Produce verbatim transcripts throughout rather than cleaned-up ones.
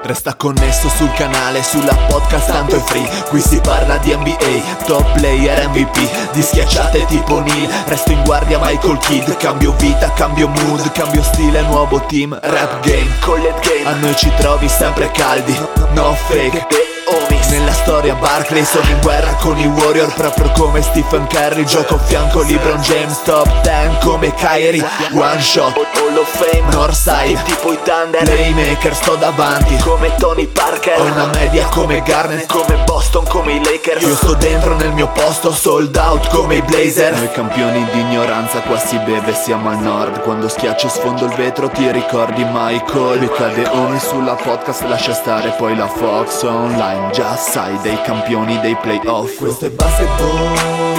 Resta connesso sul canale, sulla podcast tanto è free. Qui si parla di N B A, top player M V P, di schiacciate tipo Neil. Resto in guardia Michael Kidd. Cambio vita, cambio mood, cambio stile, nuovo team. Rap game, collet game, a noi ci trovi sempre caldi. No fake, homies. Nella storia Barkley, sono in guerra con i Warrior, proprio come Stephen Curry. Gioco a fianco LeBron James, top dieci come Kyrie. One shot, Hall of Fame, Northside, tipo i Thunder. Playmaker, sto davanti come Tony Parker. Ho una media come Garnett, come Boston, come i Lakers. Io sto dentro nel mio posto, sold out come i Blazer. Noi campioni di ignoranza, qua si beve, siamo al nord. Quando schiaccio sfondo il vetro ti ricordi Michael. Mi cade ogni sulla podcast, lascia stare poi la Fox online. Già sai, dei campioni dei playoff. Questo è basketball,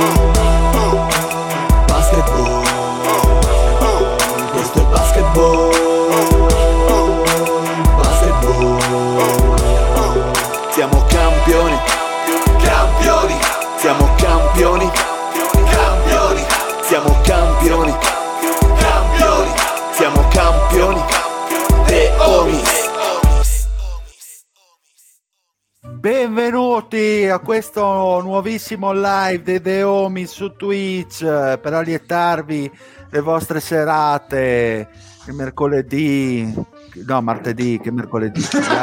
basketball. Questo è basketball, basketball. Siamo campioni, campioni. Siamo campioni, campioni. Siamo campioni, campioni. Siamo campioni, The Homies. Benvenuti a questo nuovissimo live dei The Homies su Twitch per allietarvi le vostre serate. Che mercoledì, no martedì, che mercoledì.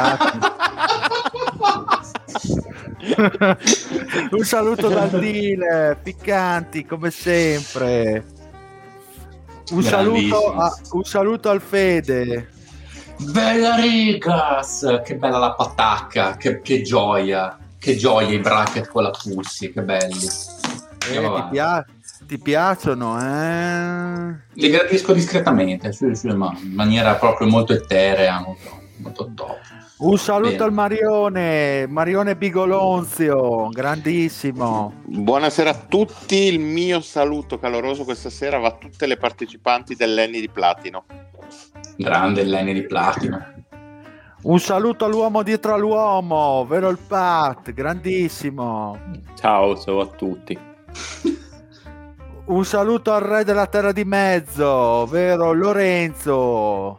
Un saluto dal Dile, piccanti come sempre. Un saluto, a, un saluto al Fede. Bella Rigas, che bella la patacca, che, che gioia, che gioia i bracket con la Pulsi, che belli. Eh, ti, pia- ti piacciono, eh? Li gradisco discretamente, su, su, ma in maniera proprio molto eterea, molto, molto top. Un saluto Bene. al Marione, Marione Bigolonzio, grandissimo. Buonasera a tutti, il mio saluto caloroso questa sera va a tutte le partecipanti dell'Enny di Platino. Grande Lenny di Platino. Un saluto all'uomo dietro all'uomo, vero il Pat, grandissimo. Ciao, ciao a tutti. Un saluto al re della terra di mezzo, vero Lorenzo.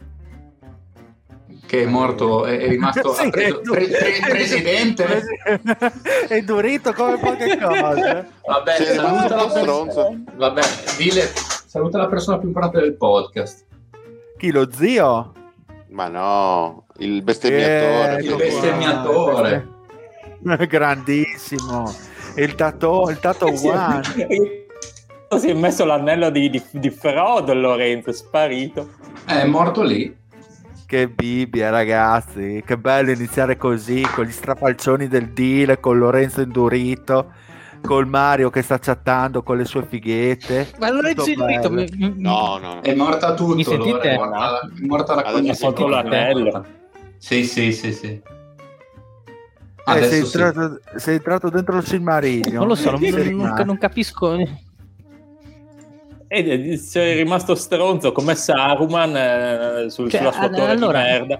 Che è morto, è, è rimasto Sì, preso, è pre, pre, presidente. È durito come poche cose. Vabbè, C'è saluta la, stronzo. persona, vabbè, dile, saluta la persona più importante del podcast. Chi, lo zio? Ma no, il bestemmiatore. Eh, Il bestemmiatore. Grandissimo. Il tato, il tato one. Si è messo l'anello di, di, di Frodo, Lorenzo, è sparito. È morto lì. Che bibbia, ragazzi, che bello iniziare così con gli strafalcioni del deal, con Lorenzo indurito, col Mario che sta chattando con le sue fighette. Ma Lorenzo indurito mi... No, no, no. È morta tutto. Mi sentite? Allora, è morta, è morta la Allora, cognizione. sotto l'anello. Sì, sì, sì, sì. Eh, Adesso sei, sì. entrato, sei entrato dentro il Silmarillion. Non lo so, non, Sei non- rimasto. non capisco. E sei rimasto stronzo come Saruman eh, sul, Cioè, sulla sua torre allora- di merda.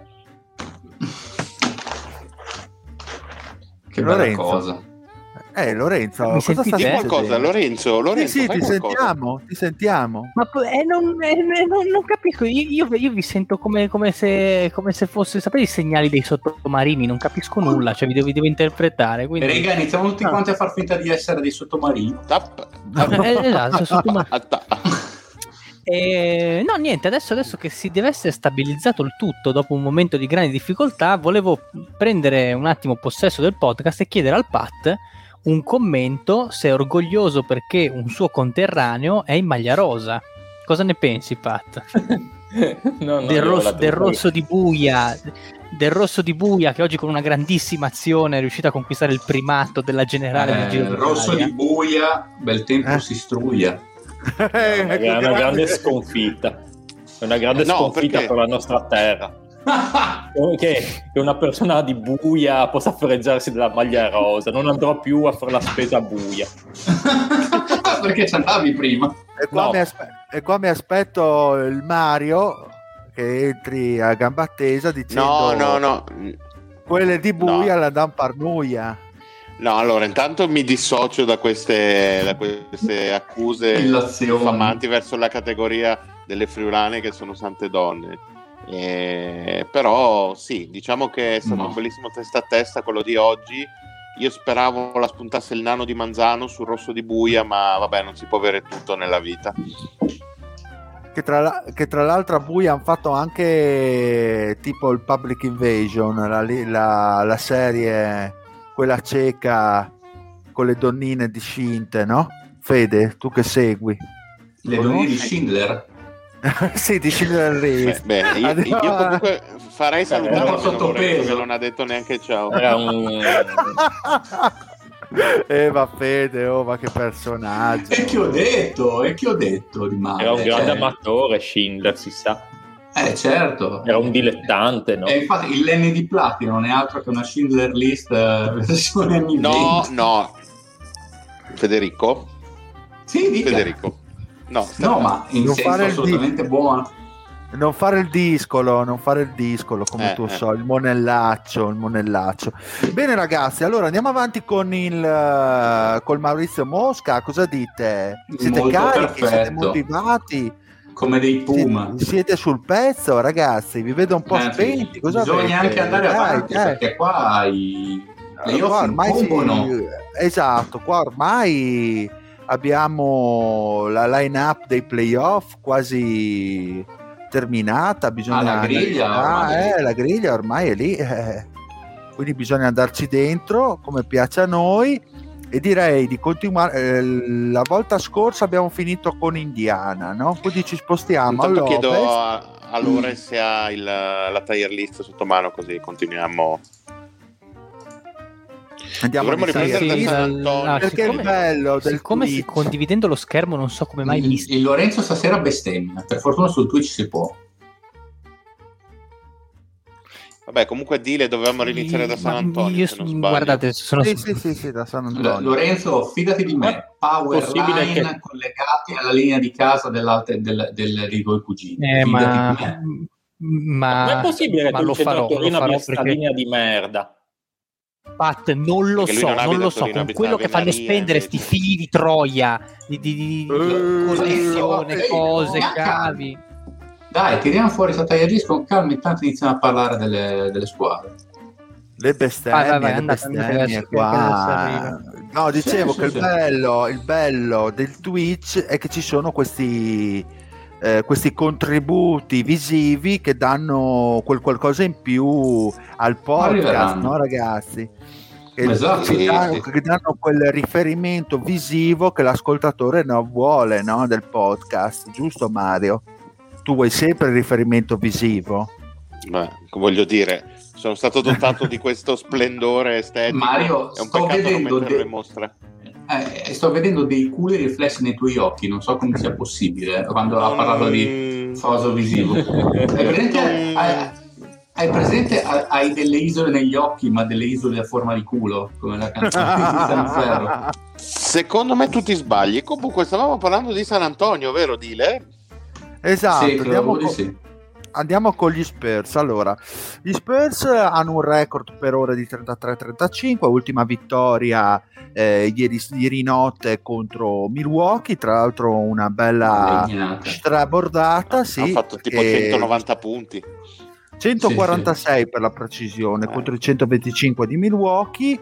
Che bella Lorenzo. cosa. Eh, Lorenzo, Mi cosa sta sentite? Di succedendo? qualcosa, Lorenzo, Lorenzo, Sì, sì, fai ti qualcosa. sentiamo, ti sentiamo. Ma po- eh, non, eh, non- non capisco, io, io- io vi sento come, come se, come se fosse, sapete i segnali dei sottomarini, non capisco nulla, cioè vi devo, vi devo interpretare. Quindi... Rega, iniziamo tutti Ah. quanti a far finta di essere dei sottomarini. Tap. Eh, esatto, sottomarini. Ah, ta- Eh, no, niente, adesso, adesso che si deve essere stabilizzato il tutto dopo un momento di grande difficoltà, volevo prendere un attimo possesso del podcast e chiedere al Pat un commento se è orgoglioso perché un suo conterraneo è in maglia rosa. Cosa ne pensi, Pat? No, no, del, io rosso, la del trovo- rosso di Buia, del rosso di Buia che oggi con una grandissima azione è riuscito a conquistare il primato della generale del Eh, Giro il rosso d'Italia. di buia, bel tempo Eh. si struia. Eh, È una, è una grande sconfitta. È una grande No, sconfitta perché? per la nostra terra. Che, che una persona di Buia possa fregiarsi della maglia rosa. Non andrò più a fare la spesa a Buia. Perché ci andavi prima? E qua, No. mi aspe- e qua mi aspetto il Mario che entri a gamba tesa dicendo No, no, no. quelle di Buia No. la dan parnuia. No, allora, intanto mi dissocio da queste, da queste accuse Illazioni. infamanti verso la categoria delle friulane che sono sante donne. Eh, però sì, diciamo che è stato No. un bellissimo testa a testa quello di oggi. Io speravo la spuntasse il nano di Manzano sul rosso di Buia, ma vabbè, non si può avere tutto nella vita. Che tra, la- che tra l'altro a Buia hanno fatto anche tipo il Public Invasion, la, la- la serie, quella ceca con le donnine dissinte, no? Fede, tu che segui? Le donne di Schindler. Sì, di Schindler Beh, List. beh, io, Andiamo- io comunque farei salutare era il mio sottopeso. Lorenzo, che non ha detto neanche ciao. Era un... Eh, ma Fede, oh, ma che personaggio. E che ho detto? E che ho detto di male? Era un grande Cioè, amatore, Schindler, si sa. Eh, certo. Era un dilettante, no? E infatti il Lenny di Platino non è altro che una Schindler List eh, versione anni No, venti. no. Federico? Sì, dica. Federico. No, sta- No, ma in Non senso fare il assolutamente buono. Non fare il discolo, non fare il discolo come Eh, tu eh. so, il monellaccio, il monellaccio. Bene ragazzi, allora andiamo avanti con il eh, col Maurizio Mosca, cosa dite? Siete Molto carichi, siete perfetto. motivati? Come dei Puma. Siete, siete sul pezzo ragazzi, vi vedo un po' Anzi, spenti, cosa bisogna avete? anche andare Dai, avanti dai. perché qua i Qua playoff ormai si- incombono. esatto, qua ormai abbiamo la line-up dei playoff quasi terminata, bisogna Ah, la griglia analizzare- ormai è lì. eh, la griglia ormai è lì, eh. Quindi bisogna andarci dentro come piace a noi e direi di continuare. Eh, la volta scorsa abbiamo finito con Indiana, no? Quindi ci spostiamo Intanto chiedo all'ovest. a, a Lore se ha il, la tier list sotto mano, così continuiamo. Andiamo Dovremmo a iniziare. riprendere Sì, da San la- Antonio. la- Perché è il siccome- bello del Siccome si- Twitch. condividendo lo schermo non so come mai il, visto. il Lorenzo stasera bestemmia. Per fortuna sul Twitch si può. Vabbè, comunque Dile dovevamo riniziare da San Ma Antonio, io- se non sbaglio. guardate, sono Sì, sì, sì, sì, da San L- Antonio. Lorenzo, fidati di me. Power Possibile line che- collegati alla linea di casa dell'alter- del, del- dei tuoi cugini. Eh, Fidati ma, di me. ma, Non è possibile che ma tu lo il centro farò, lo Torino farò abbia sta perché linea di merda. Pat, non lo Perché lui so, non abita non lo a so, Torino, con abita quello a che fanno Venaria, spendere invece. sti figli di Troia, di, di, di- di Eh, connessione, eh, cose, no. cavi. Dai, tiriamo fuori questa taglia disco con calma, intanto iniziamo a parlare delle, delle squadre. Le bestemmie, Vai, vai, vai, le andate, andate, bestemmie adesso, qua. che adesso No, dicevo Sì, che sì, il sì. bello, il bello del Twitch è che ci sono questi, eh, questi contributi visivi che danno quel qualcosa in più al podcast, Arriveranno. no ragazzi? Che, Esatto. che Sì, danno, sì. che danno quel riferimento visivo che l'ascoltatore non vuole, no? Del podcast, giusto Mario? Tu vuoi sempre il riferimento visivo? Beh, voglio dire, sono stato dotato di questo splendore estetico. Mario, è un sto peccato non vedendo metterlo de- in mostra. Eh, sto vedendo dei culi riflessi nei tuoi occhi, non so come sia possibile quando ha parlato di Mm, faso visivo. Hai presente, Mm. hai, hai presente hai, hai delle isole negli occhi, ma delle isole a forma di culo, come la canzone di Tiziano Ferro. Secondo me tu ti sbagli. Comunque stavamo parlando di San Antonio, vero Dile? Esatto, Sì, andiamo, credo di co- sì. andiamo con gli Spurs. Allora, gli Spurs hanno un record per ora di trentatré trentacinque, ultima vittoria eh, ieri, ieri notte contro Milwaukee, tra l'altro una bella Legnata. strabordata, sì, Hanno fatto tipo perché centonovanta punti. centoquarantasei per la precisione Eh. contro i centoventicinque di Milwaukee.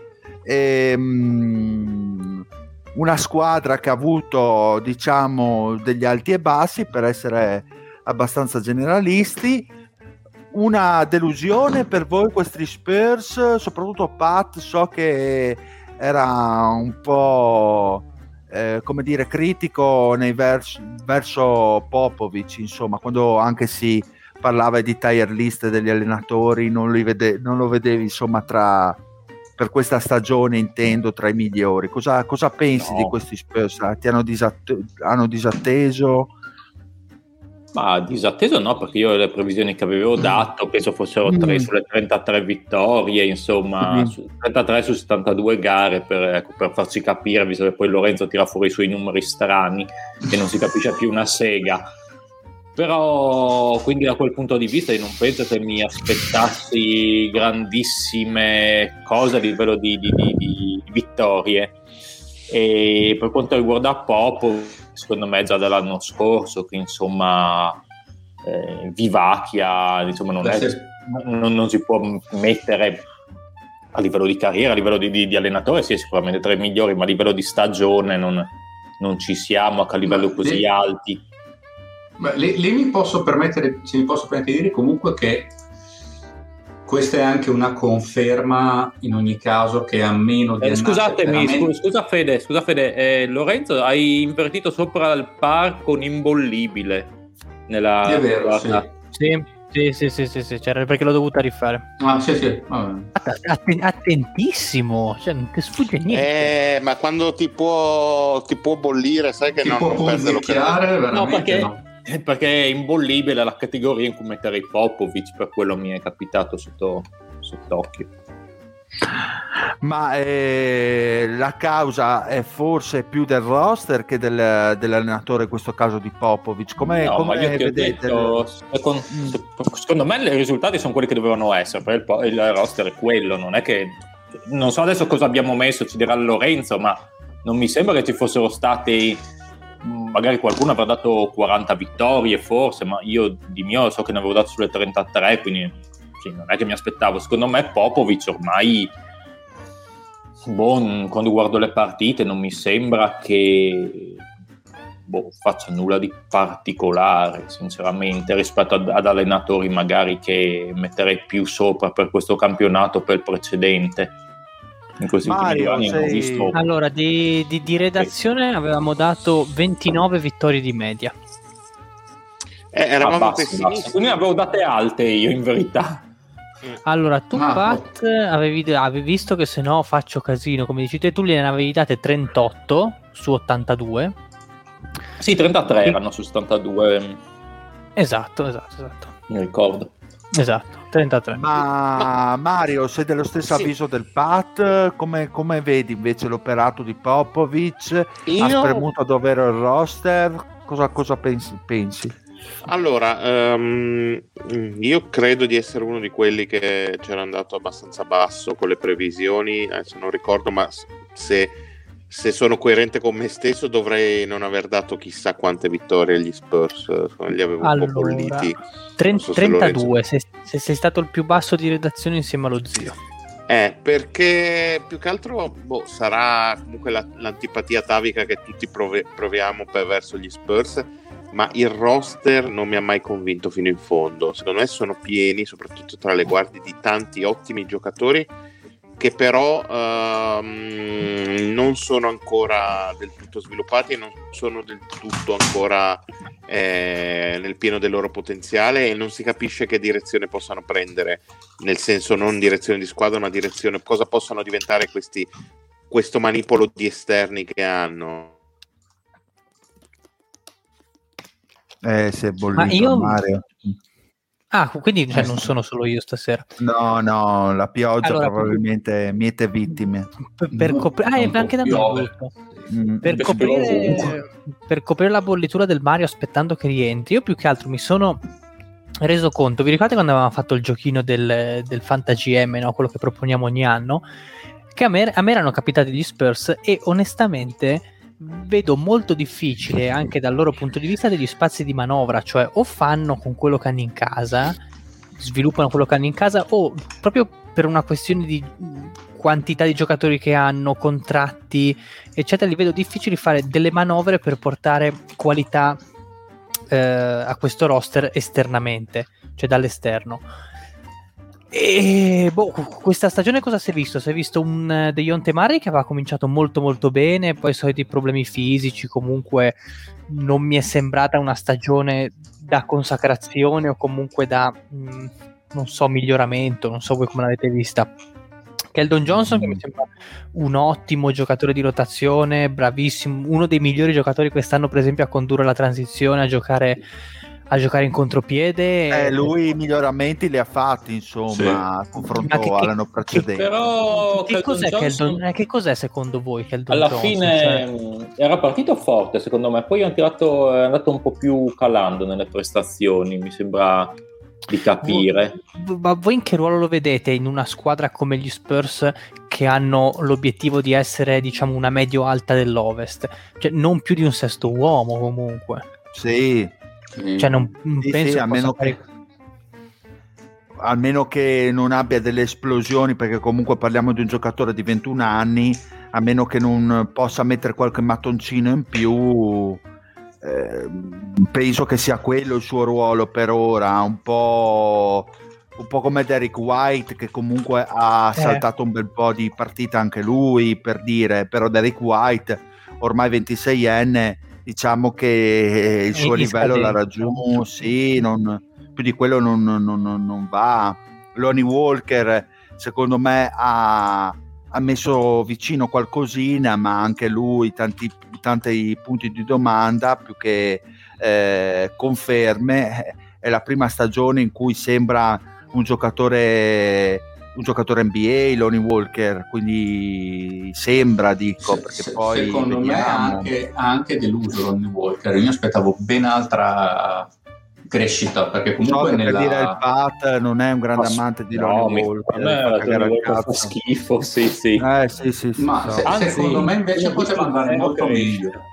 Ehm, una squadra che ha avuto, diciamo, degli alti e bassi, per essere abbastanza generalisti. Una delusione per voi questi Spurs, soprattutto Pat, so che era un po' eh, come dire critico nei vers- verso Popovic, insomma, quando anche si parlava di tier list degli allenatori, non, li vede- non lo vedevi insomma tra per questa stagione, intendo, tra i migliori. Cosa, cosa pensi No. di questi Spurs? Ti hanno, disatt- hanno disatteso? Ma disatteso no, perché io le previsioni che avevo dato penso fossero Mm. tre sulle trentatré vittorie, insomma, Mm. su trentatré su settantadue gare, per, ecco, per farci capire, visto che poi Lorenzo tira fuori i suoi numeri strani e non si capisce più una sega. Però, quindi da quel punto di vista io non penso che mi aspettassi grandissime cose a livello di, di, di, di vittorie. E per quanto riguarda Popo, secondo me già dall'anno scorso che insomma eh, vivacchia, insomma non, è, non, non si può mettere a livello di carriera, a livello di, di, di allenatore, sì, è sicuramente tra i migliori, ma a livello di stagione non, non ci siamo a livello ma così lì, alti. Ma lì, lì mi posso permettere, se mi posso permettere di dire comunque che questa è anche una conferma in ogni caso che a meno di eh, scusatemi, veramente... scusa, scusa Fede, scusa Fede eh, Lorenzo, hai invertito sopra il par con imbollibile nella è vero, guarda. Sì. Sì, sì, sì, sì, sì, c'era perché l'ho dovuta rifare. Ah, sì, sì. Vabbè. Att- attentissimo, cioè non ti sfugge niente. Eh, ma quando ti può, ti può bollire, sai che ti non, può non perde l'occasione. No, perché, no. perché è imbollibile la categoria in cui metterei Popovic, per quello mi è capitato sotto sott'occhio. Ma eh, la causa è forse più del roster che del, dell'allenatore, in questo caso di Popovic. Come, no, come ma io ti vedete? Ho detto, secondo, secondo me i risultati sono quelli che dovevano essere, perché il, il roster è quello, non è che non so adesso cosa abbiamo messo, ci dirà Lorenzo, ma non mi sembra che ci fossero stati, magari qualcuno avrà dato quaranta vittorie forse, ma io di mio so che ne avevo dato sulle trentatré, quindi sì, non è che mi aspettavo. Secondo me Popovic ormai, boh, quando guardo le partite non mi sembra che boh, faccia nulla di particolare sinceramente rispetto ad, ad allenatori magari che metterei più sopra per questo campionato, per il precedente. In questi Mario, ultimi anni sei... visto... Allora di, di, di redazione sì. avevamo dato ventinove vittorie di media. Eh, eravamo ah, basta, basta. Quindi avevo date alte io in verità. Allora tu ah, Pat avevi, avevi visto che se no faccio casino, come dici te, tu gliene avevi date trentotto su ottantadue. Sì, trentatré sì. Erano su settantadue. Esatto, esatto, esatto. Mi ricordo. Esatto, trentatré. Ma, Ma Mario, sei dello stesso sì. avviso del Pat? Come, come vedi invece l'operato di Popovic? Io... Ha spremuto a dovere il roster? Cosa, cosa pensi? pensi? Allora, um, io credo di essere uno di quelli che c'era andato abbastanza basso con le previsioni, adesso non ricordo, ma se, se sono coerente con me stesso dovrei non aver dato chissà quante vittorie agli Spurs, li avevo allora, un po' bolliti. trenta, so trentadue, se, se sei stato il più basso di redazione insieme allo zio. Eh, perché più che altro boh, sarà comunque la, l'antipatia atavica che tutti prove, proviamo per verso gli Spurs, ma il roster non mi ha mai convinto fino in fondo. Secondo me sono pieni, soprattutto tra le guardie, di tanti ottimi giocatori che però ehm, non sono ancora del tutto sviluppati e non sono del tutto ancora eh, nel pieno del loro potenziale, e non si capisce che direzione possano prendere, nel senso non direzione di squadra ma direzione, cosa possano diventare questi, questo manipolo di esterni che hanno. Eh, si è bollito Ma io... Mario. Ah, quindi cioè, non sono solo io stasera. No, no, la pioggia allora, probabilmente per... miete vittime. Per, per copri... Ah, è anche da me. Mm. Per, coprire... per coprire la bollitura del Mario aspettando che rientri, io più che altro mi sono reso conto, vi ricordate quando avevamo fatto il giochino del, del Fantasy M, no? Quello che proponiamo ogni anno, che a me, a me erano capitati gli Spurs e onestamente... vedo molto difficile anche dal loro punto di vista degli spazi di manovra, cioè o fanno con quello che hanno in casa, sviluppano quello che hanno in casa, o proprio per una questione di quantità di giocatori che hanno, contratti eccetera, li vedo difficili fare delle manovre per portare qualità eh, a questo roster esternamente, cioè dall'esterno. E boh, questa stagione cosa si è visto? Si è visto un uh, Dejounte Murray che aveva cominciato molto molto bene, poi soliti problemi fisici, comunque non mi è sembrata una stagione da consacrazione o comunque da mh, non so, miglioramento, non so voi come l'avete vista. Keldon Johnson che mi sembra un ottimo giocatore di rotazione, bravissimo, uno dei migliori giocatori quest'anno per esempio a condurre la transizione, a giocare a giocare in contropiede. Eh, lui i miglioramenti li ha fatti, insomma, sì. confronto che, all'anno precedente. Che, però che cos'è, Johnson... Keldon, che cos'è secondo voi Keldon alla Johnson? fine Cioè... era partito forte secondo me, poi è tirato, è andato un po' più calando nelle prestazioni, mi sembra di capire. Ma voi in che ruolo lo vedete in una squadra come gli Spurs che hanno l'obiettivo di essere, diciamo, una medio alta dell'Ovest, cioè non più di un sesto uomo comunque? Sì. Sì. Cioè non, non Sì, penso sì, a meno possa che, almeno che non abbia delle esplosioni, perché comunque parliamo di un giocatore di ventuno anni, a meno che non possa mettere qualche mattoncino in più, eh, penso che sia quello il suo ruolo per ora, un po', un po' come Derek White, che comunque ha Eh. saltato un bel po' di partita anche lui, per dire, però Derek White ormai ventiseienne, diciamo che il suo in livello l'ha scadenza. raggiunto, sì, non, più di quello non, non, non, non va. Lonnie Walker secondo me ha, ha messo vicino qualcosina, ma anche lui tanti, tanti punti di domanda più che eh, conferme. È la prima stagione in cui sembra un giocatore un giocatore N B A, Lonnie Walker, quindi sembra, dico, Se- perché se- poi secondo me ha vediamo. anche, ha anche deluso Lonnie Walker. Io mi aspettavo ben altra crescita, perché So comunque che per nella... dire il Pat non è un grande Ma- amante di no, Lonnie mi- Walker, a me fa cagare Lonnie il Walker fa cazzo. schifo, sì, sì. Eh sì sì, sì Ma so. se- Anzi, secondo me invece io ho poteva visto andare zero molto crescita. meglio.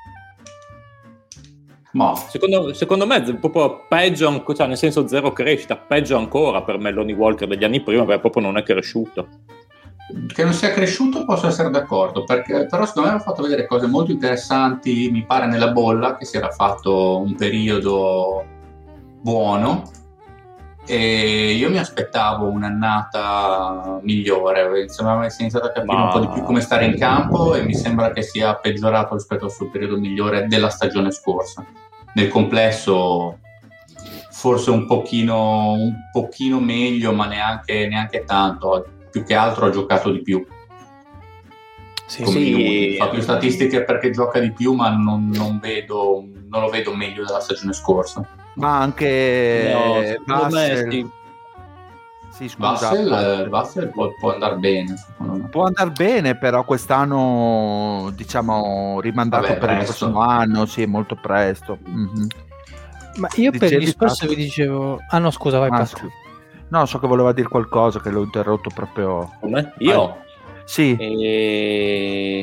Ma Secondo, secondo me è proprio peggio, an- cioè nel senso zero crescita, peggio ancora per me Lonnie Walker degli anni prima, perché proprio non è cresciuto. che non sia cresciuto posso essere d'accordo, perché però secondo me ha fatto vedere cose molto interessanti, mi pare nella bolla, che si era fatto un periodo buono, e io mi aspettavo un'annata migliore, sembrava che sia iniziato a capire Ma- un po' di più come stare in campo, e mi sembra che sia peggiorato rispetto al suo periodo migliore della stagione scorsa. Nel complesso forse un pochino, un pochino meglio, ma neanche, neanche tanto, più che altro ha giocato di più. Sì, Come sì. minuti. Fa più statistiche perché gioca di più, ma non, non vedo, non lo vedo meglio della stagione scorsa. Ma anche No, secondo me Vassell, sì. sì, scusa, Vassell, Vassell può, può andare bene, secondo me. può andare bene, però quest'anno diciamo rimandato Vabbè, per il presto. prossimo anno, sì, molto presto. Mhm. Ma io per Dicevi, gli Spurs Tato? vi dicevo... Ah no, scusa, vai, Ah, Pat. scusa. No, so che voleva dire qualcosa, che l'ho interrotto proprio. Come? Io? Sì, E...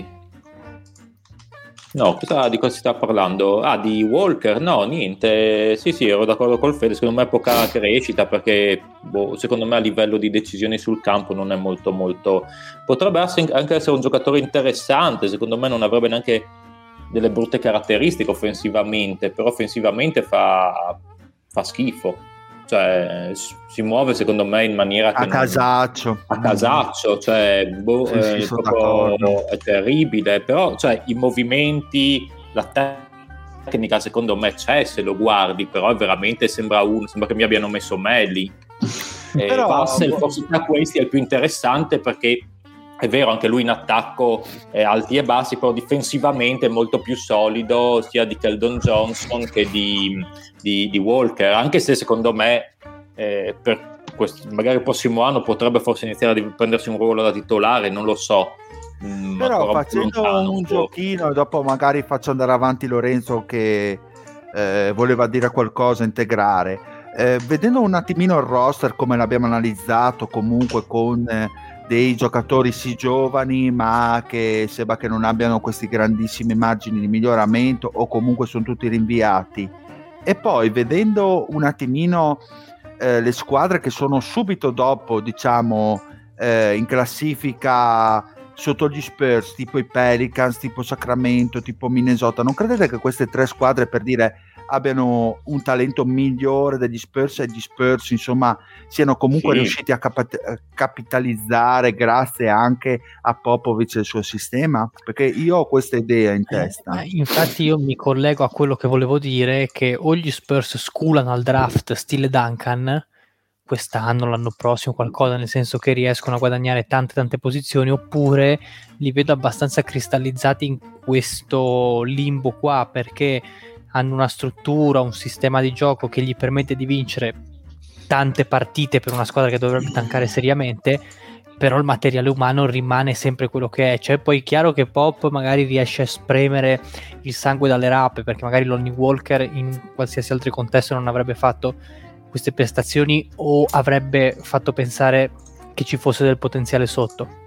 No, cosa, di cosa si sta parlando? Ah, di Walker? No, niente. Sì, sì, ero d'accordo col Fede. Secondo me poca crescita, perché boh, secondo me a livello di decisioni sul campo non è molto molto... Potrebbe essere, anche essere un giocatore interessante, secondo me non avrebbe neanche delle brutte caratteristiche offensivamente, però offensivamente fa, fa schifo. Cioè si muove secondo me in maniera che a non- casaccio. a casaccio, cioè boh, Sì, sì, eh, sono proprio d'accordo. è terribile, però cioè, i movimenti, la tecnica secondo me c'è se lo guardi, però è veramente sembra uno, sembra che mi abbiano messo Melli. Eh, Però- Vassell forse tra questi è il più interessante, perché è vero, anche lui in attacco è alti e bassi, però difensivamente è molto più solido sia di Keldon Johnson che di, di, di Walker, anche se secondo me eh, per questo, magari il prossimo anno potrebbe forse iniziare a prendersi un ruolo da titolare, non lo so. Mm, Però ancora un po' facendo lontano, un po'. giochino e dopo magari faccio andare avanti Lorenzo che eh, voleva dire qualcosa, integrare. Eh, vedendo un attimino il roster come l'abbiamo analizzato, comunque con eh, dei giocatori sì giovani ma che sembra che non abbiano questi grandissimi margini di miglioramento o comunque sono tutti rinviati, e poi vedendo un attimino eh, le squadre che sono subito dopo, diciamo, eh, in classifica sotto gli Spurs, tipo i Pelicans, tipo Sacramento, tipo Minnesota, non credete che queste tre squadre, per dire, abbiano un talento migliore degli Spurs, e gli Spurs insomma siano comunque Sì. riusciti a capa- capitalizzare grazie anche a Popovic e il suo sistema? Perché io ho questa idea in testa. Eh, infatti io mi collego a quello che volevo dire, che o gli Spurs sculano al draft stile Duncan quest'anno, l'anno prossimo, qualcosa, nel senso che riescono a guadagnare tante tante posizioni, oppure li vedo abbastanza cristallizzati in questo limbo qua, perché hanno una struttura, un sistema di gioco che gli permette di vincere tante partite per una squadra che dovrebbe tankare seriamente, però il materiale umano rimane sempre quello che è. Cioè poi è chiaro che Pop magari riesce a spremere il sangue dalle rape, perché magari Lonnie Walker in qualsiasi altro contesto non avrebbe fatto queste prestazioni o avrebbe fatto pensare che ci fosse del potenziale sotto,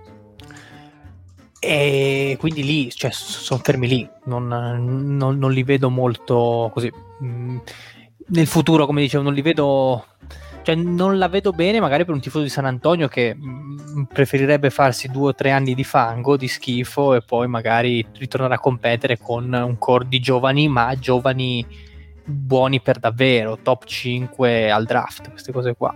e quindi lì, cioè, sono fermi lì, non, non, non li vedo molto così. nel futuro, come dicevo, non li vedo, cioè non la vedo bene magari per un tifoso di San Antonio che mh, preferirebbe farsi due o tre anni di fango, di schifo, e poi magari ritornare a competere con un core di giovani, ma giovani buoni per davvero, top cinque al draft, queste cose qua.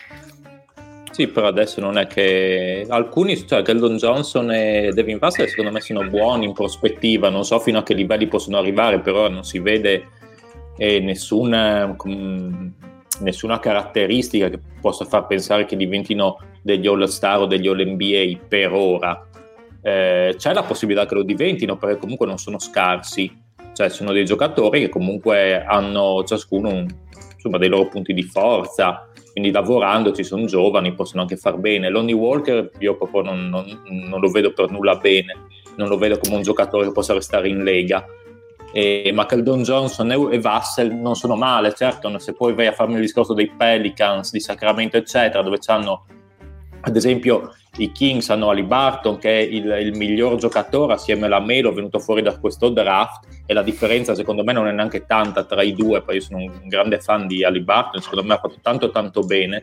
Sì, però adesso non è che alcuni, cioè Keldon Johnson e Devin Vassell secondo me sono buoni in prospettiva, non so fino a che livelli possono arrivare, però non si vede eh, nessuna, com, nessuna caratteristica che possa far pensare che diventino degli All-Star o degli All-N B A per ora. Eh, c'è la possibilità che lo diventino, perché comunque non sono scarsi, cioè sono dei giocatori che comunque hanno ciascuno un, insomma, dei loro punti di forza, quindi lavorandoci sono giovani, possono anche far bene. Lonnie Walker io proprio non, non, non lo vedo per nulla bene, non lo vedo come un giocatore che possa restare in Lega, e, ma Keldon Johnson e, e Vassell non sono male, certo. Se poi vai a farmi il discorso dei Pelicans di Sacramento eccetera, dove c'hanno ad esempio i Kings, hanno Haliburton che è il, il miglior giocatore assieme alla Melo venuto fuori da questo draft, e la differenza secondo me non è neanche tanta tra i due, perché io sono un grande fan di Haliburton, secondo me ha fatto tanto tanto bene,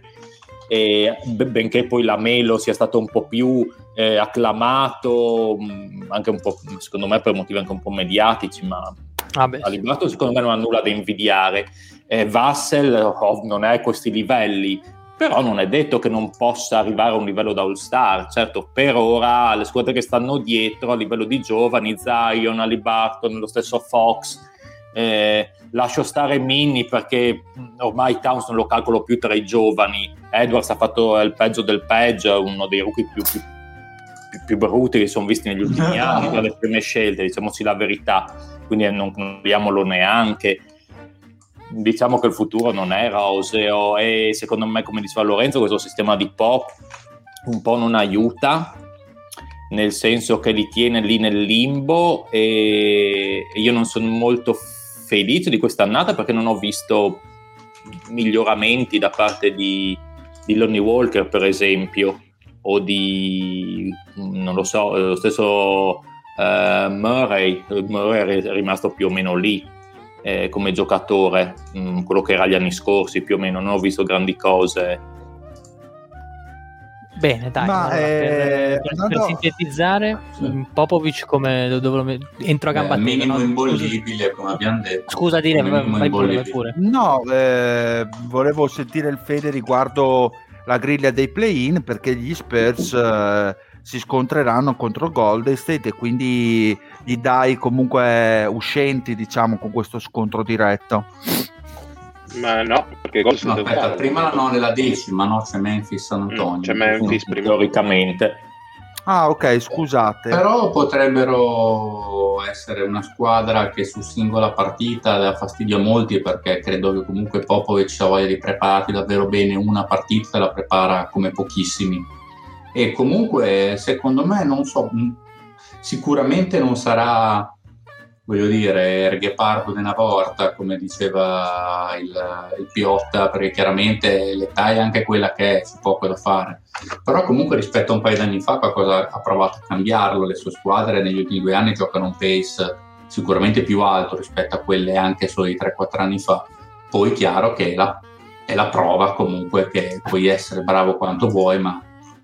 e benché poi la Melo sia stato un po' più eh, acclamato, anche un po' secondo me per motivi anche un po' mediatici, ma ah beh, Haliburton secondo me non ha nulla da invidiare. eh, Vassell oh, non è a questi livelli, però non è detto che non possa arrivare a un livello da All-Star. Certo, per ora le squadre che stanno dietro a livello di giovani, Zion, Haliburton, lo stesso Fox, eh, lascio stare Minnie perché ormai Towns non lo calcolo più tra i giovani, Edwards ha fatto il peggio del peggio, uno dei rookie più, più, più, più brutti che sono visti negli ultimi anni, tra le prime scelte, diciamoci la verità, quindi non vediamolo neanche. Diciamo che il futuro non è roseo, e secondo me, come diceva Lorenzo, questo sistema di Pop un po' non aiuta, nel senso che li tiene lì nel limbo, e io non sono molto felice di quest'annata perché non ho visto miglioramenti da parte di, di Lonnie Walker per esempio, o di non lo so, lo stesso uh, Murray Murray è rimasto più o meno lì Eh, come giocatore, mh, quello che era gli anni scorsi più o meno, non ho visto grandi cose. Bene, dai, Ma, allora, eh, per, per, andando... per sintetizzare, Popovic come dove lo entro a gamba Beh, tesa, minimo no? imbollibile, come abbiamo detto. Scusa, dire, vai, vai pure, vai imbollibile. pure. No, eh, volevo sentire il Fede riguardo la griglia dei play-in, perché gli Spurs eh, si scontreranno contro Golden State, e quindi gli dai comunque uscenti, diciamo, con questo scontro diretto. Ma no, perché Golden No, State aspetta, uguale. prima l'hanno nella decima, no? C'è Memphis San Antonio. Mm, c'è Memphis prima. Teoricamente. Ah, ok, scusate. Però potrebbero essere una squadra che su singola partita dà fastidio a molti, perché credo che comunque Popovic ha voglia di prepararti davvero bene una partita, e la prepara come pochissimi. E comunque secondo me, non so, sicuramente non sarà, voglio dire, Erghepardo de una volta, come diceva il, il Piotta, perché chiaramente l'età è anche quella che è, c'è poco da fare. Però comunque rispetto a un paio d'anni fa qualcosa ha provato a cambiarlo, le sue squadre negli ultimi due anni giocano un pace sicuramente più alto rispetto a quelle anche solo di tre quattro anni fa. Poi chiaro che è la, è la prova comunque che puoi essere bravo quanto vuoi, ma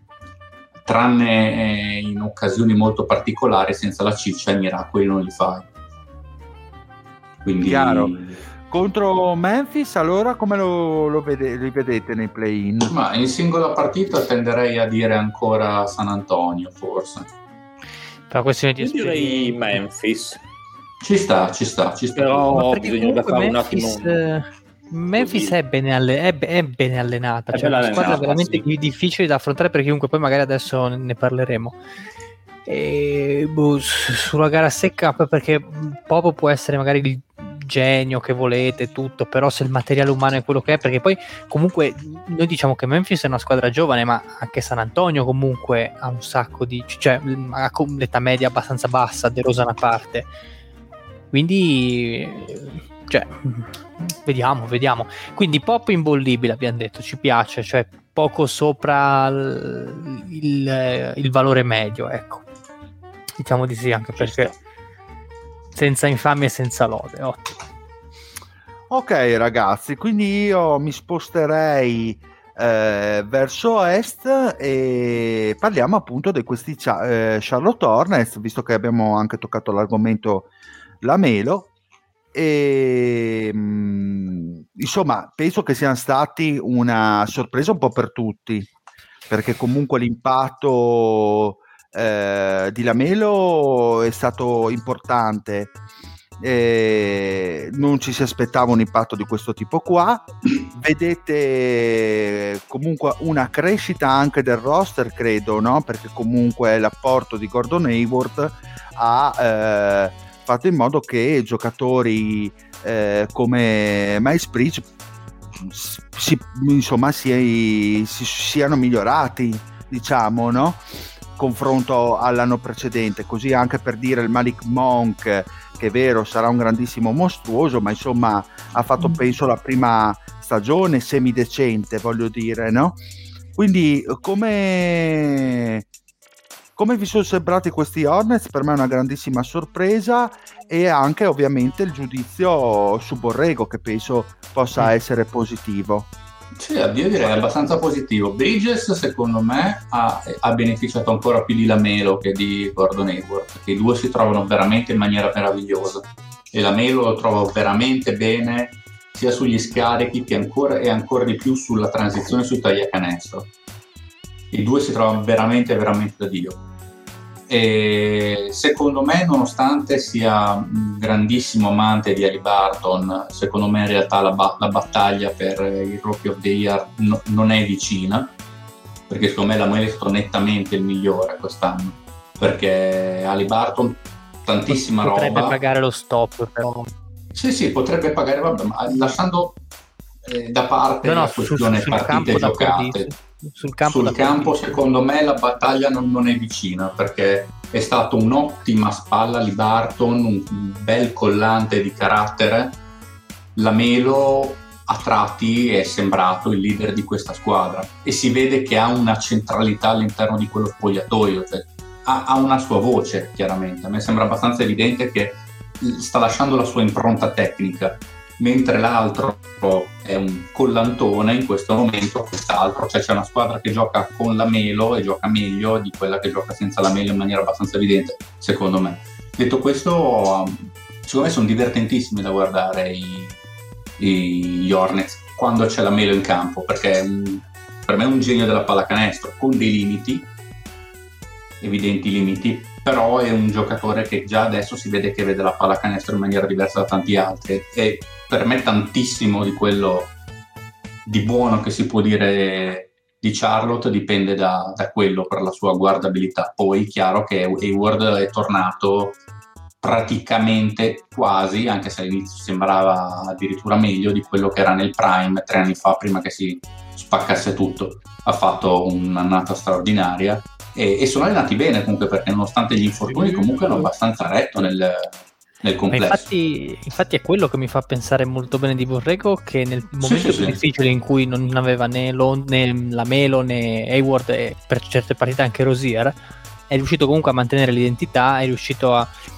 tranne in occasioni molto particolari, senza la ciccia i miracoli non li fai. Quindi Chiaro. Contro Memphis, allora come lo, lo vede, li vedete nei play-in? ma in singola partita tenderei a dire ancora San Antonio, forse. Per questione di Io direi esperienza. Memphis, Ci sta, ci sta, ci sta. però Ma perché bisognerebbe comunque fare Memphis, un attimo eh, Memphis così. è bene, alle- è, be- è bene allenata, È cioè è bene una squadra allenata, veramente sì. difficile da affrontare, per chiunque, poi magari adesso ne parleremo. E, boh, su- sulla gara secca, poi perché Popo può essere magari il genio che volete, tutto, però se il materiale umano è quello che è, perché poi comunque noi diciamo che Memphis è una squadra giovane, ma anche San Antonio comunque ha un sacco di, cioè ha l'età media abbastanza bassa, De Rosa a parte, quindi cioè vediamo, vediamo. Quindi Pop imbollibile, abbiamo detto, ci piace, cioè poco sopra il, il, il valore medio, ecco, diciamo di sì, anche perché senza infamia e senza lode, ottimo. Ok ragazzi, quindi io mi sposterei eh, verso est e parliamo appunto di questi eh, Charlotte Hornets, visto che abbiamo anche toccato l'argomento Lamelo. E mh, insomma penso che siano stati una sorpresa un po' per tutti, perché comunque l'impatto eh, di Lamelo è stato importante. Eh, non ci si aspettava un impatto di questo tipo qua. Vedete comunque una crescita anche del roster, credo, no? Perché comunque l'apporto di Gordon Hayward ha eh, fatto in modo che giocatori eh, come Miles Bridges si, insomma si, si, siano migliorati, diciamo, no? Confronto all'anno precedente. Così anche per dire il Malik Monk, che è vero sarà un grandissimo mostruoso, ma insomma ha fatto penso la prima stagione semidecente, voglio dire, no? Quindi come come vi sono sembrati questi Hornets? Per me è una grandissima sorpresa, e anche ovviamente il giudizio su Borrego, che penso possa essere positivo. Sì, io direi abbastanza positivo. Bridges secondo me ha, ha beneficiato ancora più di Lamelo che di Gordon Hayward, perché i due si trovano veramente in maniera meravigliosa, e Lamelo lo trovo veramente bene sia sugli scarichi che ancora e ancora di più sulla transizione sui tagli a canestro. I due si trovano veramente veramente da Dio. E secondo me, nonostante sia un grandissimo amante di Haliburton, secondo me in realtà la, ba- la battaglia per il Rookie of the Year no- non è vicina, perché secondo me Lamelo è stato nettamente il migliore quest'anno, perché Haliburton tantissima potrebbe roba, potrebbe pagare lo stop, però sì sì potrebbe pagare, vabbè, ma lasciando eh, da parte no, no, la sul, questione sul partite campo giocate. Sul campo, Sul campo secondo me la battaglia non, non è vicina, perché è stato un'ottima spalla Haliburton, un bel collante di carattere. Lamelo a tratti è sembrato il leader di questa squadra, e si vede che ha una centralità all'interno di quello spogliatoio, cioè ha, ha una sua voce, chiaramente. A me sembra abbastanza evidente che sta lasciando la sua impronta tecnica, mentre l'altro è un collantone in questo momento, quest'altro, cioè c'è una squadra che gioca con Lamelo e gioca meglio di quella che gioca senza Lamelo in maniera abbastanza evidente, secondo me. Detto questo, secondo me sono divertentissimi da guardare i, i, gli Hornets quando c'è Lamelo in campo, perché è un, per me è un genio della pallacanestro, con dei limiti, evidenti limiti, però è un giocatore che già adesso si vede che vede la pallacanestro in maniera diversa da tanti altri, e per me tantissimo di quello di buono che si può dire di Charlotte dipende da, da quello, per la sua guardabilità. Poi chiaro che Hayward è tornato praticamente quasi, anche se all'inizio sembrava addirittura meglio di quello che era nel prime tre anni fa, prima che si spaccasse tutto. Ha fatto un'annata straordinaria e, e sono allenati bene comunque, perché nonostante gli infortuni comunque hanno abbastanza retto nel, nel complesso. Infatti, infatti è quello che mi fa pensare molto bene di Borrego, che nel momento sì, più sì. difficile in cui non aveva né, Lo, né Lamelo né Hayward, e per certe partite anche Rozier, è riuscito comunque a mantenere l'identità, è riuscito a,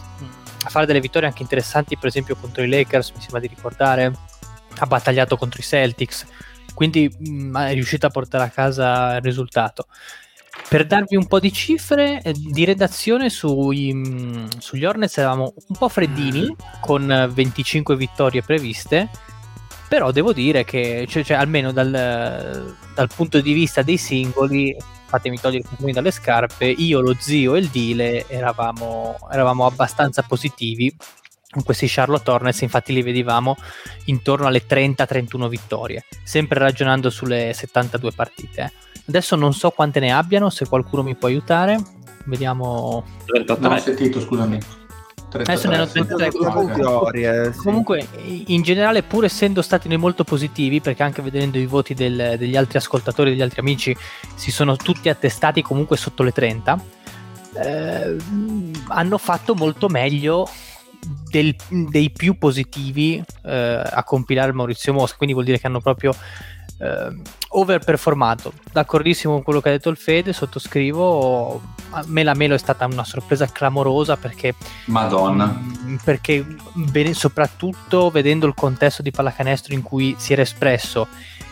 a fare delle vittorie anche interessanti, per esempio contro i Lakers, mi sembra di ricordare, ha battagliato contro i Celtics, quindi mh, è riuscito a portare a casa il risultato. Per darvi un po' di cifre eh, di redazione sui, mh, sugli Hornets, eravamo un po' freddini con venticinque vittorie previste, però devo dire che cioè, cioè, almeno dal, dal punto di vista dei singoli, fatemi togliere i confini dalle scarpe, io, lo zio e il Dile eravamo, eravamo abbastanza positivi con questi Charlotte Hornets. Infatti li vedevamo intorno alle trenta trentuno vittorie, sempre ragionando sulle settantadue partite. Adesso non so quante ne abbiano, se qualcuno mi può aiutare. Vediamo. Non ho sentito, scusami. Adesso ne hanno trentatré. Vittorie, sì. Comunque, in generale, pur essendo stati noi molto positivi, perché anche vedendo i voti del, degli altri ascoltatori, degli altri amici, si sono tutti attestati comunque sotto le trenta, eh, hanno fatto molto meglio del, dei più positivi eh, a compilare Maurizio Mosca, quindi vuol dire che hanno proprio eh, overperformato. D'accordissimo con quello che ha detto il Fede, sottoscrivo. A me la Melo è stata una sorpresa clamorosa perché Madonna perché bene, soprattutto vedendo il contesto di pallacanestro in cui si era espresso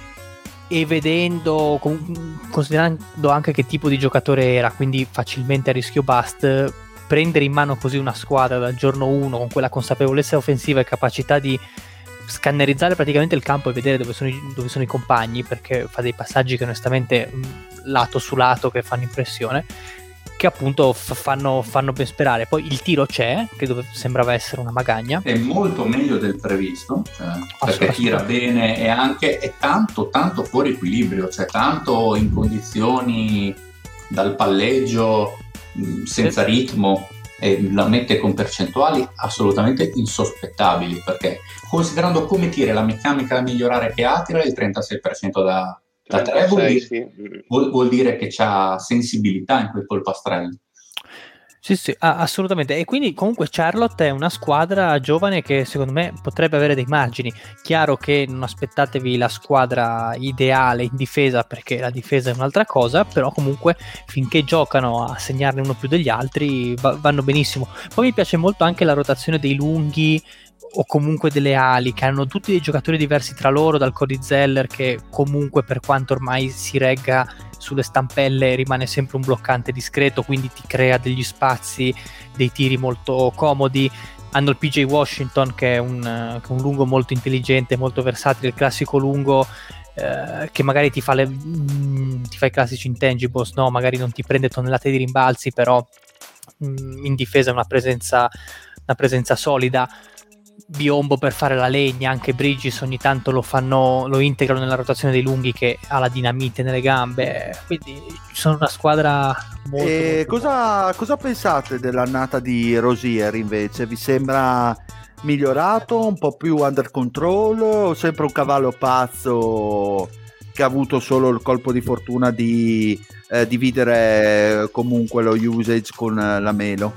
e vedendo, considerando anche che tipo di giocatore era, quindi facilmente a rischio bust, prendere in mano così una squadra dal giorno uno con quella consapevolezza offensiva e capacità di scannerizzare praticamente il campo e vedere dove sono i, dove sono i compagni, perché fa dei passaggi che onestamente lato su lato che fanno impressione, che appunto f- fanno, fanno ben sperare. Poi il tiro c'è, che dove sembrava essere una magagna, è molto meglio del previsto, cioè, perché tira bene e anche è tanto tanto fuori equilibrio, cioè tanto in condizioni dal palleggio senza ritmo, e la mette con percentuali assolutamente insospettabili, perché considerando come tira la meccanica da migliorare che ha, tira il trentasei per cento da, da tre, vuol dire, sì. vuol, vuol dire che c'ha sensibilità in quei polpastrelli. Sì, sì, ah, assolutamente. E quindi comunque Charlotte è una squadra giovane che secondo me potrebbe avere dei margini. Chiaro che non aspettatevi la squadra ideale in difesa, perché la difesa è un'altra cosa, però comunque finché giocano a segnarne uno più degli altri va- vanno benissimo. Poi mi piace molto anche la rotazione dei lunghi o comunque delle ali, che hanno tutti dei giocatori diversi tra loro, dal Cody Zeller che comunque, per quanto ormai si regga sulle stampelle, rimane sempre un bloccante discreto, quindi ti crea degli spazi, dei tiri molto comodi. Hanno il P J Washington che è un, che è un lungo molto intelligente, molto versatile, il classico lungo eh, che magari ti fa, le, mm, ti fa i classici intangibles, no? Magari non ti prende tonnellate di rimbalzi, però mm, in difesa è una presenza, una presenza solida. Biombo per fare la legna, anche Bridges ogni tanto lo fanno, lo integrano nella rotazione dei lunghi, che ha la dinamite nelle gambe, quindi sono una squadra molto, e molto cosa, cosa pensate dell'annata di Rosier invece? Vi sembra migliorato, un po' più under control, o sempre un cavallo pazzo che ha avuto solo il colpo di fortuna di eh, dividere comunque lo usage con la Melo?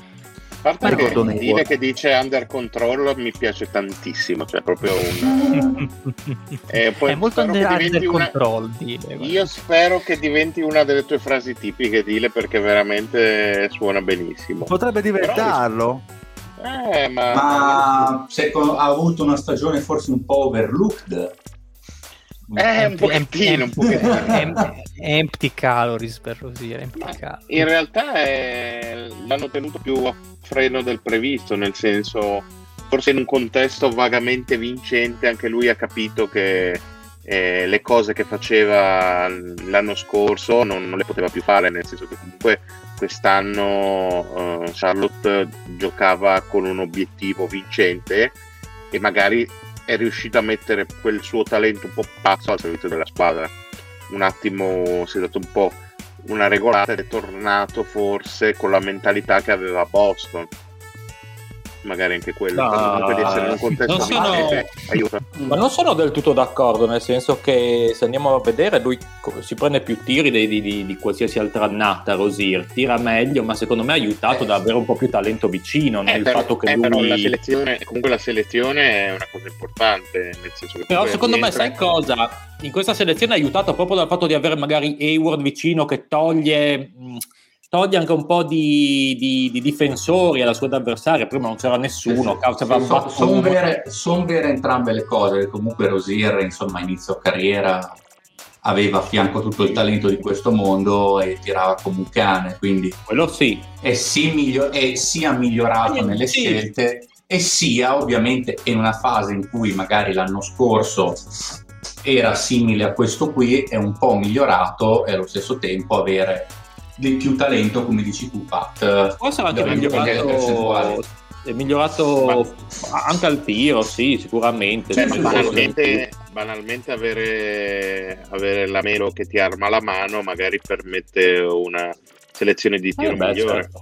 A parte che Gordon dire Hayward. che dice under control mi piace tantissimo, cioè proprio un eh, poi è molto spero che under, diventi under una- control, dire, io spero che diventi una delle tue frasi tipiche, Dile, perché veramente suona benissimo. Potrebbe diventarlo? Eh, ma, Ma secondo, ha avuto una stagione forse un po' overlooked. Eh, un Empty- pochettino, un pochettino. em- empty calories per Rosier, empty Ma calories. in realtà è- l'hanno tenuto più a freno del previsto, nel senso, forse in un contesto vagamente vincente anche lui ha capito che eh, le cose che faceva l'anno scorso non, non le poteva più fare, nel senso che comunque quest'anno eh, Charlotte giocava con un obiettivo vincente e magari è riuscito a mettere quel suo talento un po' pazzo al servizio della squadra. Un attimo si è dato un po' una regolata ed è tornato forse con la mentalità che aveva a Boston. Magari anche quello, No, comunque di essere in un contesto non sono- vincente aiuta. Ma non sono del tutto d'accordo, nel senso che se andiamo a vedere lui co- si prende più tiri di, di- di- di qualsiasi altra annata. Rosier tira meglio, ma secondo me è aiutato Eh. da avere un po' più talento vicino Eh, nel però, fatto che eh, però lui la selezione, comunque la selezione è una cosa importante, nel senso che Però poi secondo me, rientra- sai cosa? In questa selezione è aiutato proprio dal fatto di avere magari Hayward vicino che toglie, mh, toglie anche un po' di, di- di difensori alla squadra avversaria. Prima non c'era nessuno. Causa Sono Van son Batum. vere, son vere entrambe le cose, che comunque Rosier, insomma, a inizio carriera aveva a fianco tutto il talento di questo mondo e tirava come un cane, quindi Quello sì. è, sì miglio- è sia migliorato Sì, nelle sì. scelte e sia ovviamente in una fase in cui magari l'anno scorso era simile a questo qui, è un po' migliorato e allo stesso tempo avere di più talento, come dici tu, Pat. Forse era anche da migliorare le percentuali. migliorato, è migliorato anche al tiro, sì, sicuramente. Cioè, Sì, ma sì, banalmente, banalmente avere, avere la Melo che ti arma la mano magari permette una selezione di tiro Eh, beh, migliore. certo.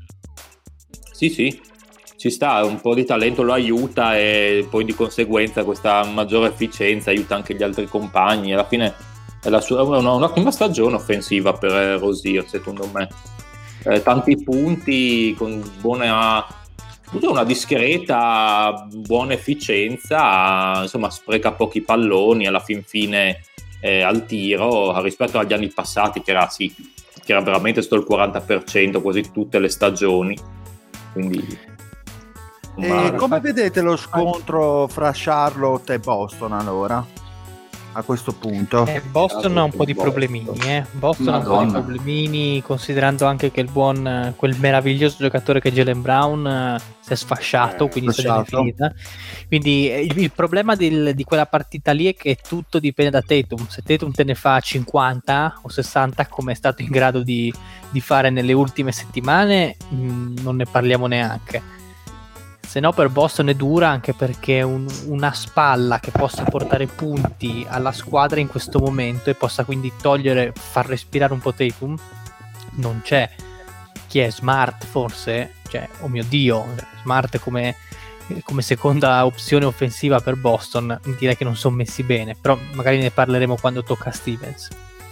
Sì, sì, ci sta, un po' di talento lo aiuta e poi di conseguenza questa maggiore efficienza aiuta anche gli altri compagni. Alla fine è la sua, una, un'ottima stagione offensiva per eh, Rosier, secondo me. Eh, tanti punti con buona una discreta buona efficienza, insomma spreca pochi palloni alla fin fine eh, al tiro rispetto agli anni passati che era, sì, che era veramente sotto il quaranta per cento quasi tutte le stagioni, quindi e come vedete lo scontro fra Charlotte e Boston allora? A questo punto eh, Boston ha un po' di problemini eh. Boston ha un po' di problemini, considerando anche che il buon quel meraviglioso giocatore che è Jaylen Brown eh, si è sfasciato, eh, quindi è finita. Quindi il, il problema del, di quella partita lì è che tutto dipende da Tatum. Se Tatum te ne fa cinquanta o sessanta come è stato in grado di, di fare nelle ultime settimane, mh, non ne parliamo neanche. Se no per Boston è dura, anche perché un, una spalla che possa portare punti alla squadra in questo momento e possa quindi togliere, far respirare un po' Tatum non c'è. Chi è? Smart forse? Cioè, oh mio Dio, Smart come, come seconda opzione offensiva per Boston direi che non sono messi bene, però magari ne parleremo quando tocca a Stevens.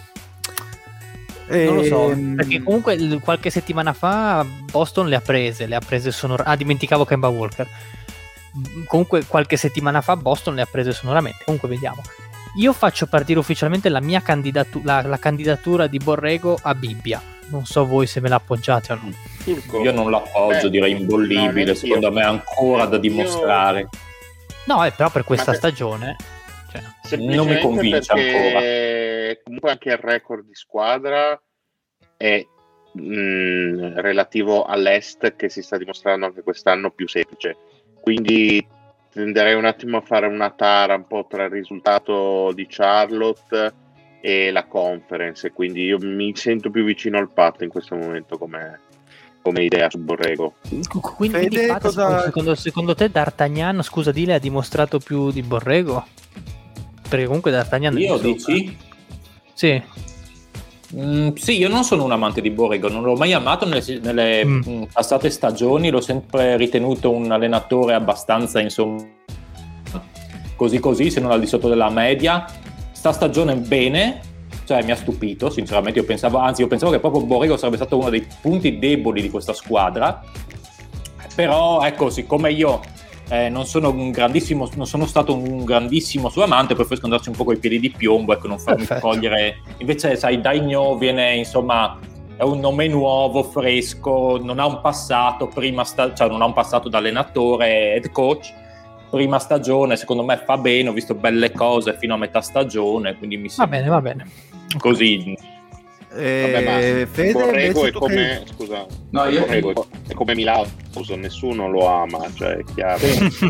Non lo so, perché comunque qualche settimana fa Boston le ha prese, le ha prese sonor- ah dimenticavo Kemba Walker. Comunque qualche settimana fa Boston le ha prese sonoramente. Comunque vediamo. Io faccio partire ufficialmente la mia candidatura, la, la candidatura di Borrego a Bibbia. Non so voi se me la appoggiate o no. Turco. Io non l'appoggio, Beh, direi imbollibile, no, secondo me è ancora da dimostrare. Io... No, è però per questa per... stagione cioè, non mi convince ancora. Comunque anche il record di squadra è mh, relativo all'est, che si sta dimostrando anche quest'anno più semplice, quindi tenderei un attimo a fare una tara un po' tra il risultato di Charlotte e la conference, quindi io mi sento più vicino al patto in questo momento come, come idea su Borrego. Quindi, Fede, Pat, cosa... secondo, secondo te D'Artagnan, scusa Dile, ha dimostrato più di Borrego? Perché comunque D'Artagnan io dici? Sì. Mm, sì, io non sono un amante di Borrego, non l'ho mai amato nelle, nelle mm. passate stagioni, l'ho sempre ritenuto un allenatore abbastanza, insomma, così così, se non al di sotto della media. Sta stagione bene, cioè mi ha stupito, sinceramente. Io pensavo, anzi, io pensavo che proprio Borrego sarebbe stato uno dei punti deboli di questa squadra, però ecco, siccome io Eh, non sono un grandissimo, non sono stato un grandissimo suo amante, preferisco andarci un po' coi piedi di piombo, ecco, non farmi Perfetto. cogliere. Invece, sai, Daigneault viene, insomma, è un nome nuovo, fresco, non ha un passato, prima sta- cioè non ha un passato da allenatore, head coach. Prima stagione, secondo me fa bene, ho visto belle cose fino a metà stagione, quindi mi va bene, va bene. Così. Eh, Vabbè, Fede, Borrego è come che... scusa, no, io... Borrego è come Milano, nessuno lo ama, cioè è chiaro.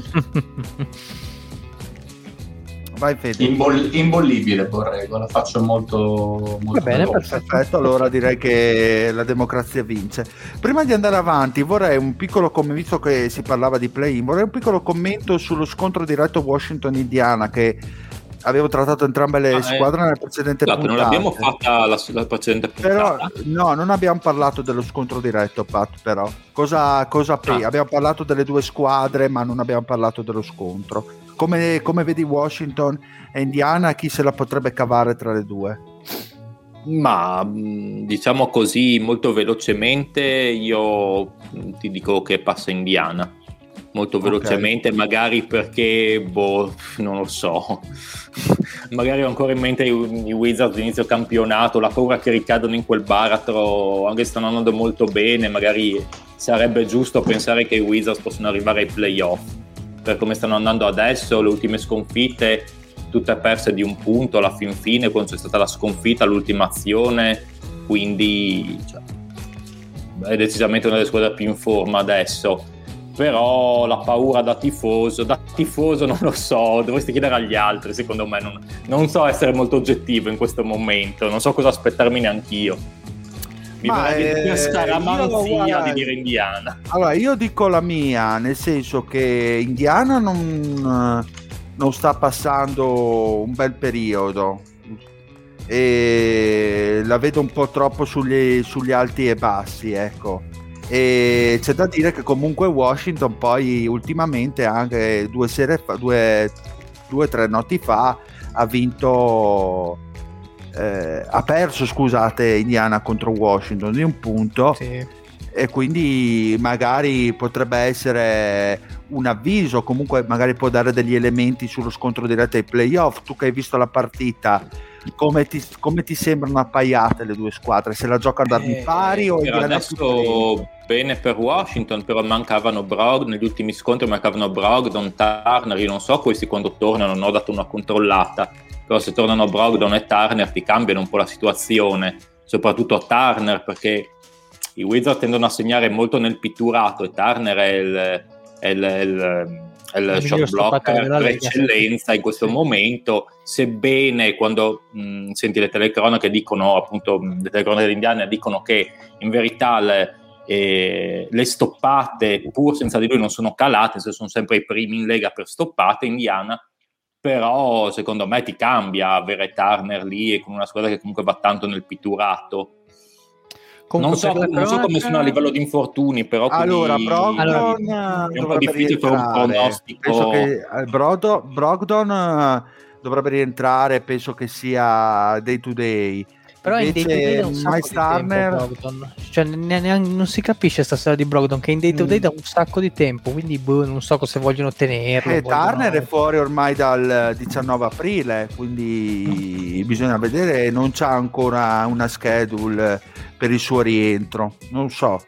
Vai Fede. Imbol- imbollibile Borrego, la faccio molto, molto va bene, perfetto. perfetto. Allora direi che la democrazia vince. Prima di andare avanti vorrei un piccolo commento, visto che si parlava di play-in, vorrei un piccolo commento sullo scontro diretto Washington-Indiana che avevo trattato entrambe le ah, squadre eh, nella precedente esatto, puntata. Non l'abbiamo fatta la, la precedente puntata. Però, no, non abbiamo parlato dello scontro diretto, Pat, però. Cosa, cosa ah. Abbiamo parlato delle due squadre, ma non abbiamo parlato dello scontro. Come, come vedi Washington e Indiana, chi se la potrebbe cavare tra le due? Ma diciamo così, molto velocemente, io ti dico che passa Indiana. Molto velocemente, okay. Magari perché, boh, non lo so, magari ho ancora in mente i, i Wizards d'inizio campionato, la paura che ricadono in quel baratro, anche se stanno andando molto bene, magari sarebbe giusto pensare che i Wizards possono arrivare ai playoff. Per come stanno andando adesso, le ultime sconfitte, tutte perse di un punto alla fin fine, quando c'è stata la sconfitta, l'ultima azione, quindi cioè, è decisamente una delle squadre più in forma adesso. Però la paura da tifoso, da tifoso non lo so, dovresti chiedere agli altri, secondo me non, non so essere molto oggettivo in questo momento, non so cosa aspettarmi neanch'io. Mi Ma viene eh, una scaramanzia io, di dire Indiana. Allora, io dico la mia, nel senso che Indiana non, non sta passando un bel periodo e la vedo un po' troppo sugli, sugli alti e bassi, ecco. E c'è da dire che comunque Washington poi ultimamente anche due sere fa, due due tre notti fa ha vinto eh, ha perso scusate Indiana contro Washington di un punto, sì. e quindi magari potrebbe essere un avviso, comunque magari può dare degli elementi sullo scontro diretto ai playoff. Tu che hai visto la partita, come ti, come ti sembrano appaiate le due squadre? Se la giocano ad armi Eh, pari o per adesso bene per Washington, però mancavano Brogdon negli ultimi scontri, mancavano Brogdon, Turner. Io non so questi quando tornano, non ho dato una controllata, però se tornano Brogdon e Turner ti cambiano un po' la situazione, soprattutto Turner, perché i Wizards tendono a segnare molto nel pitturato e Turner è il, è il, è il, è il shot blocker per eccellenza in questo sì. momento, sebbene quando mh, senti le telecronache dicono, appunto le telecronache dell'Indiana dicono che in verità le, eh, le stoppate pur senza di lui non sono calate, se sono sempre i primi in lega per stoppate Indiana, però secondo me ti cambia avere Turner lì e con una squadra che comunque va tanto nel pitturato. Non so, non so come sono a livello di infortuni, però allora Brogdon allora, è un po' difficile fare un pronostico. Penso che Brogdon, Brogdon dovrebbe rientrare, penso che sia day to day. Però in day to day da un sacco di tempo Brogdon. Cioè, ne, ne, non si capisce sta storia di Brogdon che in day to day mm. da un sacco di tempo, quindi boh, non so se vogliono tenerlo. E vogliono... Turner è fuori ormai dal diciannove aprile, quindi bisogna vedere, non c'ha ancora una schedule per il suo rientro, non so.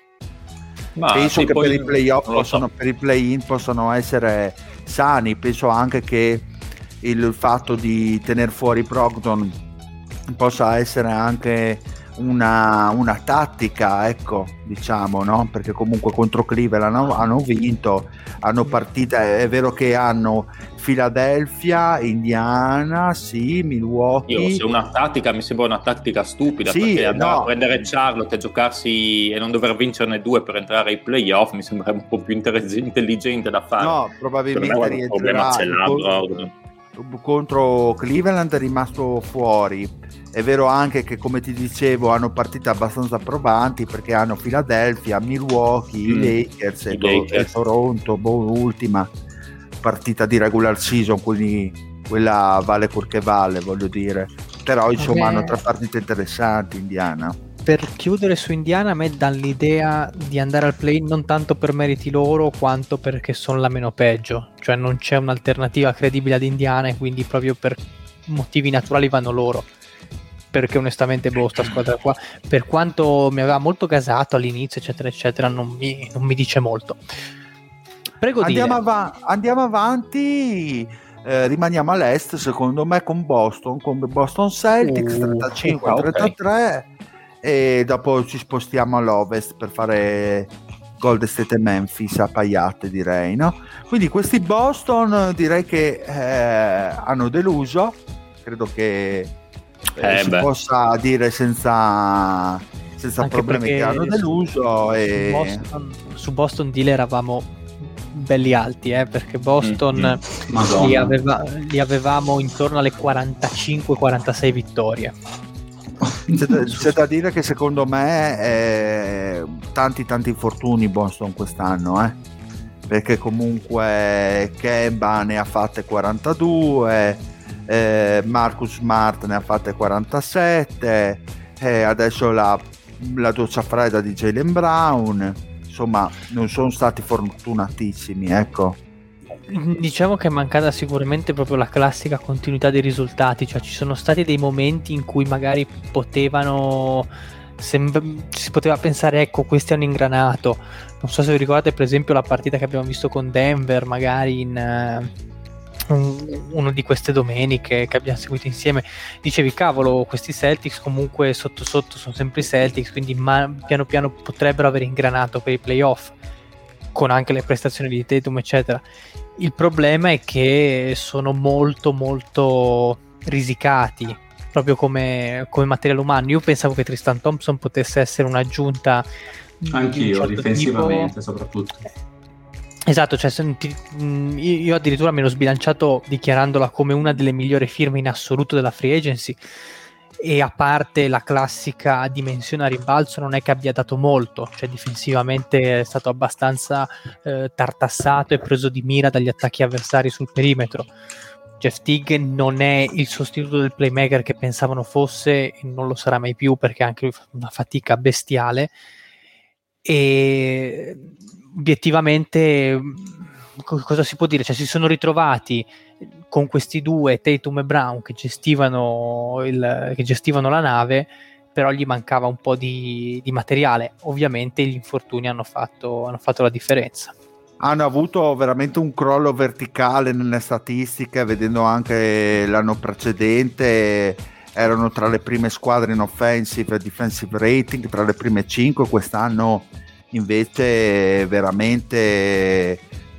Ma penso che per i playoff possono, so. per i play-in possono essere sani. Penso anche che il fatto di tener fuori Brogdon possa essere anche una, una tattica, ecco, diciamo, no? Perché comunque contro Cleveland hanno, hanno vinto, hanno partite, è vero che hanno Philadelphia, Indiana, sì, Milwaukee. Io, se una tattica mi sembra una tattica stupida, sì, perché andare no. a prendere Charlotte e giocarsi e non dover vincerne due per entrare ai playoff mi sembra un po' più intelligente da fare. No, probabilmente rientrerà contro, contro Cleveland è rimasto fuori. È vero anche che, come ti dicevo, hanno partite abbastanza probanti perché hanno Philadelphia, Milwaukee, mm. i Lakers, I e, Lakers. e Toronto, boh, ultima partita di regular season, quindi quella vale quel che vale, voglio dire. Però insomma okay. hanno tre partite interessanti Indiana. Per chiudere su Indiana, a me dà l'idea di andare al play non tanto per meriti loro quanto perché sono la meno peggio, cioè non c'è un'alternativa credibile ad Indiana e quindi proprio per motivi naturali vanno loro. Perché onestamente boh, sta squadra qua, per quanto mi aveva molto gasato all'inizio eccetera eccetera, non mi, non mi dice molto. Prego, andiamo, av- andiamo avanti, eh, rimaniamo all'est secondo me con Boston, con Boston Celtics uh, trentacinque a trentatré okay. E dopo ci spostiamo all'ovest per fare Golden State e Memphis appaiate, direi, no? Quindi questi Boston direi che eh, hanno deluso, credo che Eh, eh si beh. possa dire senza, senza problemi che hanno deluso. Su, e... su, Boston, su Boston Deal eravamo belli alti, eh, perché Boston mm-hmm. li, aveva, li avevamo intorno alle quarantacinque quarantasei vittorie. C'è da, c'è da dire che secondo me eh, tanti tanti infortuni Boston quest'anno, eh, perché comunque Kemba ne ha fatte quarantadue, Eh, Marcus Smart ne ha fatte quarantasette, eh, adesso la, la doccia fredda di Jaylen Brown, insomma non sono stati fortunatissimi, ecco. Diciamo che è mancata sicuramente proprio la classica continuità dei risultati, cioè ci sono stati dei momenti in cui magari potevano sem- si poteva pensare ecco questi hanno ingranato, non so se vi ricordate per esempio la partita che abbiamo visto con Denver magari in uh, uno di queste domeniche che abbiamo seguito insieme, dicevi cavolo questi Celtics comunque sotto sotto sono sempre i Celtics, quindi ma- piano piano potrebbero aver ingranato per i playoff con anche le prestazioni di Tatum eccetera. Il problema è che sono molto molto risicati proprio come, come materiale umano. Io pensavo che Tristan Thompson potesse essere un'aggiunta anch'io certo difensivamente tipo. Soprattutto esatto, cioè senti, io addirittura me l'ho sbilanciato dichiarandola come una delle migliori firme in assoluto della free agency, e a parte la classica dimensione a rimbalzo non è che abbia dato molto, cioè difensivamente è stato abbastanza eh, tartassato e preso di mira dagli attacchi avversari sul perimetro. Jeff Teague non è il sostituto del playmaker che pensavano fosse e non lo sarà mai più perché ha anche lui fa una fatica bestiale, e obiettivamente cosa si può dire? Cioè, si sono ritrovati con questi due, Tatum e Brown, che gestivano, il, che gestivano la nave, però gli mancava un po' di, di materiale. Ovviamente gli infortuni hanno fatto, hanno fatto la differenza. Hanno avuto veramente un crollo verticale nelle statistiche, vedendo anche l'anno precedente erano tra le prime squadre in offensive e defensive rating, tra le prime cinque. Quest'anno invece veramente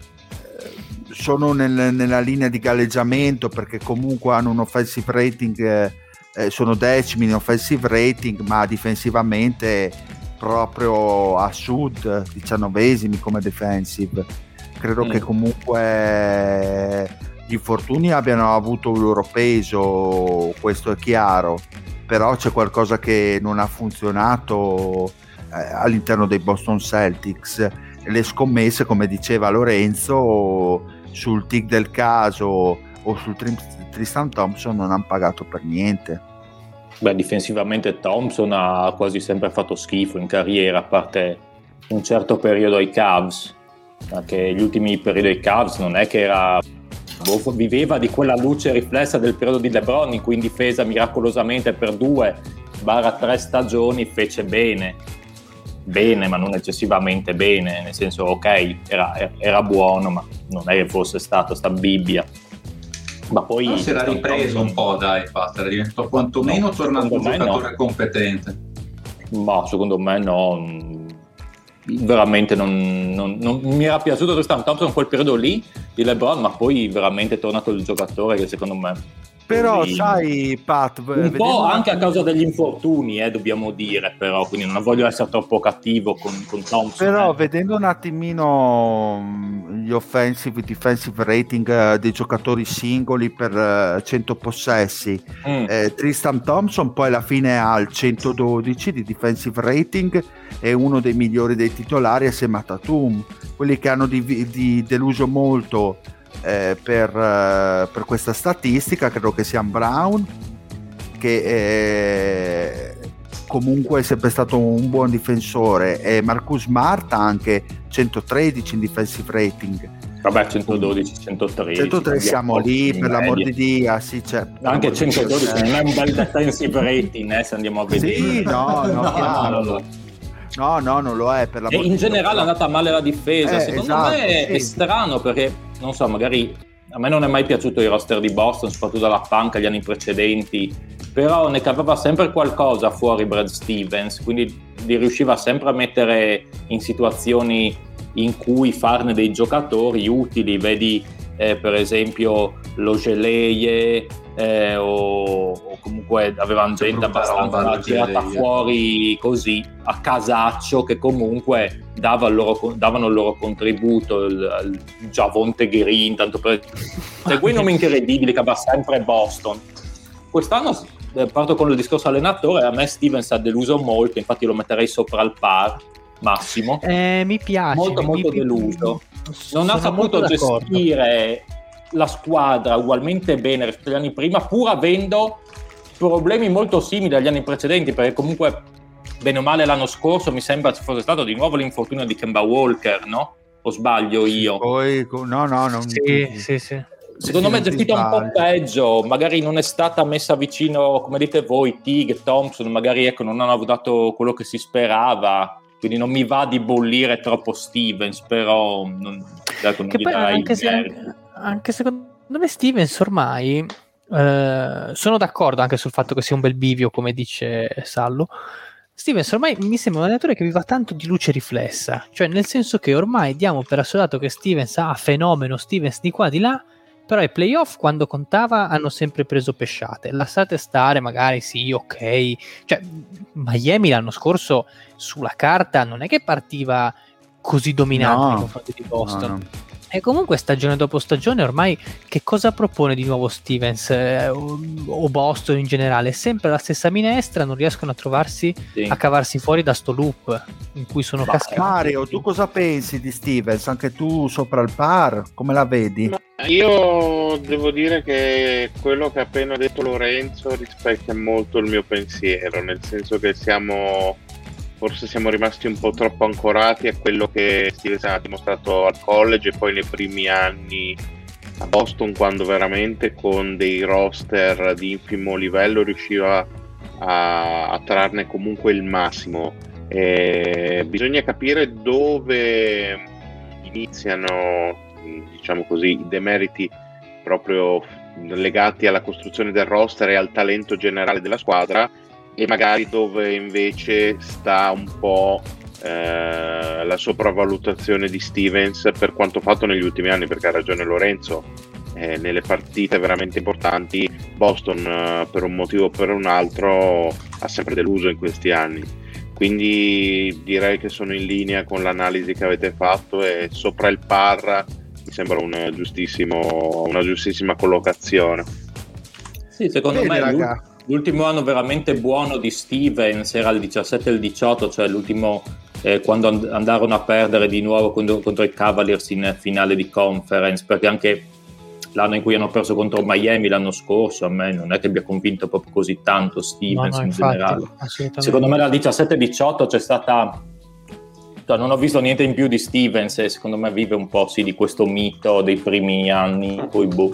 sono nel, nella linea di galleggiamento, perché comunque hanno un offensive rating, eh, sono decimi in offensive rating, ma difensivamente proprio a sud, diciannovesimi come defensive. Credo mm. che comunque gli infortuni abbiano avuto il loro peso, questo è chiaro, però c'è qualcosa che non ha funzionato eh, all'interno dei Boston Celtics. Le scommesse, come diceva Lorenzo, sul tic del caso o sul Tristan Thompson non hanno pagato per niente. Beh, difensivamente Thompson ha quasi sempre fatto schifo in carriera, a parte un certo periodo ai Cavs, anche gli ultimi periodi ai Cavs non è che era boh, viveva di quella luce riflessa del periodo di LeBron, in cui in difesa miracolosamente per due barra tre stagioni fece bene bene ma non eccessivamente bene, nel senso ok, era, era buono, ma non è che fosse stato sta Bibbia. Ma poi no, si era ripreso un po', dai, Pat, era diventato quantomeno no, tornato un giocatore no. competente. Ma secondo me no, veramente non, non, non mi era piaciuto Tristan Thompson in quel periodo lì di LeBron, ma poi veramente è tornato il giocatore che secondo me però così, sai Pat, un po' anche a causa degli infortuni, eh, dobbiamo dire, però quindi non voglio essere troppo cattivo con, con Thompson, però eh. vedendo un attimino gli offensive defensive rating uh, dei giocatori singoli per uh, cento possessi, mm. eh, Tristan Thompson poi alla fine ha il centododici di defensive rating, è uno dei migliori dei titolari assieme a Tatum. Quelli che hanno di, di deluso molto Eh, per, eh, per questa statistica credo che sia Brown, che eh, comunque è sempre stato un buon difensore, e Marcus Smart anche centotredici in defensive rating. Vabbè, centododici, centotredici centotredici siamo lì, per l'amor di Dio, sì, cioè, anche centododici non è un bel defensive rating, eh, se andiamo a vedere. Sì, no, no, no, chiaro. No, no, no, non lo è, per l'amor e in generale è andata male la difesa, eh, secondo esatto, me è, sì. è strano, perché non so, magari a me non è mai piaciuto il roster di Boston, soprattutto dalla panca gli anni precedenti, però ne cavava sempre qualcosa fuori Brad Stevens, quindi li riusciva sempre a mettere in situazioni in cui farne dei giocatori utili. Vedi eh, per esempio lo Geleie eh, o, o comunque avevano gente abbastanza tirata fuori così a casaccio, che comunque dava il loro, davano il loro contributo, il, il Javonte Green, tanto per cioè, quei nomi incredibili che aveva sempre Boston. Quest'anno eh, parto con il discorso allenatore, a me Stevens ha deluso molto, infatti lo metterei sopra il par massimo, eh, mi piace molto molto mi, deluso, non ha saputo gestire la squadra ugualmente bene rispetto agli anni prima, pur avendo problemi molto simili agli anni precedenti, perché comunque bene o male l'anno scorso mi sembra ci fosse stato di nuovo l'infortunio di Kemba Walker, no? O sbaglio io? Poi, no, no, non... Sì, sì, sì. Secondo sì, me è gestita un po' peggio, magari non è stata messa vicino, come dite voi, Tig, Thompson, magari ecco non hanno dato quello che si sperava, quindi non mi va di bollire troppo Stevens, però non, ecco, non che gli poi darei anche, se, anche secondo me Stevens ormai eh, sono d'accordo anche sul fatto che sia un bel bivio, come dice Sallo. Stevens ormai mi sembra un allenatore che viva tanto di luce riflessa, cioè nel senso che ormai diamo per assodato che Stevens ha ah, fenomeno, Stevens di qua di là, però ai playoff quando contava hanno sempre preso pesciate. Lasciate stare, magari sì, ok, cioè Miami l'anno scorso sulla carta non è che partiva così dominante no, nei confronti di Boston. No, no. E comunque stagione dopo stagione ormai che cosa propone di nuovo Stevens eh, o, o Boston in generale? È sempre la stessa minestra, non riescono a trovarsi, sì. a cavarsi fuori da sto loop in cui sono Ma cascati. Mario, tu cosa pensi di Stevens? Anche tu sopra il par? Come la vedi? Ma io devo dire che quello che ha appena detto Lorenzo rispecchia molto il mio pensiero, nel senso che siamo forse siamo rimasti un po' troppo ancorati a quello che Stevens ha dimostrato al college e poi nei primi anni a Boston, quando veramente con dei roster di infimo livello riusciva a, a trarne comunque il massimo. E bisogna capire dove iniziano, diciamo così, i demeriti proprio legati alla costruzione del roster e al talento generale della squadra, e magari dove invece sta un po' eh, la sopravvalutazione di Stevens per quanto fatto negli ultimi anni, perché ha ragione Lorenzo, eh, nelle partite veramente importanti Boston eh, per un motivo o per un altro ha sempre deluso in questi anni. Quindi direi che sono in linea con l'analisi che avete fatto, e sopra il par mi sembra un giustissimo, una giustissima collocazione. Sì, secondo Bene, me raga. l'ultimo anno veramente buono di Stevens era il diciassette e il diciotto, cioè l'ultimo eh, quando and- andarono a perdere di nuovo contro, contro i Cavaliers in finale di conference, perché anche l'anno in cui hanno perso contro Miami l'anno scorso a me non è che abbia convinto proprio così tanto Stevens. No, no, in infatti, generale. assolutamente. Secondo me dal diciassette diciotto c'è stata, cioè, non ho visto niente in più di Stevens, e secondo me vive un po' sì di questo mito dei primi anni, poi boh.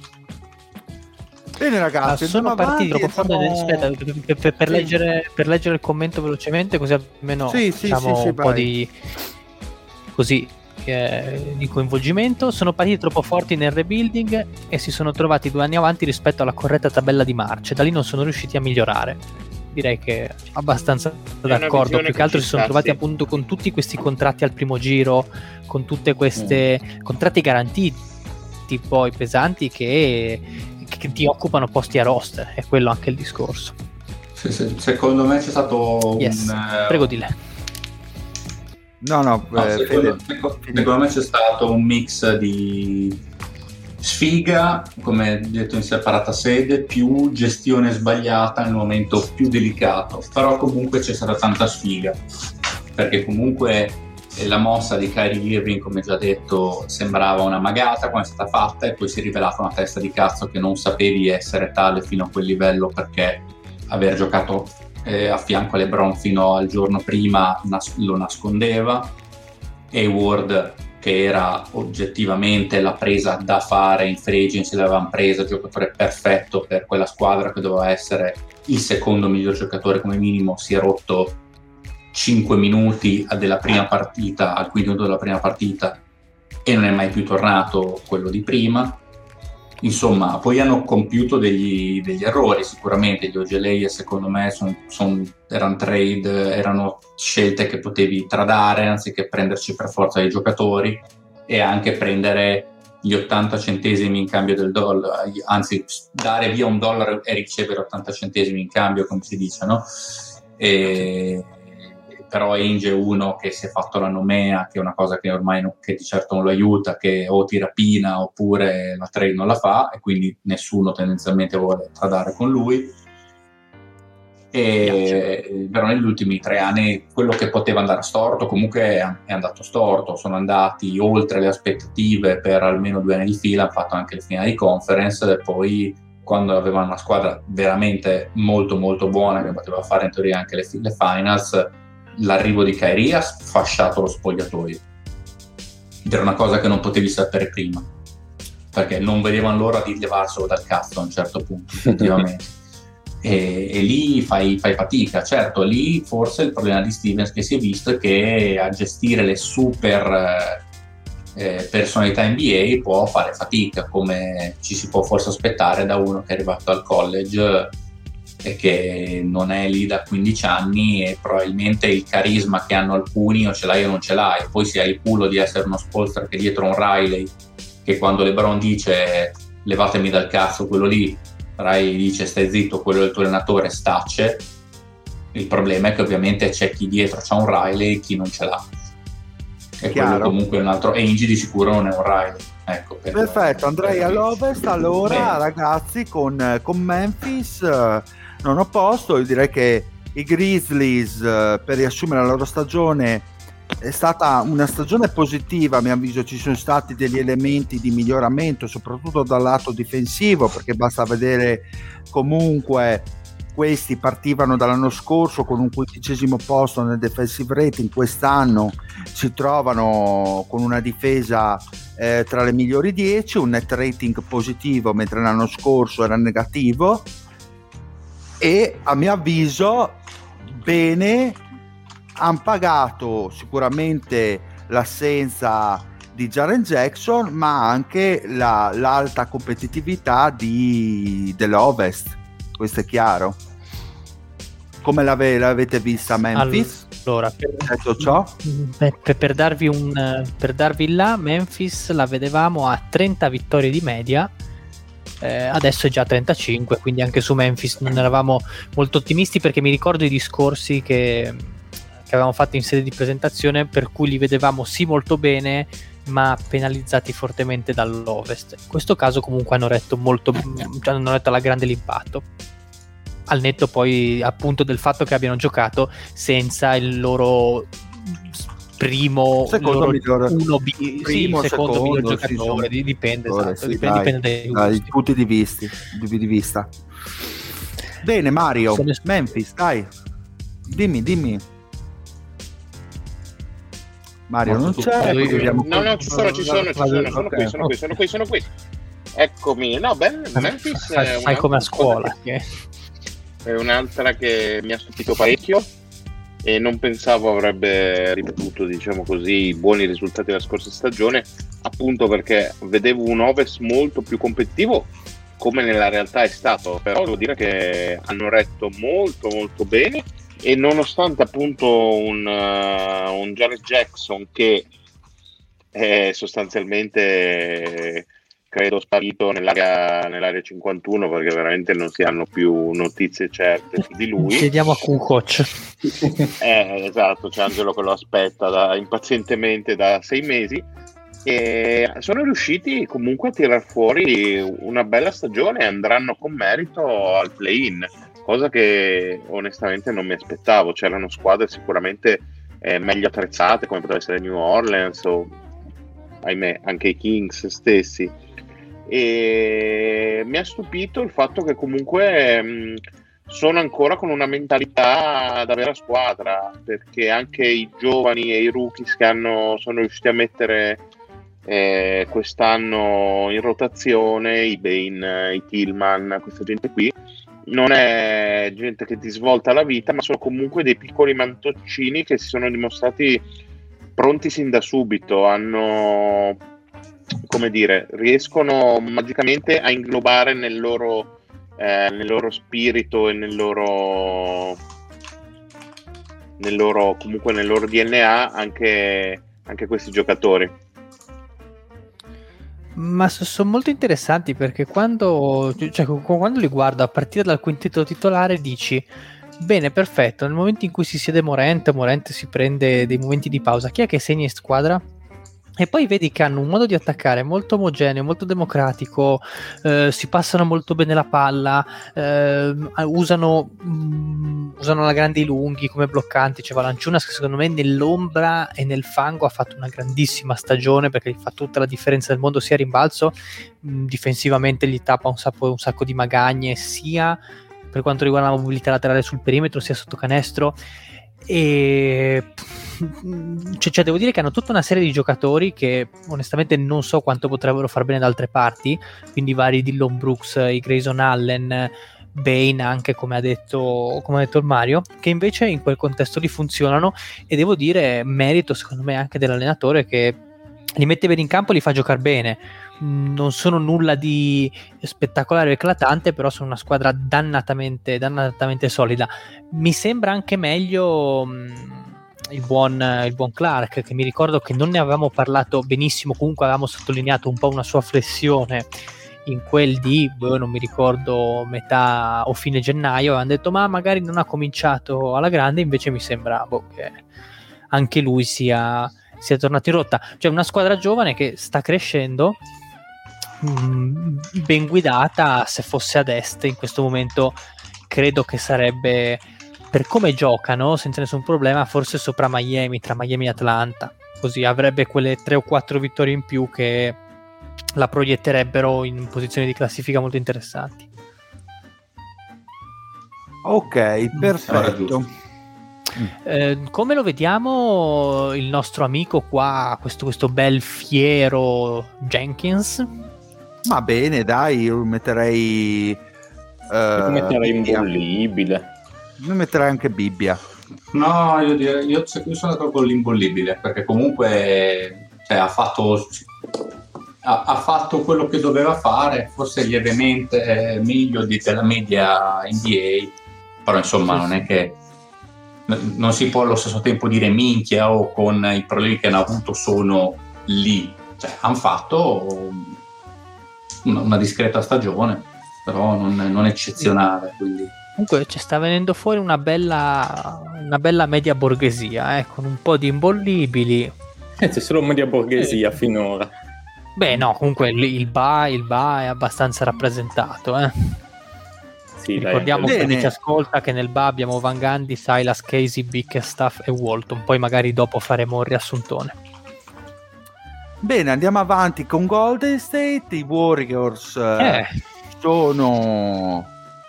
Bene ragazzi, Ah, sono andiamo partiti avanti, troppo forte. siamo- Aspetta, per, per- per Sì. leggere, per leggere il commento velocemente, così almeno Sì, sì, diciamo sì, sì, un po' vai. di così eh, di coinvolgimento. Sono partiti troppo forti nel rebuilding e si sono trovati due anni avanti rispetto alla corretta tabella di marcia. Da lì non sono riusciti a migliorare. Direi che abbastanza una d'accordo. visione Più che altro che si ci sono sta, trovati sì. appunto con tutti questi contratti al primo giro, con tutte queste contratti garantiti poi pesanti che che ti occupano posti a roster, è quello anche il discorso. Se- se- secondo me c'è stato Yes. un eh, Prego di lei. No, no, no, eh, secondo, Fede- seco- secondo me c'è stato un mix di sfiga, come detto in separata sede, più gestione sbagliata nel momento più delicato, però comunque c'è stata tanta sfiga, perché comunque eh, la mossa di Kyrie Irving, come già detto, sembrava una magata quando è stata fatta, e poi si è rivelata una testa di cazzo che non sapevi essere tale fino a quel livello, perché aver giocato eh, a fianco a LeBron fino al giorno prima nas- lo nascondeva. Hayward, che era oggettivamente la presa da fare in free agency, l'avevano presa, giocatore perfetto per quella squadra che doveva essere il secondo miglior giocatore come minimo, si è rotto cinque minuti della prima partita, al quinto minuto della prima partita, e non è mai più tornato quello di prima. Insomma, poi hanno compiuto degli, degli errori sicuramente. Gli O G L A secondo me son, son, erano trade, erano scelte che potevi tradare anziché prenderci per forza dei giocatori, e anche prendere gli ottanta centesimi in cambio del dollaro, anzi dare via un dollaro e ricevere ottanta centesimi in cambio, come si dice, no? E però Ainge è uno che si è fatto la nomea, che è una cosa che ormai non, che di certo non lo aiuta, che o ti rapina oppure la trade non la fa, e quindi nessuno tendenzialmente vuole tradare con lui. E però negli ultimi tre anni quello che poteva andare storto comunque è, è andato storto. Sono andati oltre le aspettative per almeno due anni di fila, hanno fatto anche le finali di conference, e poi quando avevano una squadra veramente molto molto buona che poteva fare in teoria anche le, le finals, l'arrivo di Kyrie ha sfasciato lo spogliatoio, ed era una cosa che non potevi sapere prima, perché non vedevano l'ora di levarselo dal cazzo a un certo punto, effettivamente. e, e lì fai, fai fatica. Certo, lì forse il problema di Stevens che si è visto è che a gestire le super eh, personalità N B A può fare fatica, come ci si può forse aspettare da uno che è arrivato al college e che non è lì da quindici anni, e probabilmente il carisma che hanno alcuni o ce l'hai o non ce l'hai. Poi se hai il culo di essere uno Spoelstra che dietro un Riley, che quando LeBron dice levatemi dal cazzo quello lì, Riley dice stai zitto, quello del tuo allenatore, stacce. Il problema è che ovviamente c'è chi dietro c'ha un Riley e chi non ce l'ha, e Chiaro. Eh, quello comunque è un altro. Ainge di sicuro non è un Riley, ecco, per- Perfetto, andrei per- all'Ovest allora. Bene. Ragazzi, con, con Memphis eh, non ho posto. Io direi che i Grizzlies, eh, per riassumere la loro stagione, è stata una stagione positiva. A mio avviso ci sono stati degli elementi di miglioramento, soprattutto dal lato difensivo, perché basta vedere comunque questi partivano dall'anno scorso con un quindicesimo posto nel defensive rating, quest'anno si trovano con una difesa eh, tra le migliori dieci, un net rating positivo mentre l'anno scorso era negativo, e a mio avviso bene, hanno pagato sicuramente l'assenza di Jaren Jackson, ma anche la, l'alta competitività di, dell'Ovest. Questo è chiaro. Come l'ave, l'avete vista Memphis? Allora, per, detto ciò, per, per darvi un per darvi là, Memphis la vedevamo a trenta vittorie di media, eh, adesso è già trentacinque, quindi anche su Memphis non eravamo molto ottimisti, perché mi ricordo i discorsi che, che avevamo fatto in sede di presentazione, per cui li vedevamo sì molto bene, ma penalizzati fortemente dall'Ovest. In questo caso comunque hanno retto molto, cioè hanno retto alla grande l'impatto, al netto poi appunto del fatto che abbiano giocato senza il loro primo secondo loro migliore, uno B, primo, sì, secondo, secondo miglior sì, giocatore, sì, dipende, giocatore, esatto, sì, dipende, dai, dipende dai dai gusti. punti di vista, di, di vista. Bene Mario, Sono... Memphis, dai, dimmi, dimmi. Mario non c'è, io- vediamo. No, no, ci sono, ci sono, ci sono, sono Ok. qui, sono qui, sono qui, sono qui. Eccomi. No, beh, Memphis Fai, è fai come a un'altra scuola, squadra che- che- è un'altra che mi ha stupito parecchio e non pensavo avrebbe ripetuto, diciamo così, i buoni risultati della scorsa stagione, appunto perché vedevo un Ovest molto più competitivo, come nella realtà è stato, però devo dire che hanno retto molto molto bene, e nonostante appunto un, uh, un Jaren Jackson che è sostanzialmente eh, credo sparito nell'area, nell'area cinquantuno, perché veramente non si hanno più notizie certe su di lui. chiediamo a Kukoc. Eh, esatto, c'è Angelo che lo aspetta da, impazientemente da sei mesi, e sono riusciti comunque a tirar fuori una bella stagione e andranno con merito al play-in, cosa che onestamente non mi aspettavo. C'erano squadre sicuramente eh, meglio attrezzate, come poteva essere New Orleans o, ahimè, anche i Kings stessi, e mi ha stupito il fatto che comunque mh, sono ancora con una mentalità da vera squadra, perché anche i giovani e i rookies che hanno, sono riusciti a mettere eh, quest'anno in rotazione, i Bane, i Tillman, questa gente qui, non è gente che ti svolta la vita, ma sono comunque dei piccoli mantoncini che si sono dimostrati pronti sin da subito. Hanno, come dire, riescono magicamente a inglobare nel loro, eh, nel loro spirito e nel loro, nel loro, comunque nel loro D N A anche, anche questi giocatori. Ma so- sono molto interessanti, perché quando, cioè, qu- quando li guardo a partire dal quintetto titolare dici bene, perfetto, nel momento in cui si siede Morant, Morant si prende dei momenti di pausa, chi è che segna in squadra? E poi vedi che hanno un modo di attaccare molto omogeneo, molto democratico, eh, si passano molto bene la palla, eh, usano, mm, usano la grande i lunghi come bloccanti. C'è Valanciunas che secondo me nell'ombra e nel fango ha fatto una grandissima stagione, perché fa tutta la differenza del mondo, sia a rimbalzo, mh, difensivamente gli tappa un sacco, un sacco di magagne, sia per quanto riguarda la mobilità laterale sul perimetro, sia sotto canestro. E cioè, cioè devo dire che hanno tutta una serie di giocatori che onestamente non so quanto potrebbero far bene da altre parti, quindi vari Dillon Brooks, i Grayson Allen, Bane anche, come ha detto come ha detto il Mario, che invece in quel contesto lì funzionano, e devo dire merito secondo me anche dell'allenatore, che li mette bene in campo e li fa giocare bene. Non sono nulla di spettacolare o eclatante, però sono una squadra dannatamente, dannatamente solida. Mi sembra anche meglio mh, il buon, il buon Clark, che mi ricordo che non ne avevamo parlato benissimo, comunque avevamo sottolineato un po' una sua flessione in quel di, boh, non mi ricordo, metà o fine gennaio, avevano detto ma magari non ha cominciato alla grande, invece mi sembra boh, che anche lui sia, sia tornato in rotta. Cioè una squadra giovane che sta crescendo, ben guidata. Se fosse ad est in questo momento credo che sarebbe, per come giocano, senza nessun problema, forse sopra Miami, tra Miami e Atlanta, così avrebbe quelle tre o quattro vittorie in più che la proietterebbero in posizioni di classifica molto interessanti. Ok, perfetto. Eh, come lo vediamo il nostro amico qua, questo, questo bel fiero Jenkins? Va bene, dai, io metterei Io uh, metterei imbollibile. Io metterei anche Bibbia. No, io direi, io, io sono d'accordo con l'imbollibile, perché comunque cioè, ha fatto ha, ha fatto quello che doveva fare, forse lievemente meglio di, della media N B A, però insomma sì, non è che n- non si può allo stesso tempo dire minchia o con i problemi che hanno avuto sono lì, cioè hanno fatto una, una discreta stagione, però non, non eccezionale, quindi comunque ci sta venendo fuori una bella una bella media borghesia, eh, con un po' di imbollibili. Eh, c'è solo media borghesia eh. finora. Beh no, comunque il, il ba il ba è abbastanza rappresentato, eh. Sì, ricordiamo dai, per chi ci ascolta che nel ba abbiamo Van Gundy, Silas, Casey, Bickerstaff e Walton, poi magari dopo faremo un riassuntone. Bene, andiamo avanti con Golden State. I Warriors eh. sono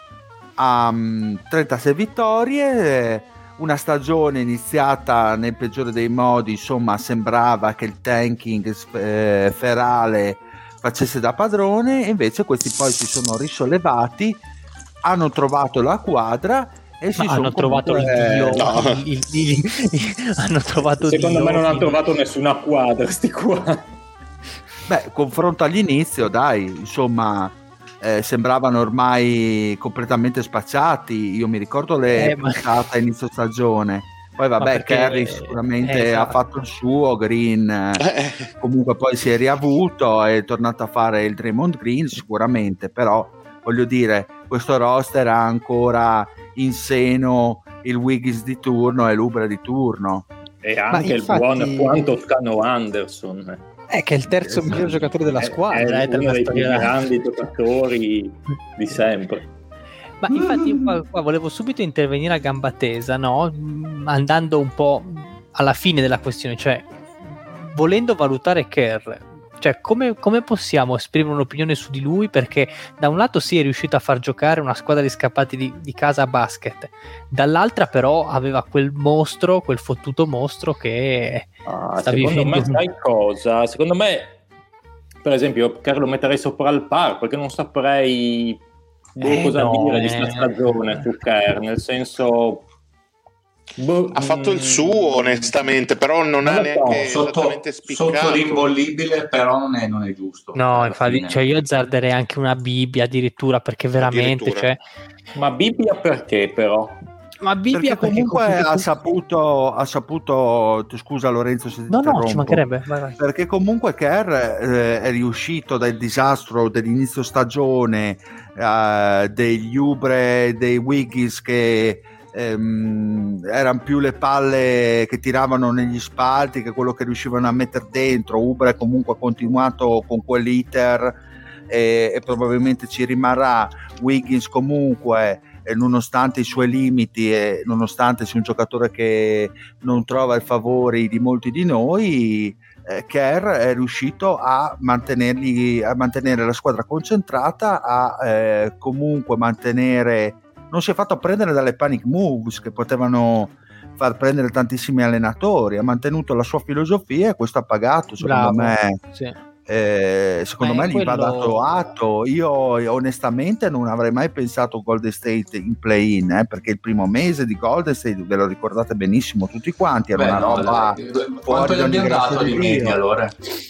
a um, trentasei vittorie, una stagione iniziata nel peggiore dei modi, insomma sembrava che il tanking eh, ferale facesse da padrone, e invece questi poi si sono risollevati, hanno trovato la quadra e si Ma sono hanno trovato comunque... il dio, no. il, il, il, il, hanno trovato secondo dio, me non il... hanno trovato nessuna quadra sti qua. Beh, confronto all'inizio, dai, insomma, eh, sembravano ormai completamente spacciati. Io mi ricordo le eh, puntate a inizio stagione. Poi vabbè, perché... Curry sicuramente eh, esatto. ha fatto il suo, Green eh, comunque poi si è riavuto, è tornato a fare il Draymond Green sicuramente, però voglio dire, questo roster ha ancora in seno il Wiggins di turno e l'Ubre di turno. E anche infatti... il buon quanto Toscano Anderson. È che è il terzo esatto. miglior giocatore della squadra, è, è è uno dei più storia... grandi giocatori di sempre. Ma infatti io qua, qua volevo subito intervenire a gamba tesa, no? Andando un po' alla fine della questione, cioè volendo valutare Kerr, cioè come, come possiamo esprimere un'opinione su di lui, perché da un lato sì è riuscito a far giocare una squadra di scappati di, di casa a basket, dall'altra però aveva quel mostro, quel fottuto mostro che ah, sta secondo vivendo... me sai cosa? Secondo me per esempio Kerr lo metterei sopra al par, perché non saprei eh, cosa no, dire eh... di sta stagione su Kerr, nel senso boh, ha fatto il suo onestamente, però non, non ha neanche sotto, esattamente spiccato. Sotto l'imbollibile, però non è, non è giusto. No, infatti, cioè io azzarderei anche una Bibbia addirittura, perché veramente cioè... ma Bibbia perché però? Ma Bibbia perché comunque perché ha saputo ha saputo scusa Lorenzo se ti no interrompo. No, ci mancherebbe, vai, vai. Perché comunque Kerr eh, è riuscito dal disastro dell'inizio stagione, eh, degli Ubre, dei Wiggins che ehm, erano più le palle che tiravano negli spalti che quello che riuscivano a mettere dentro. Ubre comunque ha continuato con quell'iter e, e probabilmente ci rimarrà. Wiggins comunque, e nonostante i suoi limiti e nonostante sia un giocatore che non trova i favori di molti di noi, eh, Kerr è riuscito a mantenerli, a mantenere la squadra concentrata, a eh, comunque mantenere, non si è fatto prendere dalle panic moves che potevano far prendere tantissimi allenatori, ha mantenuto la sua filosofia e questo ha pagato, secondo Bravo, me. sì. Eh, secondo Beh, me gli quello... va dato atto. Io onestamente non avrei mai pensato Golden State in play-in, eh, perché il primo mese di Golden State, ve lo ricordate benissimo tutti quanti, era Beh, una no, roba dai, quanto gli abbiamo dato di media allora?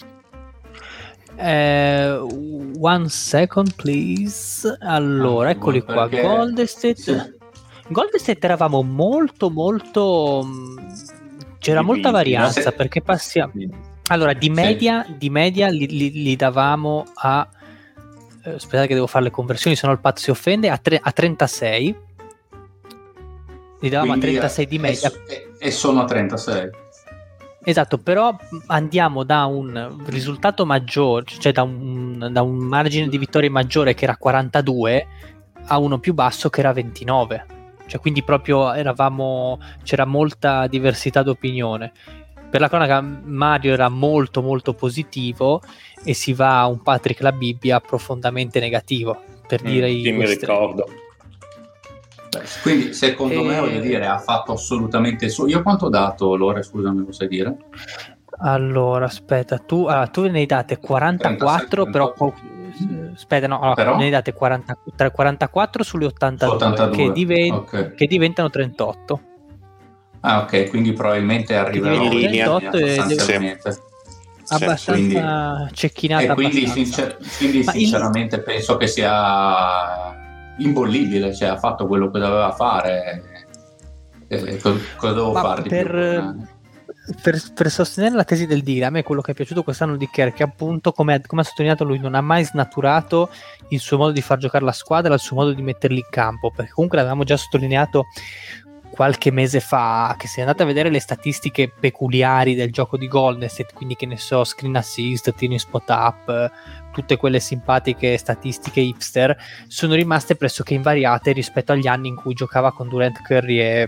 Eh, one second please. Allora, ah, eccoli qua, perché... Golden State sì. Golden State eravamo molto molto c'era Divisi, molta varianza, no? Perché passiamo allora di media sì. di media li, li, li davamo a eh, aspettate che devo fare le conversioni, se no il pazzo si offende, a, tre, a trentasei li davamo. Quindi a trentasei di media e, e sono a trentasei, esatto, però andiamo da un risultato maggiore, cioè da un, da un margine di vittorie maggiore che era quarantadue a uno più basso che era ventinove, cioè quindi proprio eravamo, c'era molta diversità d'opinione. Per la cronaca Mario era molto molto positivo e si va a un Patrick La Bibbia profondamente negativo, per mm, dire sì, i mi ricordo. Beh, quindi secondo e... me, voglio dire, ha fatto assolutamente il suo. Io quanto ho dato, Lore, scusami, lo sai dire? Allora, aspetta, tu, ah, tu ne hai date quarantaquattro, però aspetta, no, allora, però? ne hai date quaranta, quarantaquattro sulle ottantadue, ottantadue. Che, diven- Okay. che diventano trentotto. Ah, ok, quindi probabilmente arriverò in linea sostanzialmente. Deve... abbastanza quindi... cecchinata. E quindi, sincer- quindi sinceramente il... penso che sia imbollibile, cioè ha fatto quello che doveva fare. Eh, cosa, cosa devo Ma fare di per... più? Per, per sostenere la tesi del Dile, a me quello che è piaciuto quest'anno di Kerr, che appunto, come, come ha sottolineato lui, non ha mai snaturato il suo modo di far giocare la squadra, il suo modo di metterli in campo, perché comunque l'avevamo già sottolineato qualche mese fa, che se andate a vedere le statistiche peculiari del gioco di Golden State, quindi che ne so, screen assist, tiro in spot up, tutte quelle simpatiche statistiche hipster, sono rimaste pressoché invariate rispetto agli anni in cui giocava con Durant, Curry e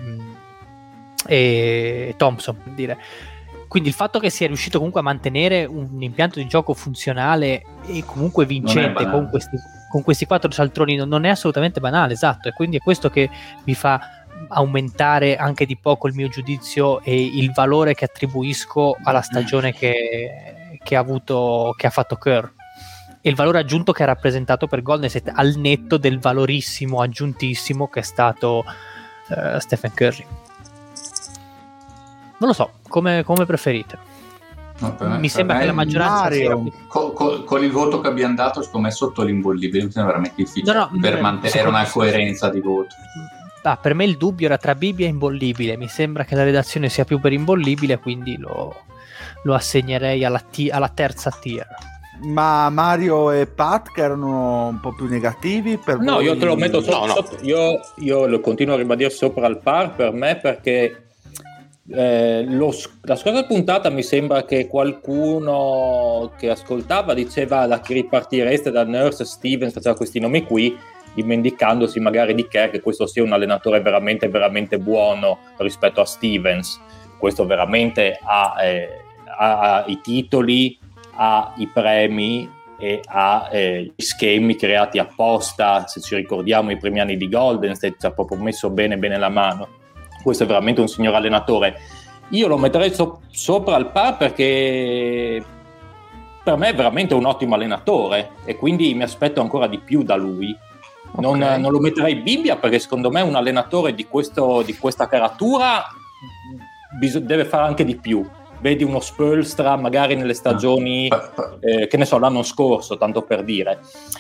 e Thompson, per dire. Quindi il fatto che sia riuscito comunque a mantenere un impianto di gioco funzionale e comunque vincente con questi, con questi quattro cialtroni non è assolutamente banale, esatto, e quindi è questo che mi fa aumentare anche di poco il mio giudizio e il valore che attribuisco alla stagione che, che ha avuto, che ha fatto Kerr, e il valore aggiunto che ha rappresentato per Golden State, al netto del valorissimo aggiuntissimo che è stato uh, Stephen Curry. Non lo so, come, come preferite. No, me, mi sembra che la maggioranza sia... con, con, con il voto che abbiamo dato, secondo me sotto l'imbollibile mi sembra veramente difficile no, no, per mantenere una coerenza di voto. Ah, per me il dubbio era tra Bibbia e imbollibile, mi sembra che la redazione sia più per imbollibile, quindi lo, lo assegnerei alla, t- alla terza tier. Ma Mario e Pat, che erano un po' più negativi per no voi... io te lo metto sotto, no, no. sotto io, io lo continuo a ribadire sopra il par per me, perché Eh, lo, la scorsa puntata mi sembra che qualcuno che ascoltava diceva da chi ripartireste, da Nurse, Stevens, faceva questi nomi qui, dimenticandosi magari di Kerr, che questo sia un allenatore veramente veramente buono rispetto a Stevens. Questo veramente ha, eh, ha, ha i titoli, ha i premi e ha eh, gli schemi creati apposta. Se ci ricordiamo i primi anni di Golden State, ci ha proprio messo bene bene la mano. Questo è veramente un signor allenatore. Io lo metterei so- sopra il par perché per me è veramente un ottimo allenatore e quindi mi aspetto ancora di più da lui. Non, okay. non lo metterei Bibbia perché secondo me un allenatore di, questo, di questa caratura bis- deve fare anche di più. Vedi uno Spoelstra magari nelle stagioni, eh, che ne so, l'anno scorso, tanto per dire,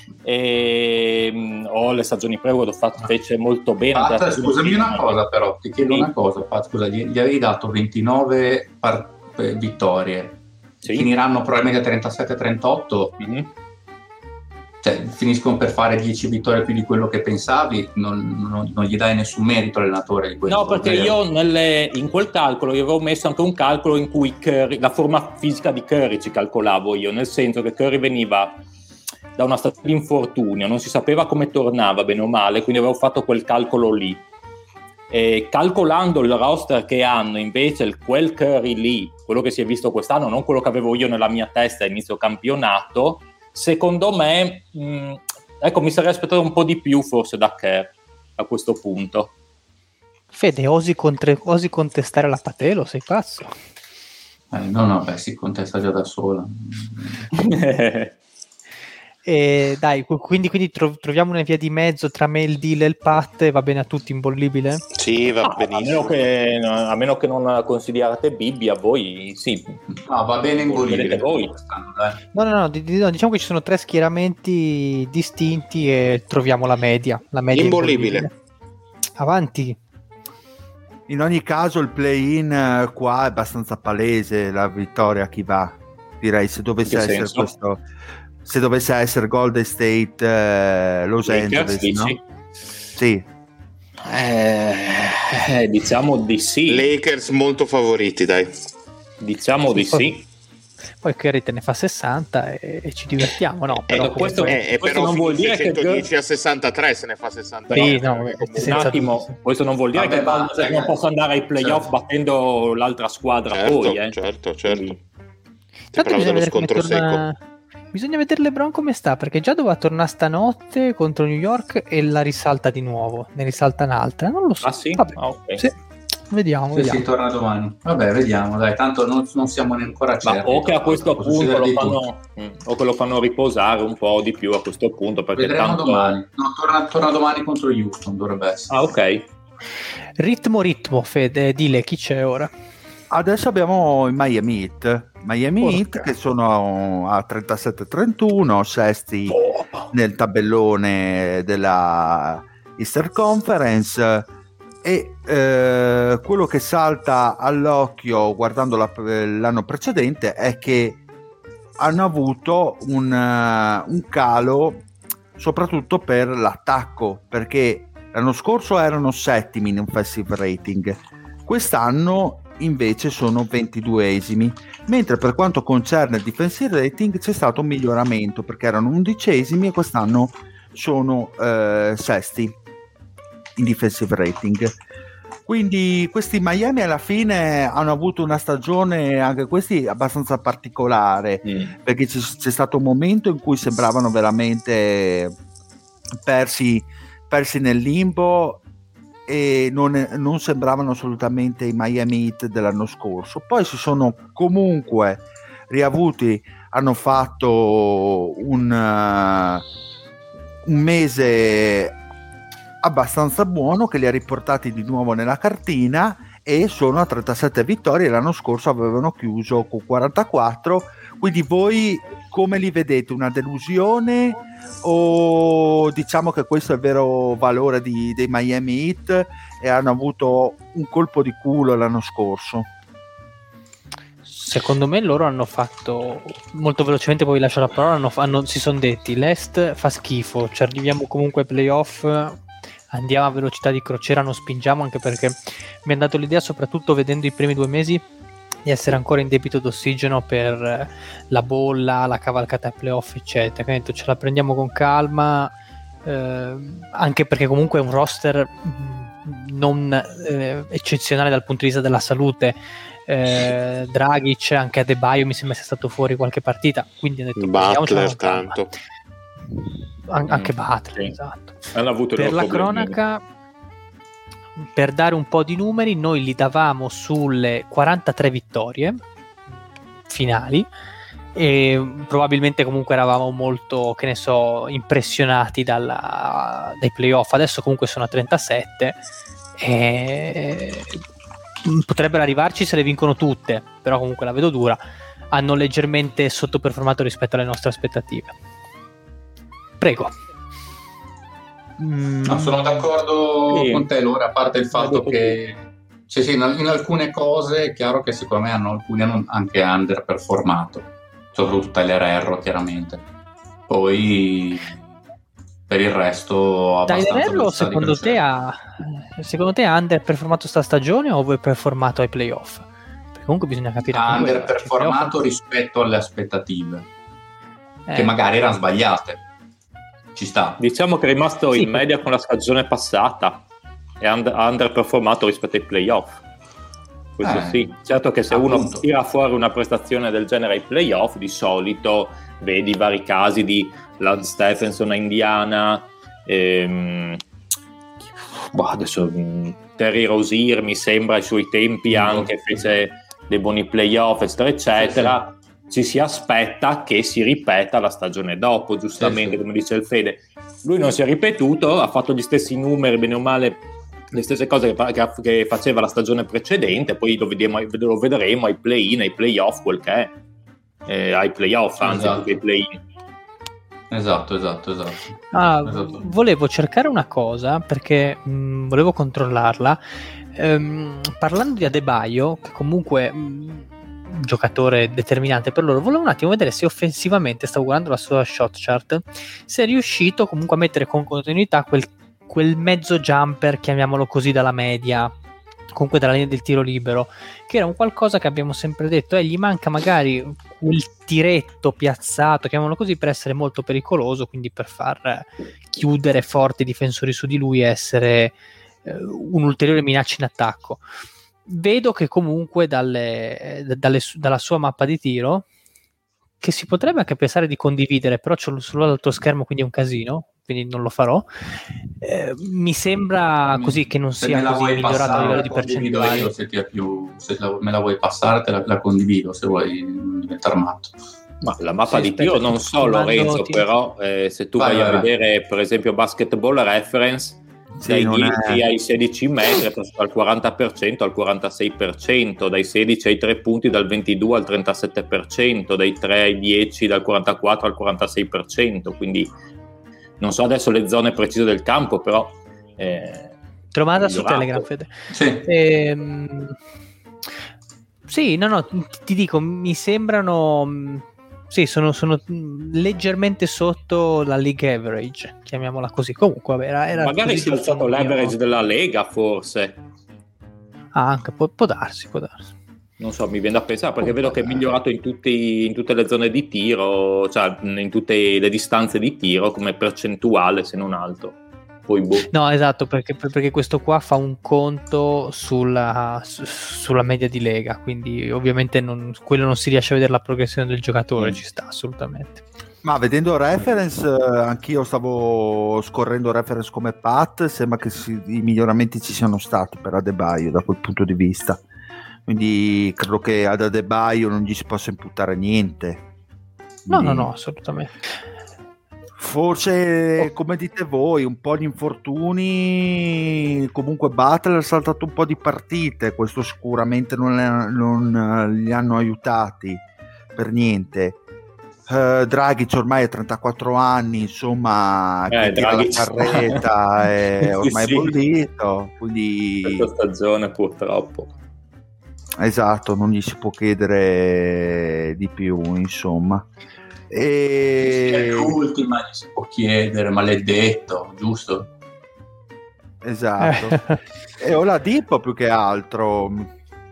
e, o le stagioni prima dove fece molto bene. Pat, scusami una cosa però, ti chiedo sì. una cosa, Pat, scusa, gli, gli avevi dato ventinove par- vittorie, sì. Finiranno probabilmente a trentasette trentotto, mm-hmm. Cioè finiscono per fare dieci vittorie più di quello che pensavi, non, non, non gli dai nessun merito all'allenatore di questo. No, perché io nelle, in quel calcolo io avevo messo anche un calcolo in cui Curry, la forma fisica di Curry ci calcolavo io, nel senso che Curry veniva da una stagione di infortunio, non si sapeva come tornava bene o male, quindi avevo fatto quel calcolo lì. E calcolando il roster che hanno invece, il, quel Curry lì, quello che si è visto quest'anno, non quello che avevo io nella mia testa a inizio campionato, secondo me, mh, ecco, mi sarei aspettato un po' di più forse da Kerr a questo punto. Fede, osi, contre- osi contestare la Patelo? Sei pazzo? Eh, no, no, beh, si contesta già da sola. E dai, quindi, quindi tro- troviamo una via di mezzo tra me, il Deal e il Pat, e va bene a tutti, imbollibile? Sì, va ah, benissimo. A meno, che, a meno che non considerate Bibbia, a voi sì. No, va bene imbollibile. Voi. No, no, no, diciamo che ci sono tre schieramenti distinti e troviamo la media. La media imbollibile. imbollibile. Avanti. In ogni caso il play-in qua è abbastanza palese, la vittoria a chi va. Direi, se dovesse essere senso? questo... Se dovesse essere Golden State, eh, Los Lakers, Angeles, no? Sì. Eh, eh, diciamo di sì. Lakers molto favoriti, dai. Diciamo sì, di poi, sì. Poi Curry te ne fa sessanta e, e ci divertiamo, no? Però, eh, questo, poi, eh, questo però non vuol dire centodieci che a sessantatré se ne fa sessantanove. Sì, no, un attimo, questo non vuol dire Vabbè, che non posso andare ai playoff certo. battendo l'altra squadra certo, poi, eh. Certo, certo. Tanto bisogna vedere come torna... Bisogna vedere LeBron come sta, perché già doveva tornare stanotte contro New York e la risalta di nuovo, ne risalta un'altra, non lo so. Ah sì? Vabbè, Ah, ok. sì. Vediamo, Se vediamo. si torna domani. Vabbè, vediamo, dai, tanto non, non siamo ancora Ma certi. o che a questo Posso punto succedere lo di fanno, mm, o che lo fanno riposare un po' di più a questo punto, perché Vedremo tanto... domani. No, torna, torna domani contro Houston, dovrebbe essere. Ah, ok. Ritmo, ritmo, Fede, dile chi c'è ora. Adesso abbiamo i Miami Heat, Miami Porca. Heat che sono a trentasette trentuno, sesti Oh. nel tabellone della Eastern Conference, e eh, quello che salta all'occhio guardando la- l'anno precedente è che hanno avuto un, uh, un calo soprattutto per l'attacco, perché l'anno scorso erano settimi in offensive rating, quest'anno invece sono ventiduesimi, mentre per quanto concerne il defensive rating c'è stato un miglioramento, perché erano undicesimi e quest'anno sono eh, sesti in defensive rating. Quindi questi Miami alla fine hanno avuto una stagione, anche questi, abbastanza particolare, Mm. perché c'è, c'è stato un momento in cui sembravano veramente persi, persi nel limbo e non, non sembravano assolutamente i Miami Heat dell'anno scorso. Poi si sono comunque riavuti, hanno fatto un, uh, un mese abbastanza buono che li ha riportati di nuovo nella cartina e sono a trentasette vittorie. L'anno scorso avevano chiuso con quarantaquattro. Quindi voi come li vedete? Una delusione o diciamo che questo è il vero valore di, dei Miami Heat e hanno avuto un colpo di culo l'anno scorso? Secondo me loro hanno fatto molto velocemente, poi vi lascio la parola, hanno, hanno, si sono detti l'Est fa schifo, ci arriviamo comunque ai playoff, andiamo a velocità di crociera, non spingiamo, anche perché mi ha dato l'idea, soprattutto vedendo i primi due mesi, di essere ancora in debito d'ossigeno per la bolla, la cavalcata ai playoff eccetera. Quindi ce la prendiamo con calma, eh, anche perché comunque è un roster non eh, eccezionale dal punto di vista della salute. eh, Dragic, anche Adebayo mi sembra sia stato fuori qualche partita, quindi ha detto Butler tanto An- anche Mm, Butler, sì. esatto. Hanno avuto i Per loro la problemi. cronaca, per dare un po' di numeri, noi li davamo sulle quarantatré vittorie finali e probabilmente comunque eravamo molto, che ne so, impressionati dalla, dai playoff. Adesso comunque sono a trentasette e potrebbero arrivarci se le vincono tutte, però comunque la vedo dura. Hanno leggermente sottoperformato rispetto alle nostre aspettative. Prego. Mm. No, sono d'accordo Sì. con te, Laura, a parte il fatto Dopo che sì, sì, in, in alcune cose è chiaro che secondo me hanno alcuni hanno anche underperformato, soprattutto Tyler Herro chiaramente. Poi per il resto abbastanza Tyler Herro, velocità di secondo te crociera. ha secondo te ha underperformato sta stagione o ha performato ai playoff? Perché comunque bisogna capire Ha anche quello, underperformato cioè, rispetto alle aspettative, eh, che magari erano sbagliate. Ci sta. Diciamo che è rimasto Sì, in media con la stagione passata e under- ha underperformato rispetto ai playoff. Questo Eh, sì. Certo che se uno appunto. tira fuori una prestazione del genere ai playoff, di solito vedi vari casi di Lance Stephenson a Indiana, ehm, boh, adesso mh, Terry Rozier mi sembra ai suoi tempi Mm. anche fece dei buoni playoff eccetera eccetera. Ci si aspetta che si ripeta la stagione dopo, giustamente, Sì, sì. come dice il Fede. Lui non si è ripetuto, ha fatto gli stessi numeri, bene o male, le stesse cose che, fa- che, che faceva la stagione precedente, poi lo, vediamo, lo vedremo ai play-in, ai play-off, quel che è, eh, ai play-off, anzi, Esatto. più che ai play-in. Esatto, esatto, esatto. Ah, Esatto. volevo cercare una cosa perché mh, volevo controllarla. Ehm, parlando di Adebayo, che comunque mh, un giocatore determinante per loro, volevo un attimo vedere se offensivamente, stavo guardando la sua shot chart, se è riuscito comunque a mettere con continuità quel, quel mezzo jumper, chiamiamolo così, dalla media, comunque dalla linea del tiro libero, che era un qualcosa che abbiamo sempre detto, eh, gli manca magari quel tiretto piazzato, chiamiamolo così, per essere molto pericoloso, quindi per far chiudere forti i difensori su di lui e essere eh, un'ulteriore minaccia in attacco. Vedo che comunque dalle, dalle, dalla sua mappa di tiro che si potrebbe anche pensare di condividere, però c'ho solo l'altro schermo, quindi è un casino, quindi non lo farò. Eh, mi sembra così che non se sia me la così vuoi migliorato passare, a livello di la condivido percentuali. io, se ti è più, se la- me la vuoi passare te la, la condivido, se vuoi diventare matto. Ma la mappa Sì, di aspetta, tiro non ti- so, ti mando- Lorenzo, ti- però eh, se tu Vai, vai, vai, a vai. vedere per esempio Basketball Reference, Sì, dai non dieci è- ai sedici metri è passato dal quaranta per cento al quarantasei per cento, dai sedici ai tre punti dal ventidue al trentasette per cento, dai tre ai dieci dal quarantaquattro al quarantasei per cento, quindi non so adesso le zone precise del campo, però eh, Te lo manda su migliorato. Telegram, Fede. Sì. Ehm, sì, no, no, ti, ti dico, mi sembrano, mh, sì, sono, sono mh, leggermente sotto la league average, chiamiamola così. Comunque, vabbè, era, era magari così si è giusto alzato un mio- l'average della Lega forse. Ah, anche, può, può darsi, può darsi. Non so, mi viene da pensare perché vedo che è migliorato in, tutti, in tutte le zone di tiro, cioè in tutte le distanze di tiro come percentuale, se non altro. Poi boh. No, esatto, perché, perché questo qua fa un conto sulla, su- sulla media di Lega, quindi ovviamente non, quello non si riesce a vedere la progressione del giocatore, Mm. ci sta assolutamente. Ma vedendo reference, eh, anch'io stavo scorrendo reference come Pat, sembra che si- i miglioramenti ci siano stati per Adebayo da quel punto di vista. Quindi credo che ad Adebayo non gli si possa imputare niente. No, no, Quindi no, assolutamente. Forse, come dite voi, un po' di infortuni. Comunque Butler ha saltato un po' di partite, questo sicuramente non, le- non eh, li hanno aiutati per niente. Uh, Dragic ormai ha trentaquattro anni, insomma, Eh, che tira la Dragic. carretta è Sì, ormai sì. bollito, quindi Questa stagione purtroppo. esatto, non gli si può chiedere di più, insomma. È E... l'ultima gli si può chiedere, maledetto, giusto? Esatto. E Oladipo più che altro.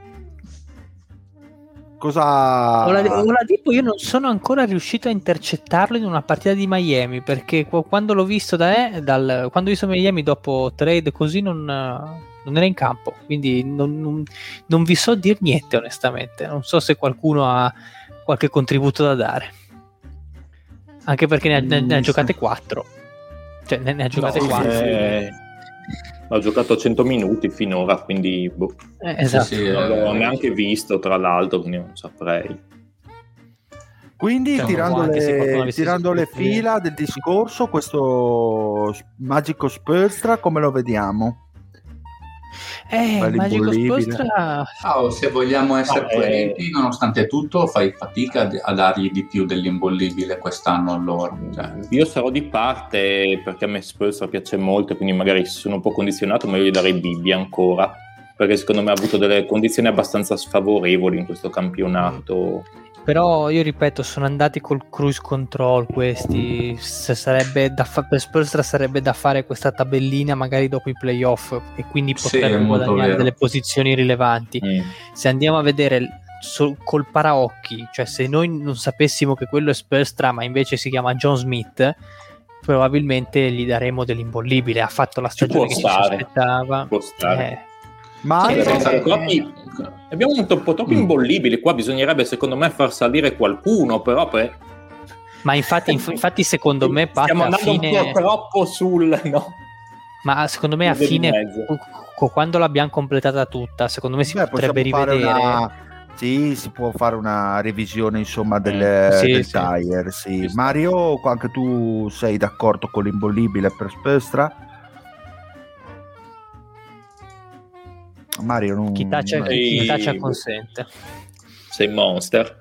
Cosa... Olad- Oladipo io non sono ancora riuscito a intercettarlo in una partita di Miami, perché qu- quando l'ho visto da, eh, dal, quando ho visto Miami dopo trade così non, non era in campo, quindi non, non- non vi so dir niente onestamente, non so se qualcuno ha qualche contributo da dare, anche perché ne ha, ne- ne ha Mm, giocate sì. quattro, cioè ne, ne ha giocate No, quattro. eh, ho giocato cento minuti finora, quindi boh. Eh, esatto. Sì, sì, Non l'ho eh, neanche visto, tra l'altro, quindi non saprei. Quindi Cioè, tirando, anche se qualcuno le, avesse tirando le sentito- fila del discorso, questo magico Spurstra come lo vediamo? Eh, Bello Magico imbollibile. Spolstra Ah, o se vogliamo essere No, eh. coerenti, nonostante tutto, fai fatica a dargli di più dell'imbollibile quest'anno allora. Cioè, Io sarò di parte perché a me Spurs piace molto, quindi magari sono un po' condizionato, ma io gli darei Bibi ancora, perché secondo me ha avuto delle condizioni abbastanza sfavorevoli in questo campionato. Però io ripeto, sono andati col cruise control questi, se sarebbe da fa- per Spolstra sarebbe da fare questa tabellina magari dopo i playoff e quindi Sì, potrebbe è molto guadagnare vero. delle posizioni rilevanti. Mm. Se andiamo a vedere so- col paraocchi, cioè se noi non sapessimo che quello è Spolstra ma invece si chiama John Smith, probabilmente gli daremo dell'imbollibile, ha fatto la Ci stagione può che ci si stare. aspettava. Può stare. Eh, Ma Sì, Abbiamo sì, avuto sì. troppi- abbiamo avuto un po' troppi Mm. imbollibili. Qua bisognerebbe, secondo me, far salire qualcuno. Però per... ma infatti, inf- infatti secondo me Pat, stiamo a andando fine... un po' troppo sul no. Ma secondo me a Via di fine, mezzo. cu- cu- quando l'abbiamo completata tutta, secondo me si beh, potrebbe possiamo fare rivedere. una... Sì, si può fare una revisione insomma del, Mm, sì, del sì. tire. Sì. Ci sta. Mario, anche tu sei d'accordo con l'imbollibile per Spurstra? Mario non... Chi taccia, non- chi Sì. taccia consente. Sei monster.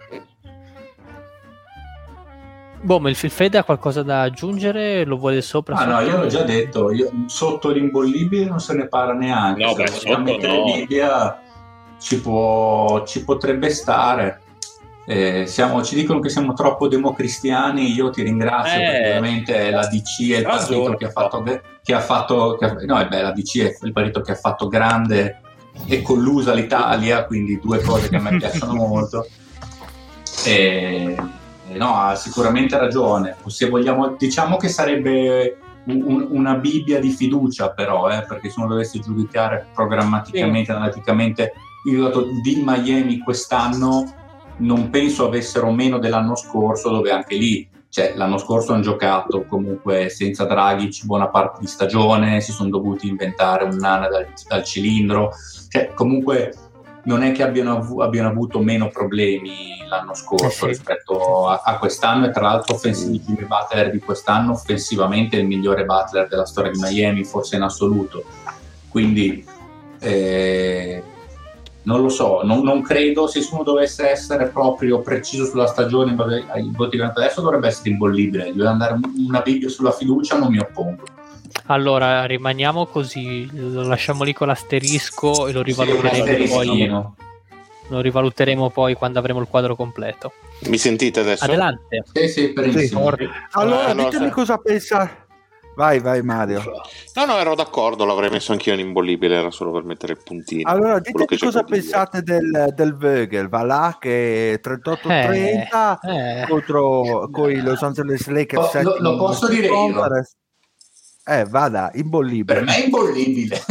Boh, ma il il Fede ha qualcosa da aggiungere? Lo vuole sopra? Ah no, sotto? io l'ho già detto, io- sotto l'imbollibile non se ne parla neanche. No, Se beh, vogliamo sotto mettere no. Bibbia ci, può, ci potrebbe stare. Eh, siamo- ci dicono che siamo troppo democristiani, io ti ringrazio Eh, perché veramente la D C è il ragione, partito che ha fatto, che ha fatto che ha- no, eh beh, la D C è il partito che ha fatto grande e collusa l'Italia, quindi due cose che a me piacciono molto. E, e no, ha sicuramente ragione. Se vogliamo, diciamo che sarebbe un- un- una Bibbia di fiducia, però, eh, perché se uno dovesse giudicare programmaticamente, analiticamente il dato di Miami quest'anno, non penso avessero meno dell'anno scorso, dove anche lì, cioè, l'anno scorso hanno giocato comunque senza Dragic buona parte di stagione, si sono dovuti inventare un nana dal, dal cilindro, cioè comunque non è che abbiano, av- abbiano avuto meno problemi l'anno scorso Eh sì. rispetto a, a quest'anno, e tra l'altro offensivi, il Jimmy Butler di quest'anno offensivamente è il migliore Butler della storia di Miami, forse in assoluto, quindi eh, non lo so, non, non credo, se uno dovesse essere proprio preciso sulla stagione ai voti che adesso dovrebbe essere imbollibile, deve andare una Bibbia sulla fiducia, non mi oppongo. Allora rimaniamo così, lo lasciamo lì con l'asterisco e lo Sì, un rivaluteremo poi, asterischino. lo rivaluteremo poi quando avremo il quadro completo. Mi sentite adesso? Adelante. Sì, sì, per Sì. insieme. Allora, Eh, no, ditemi se- cosa pensa. Vai, vai Mario. No, no, ero d'accordo, l'avrei messo anch'io in imbollibile, era solo per mettere il puntino. Allora, Quello che ditemi cosa cerco di dire. pensate del, del Vogel, va là che trentotto trenta Eh, eh. contro con i Los Angeles Lakers. Lo- lo- settimi lo posso in dire io? conference. Eh, vada, imbollibile. Per me è imbollibile.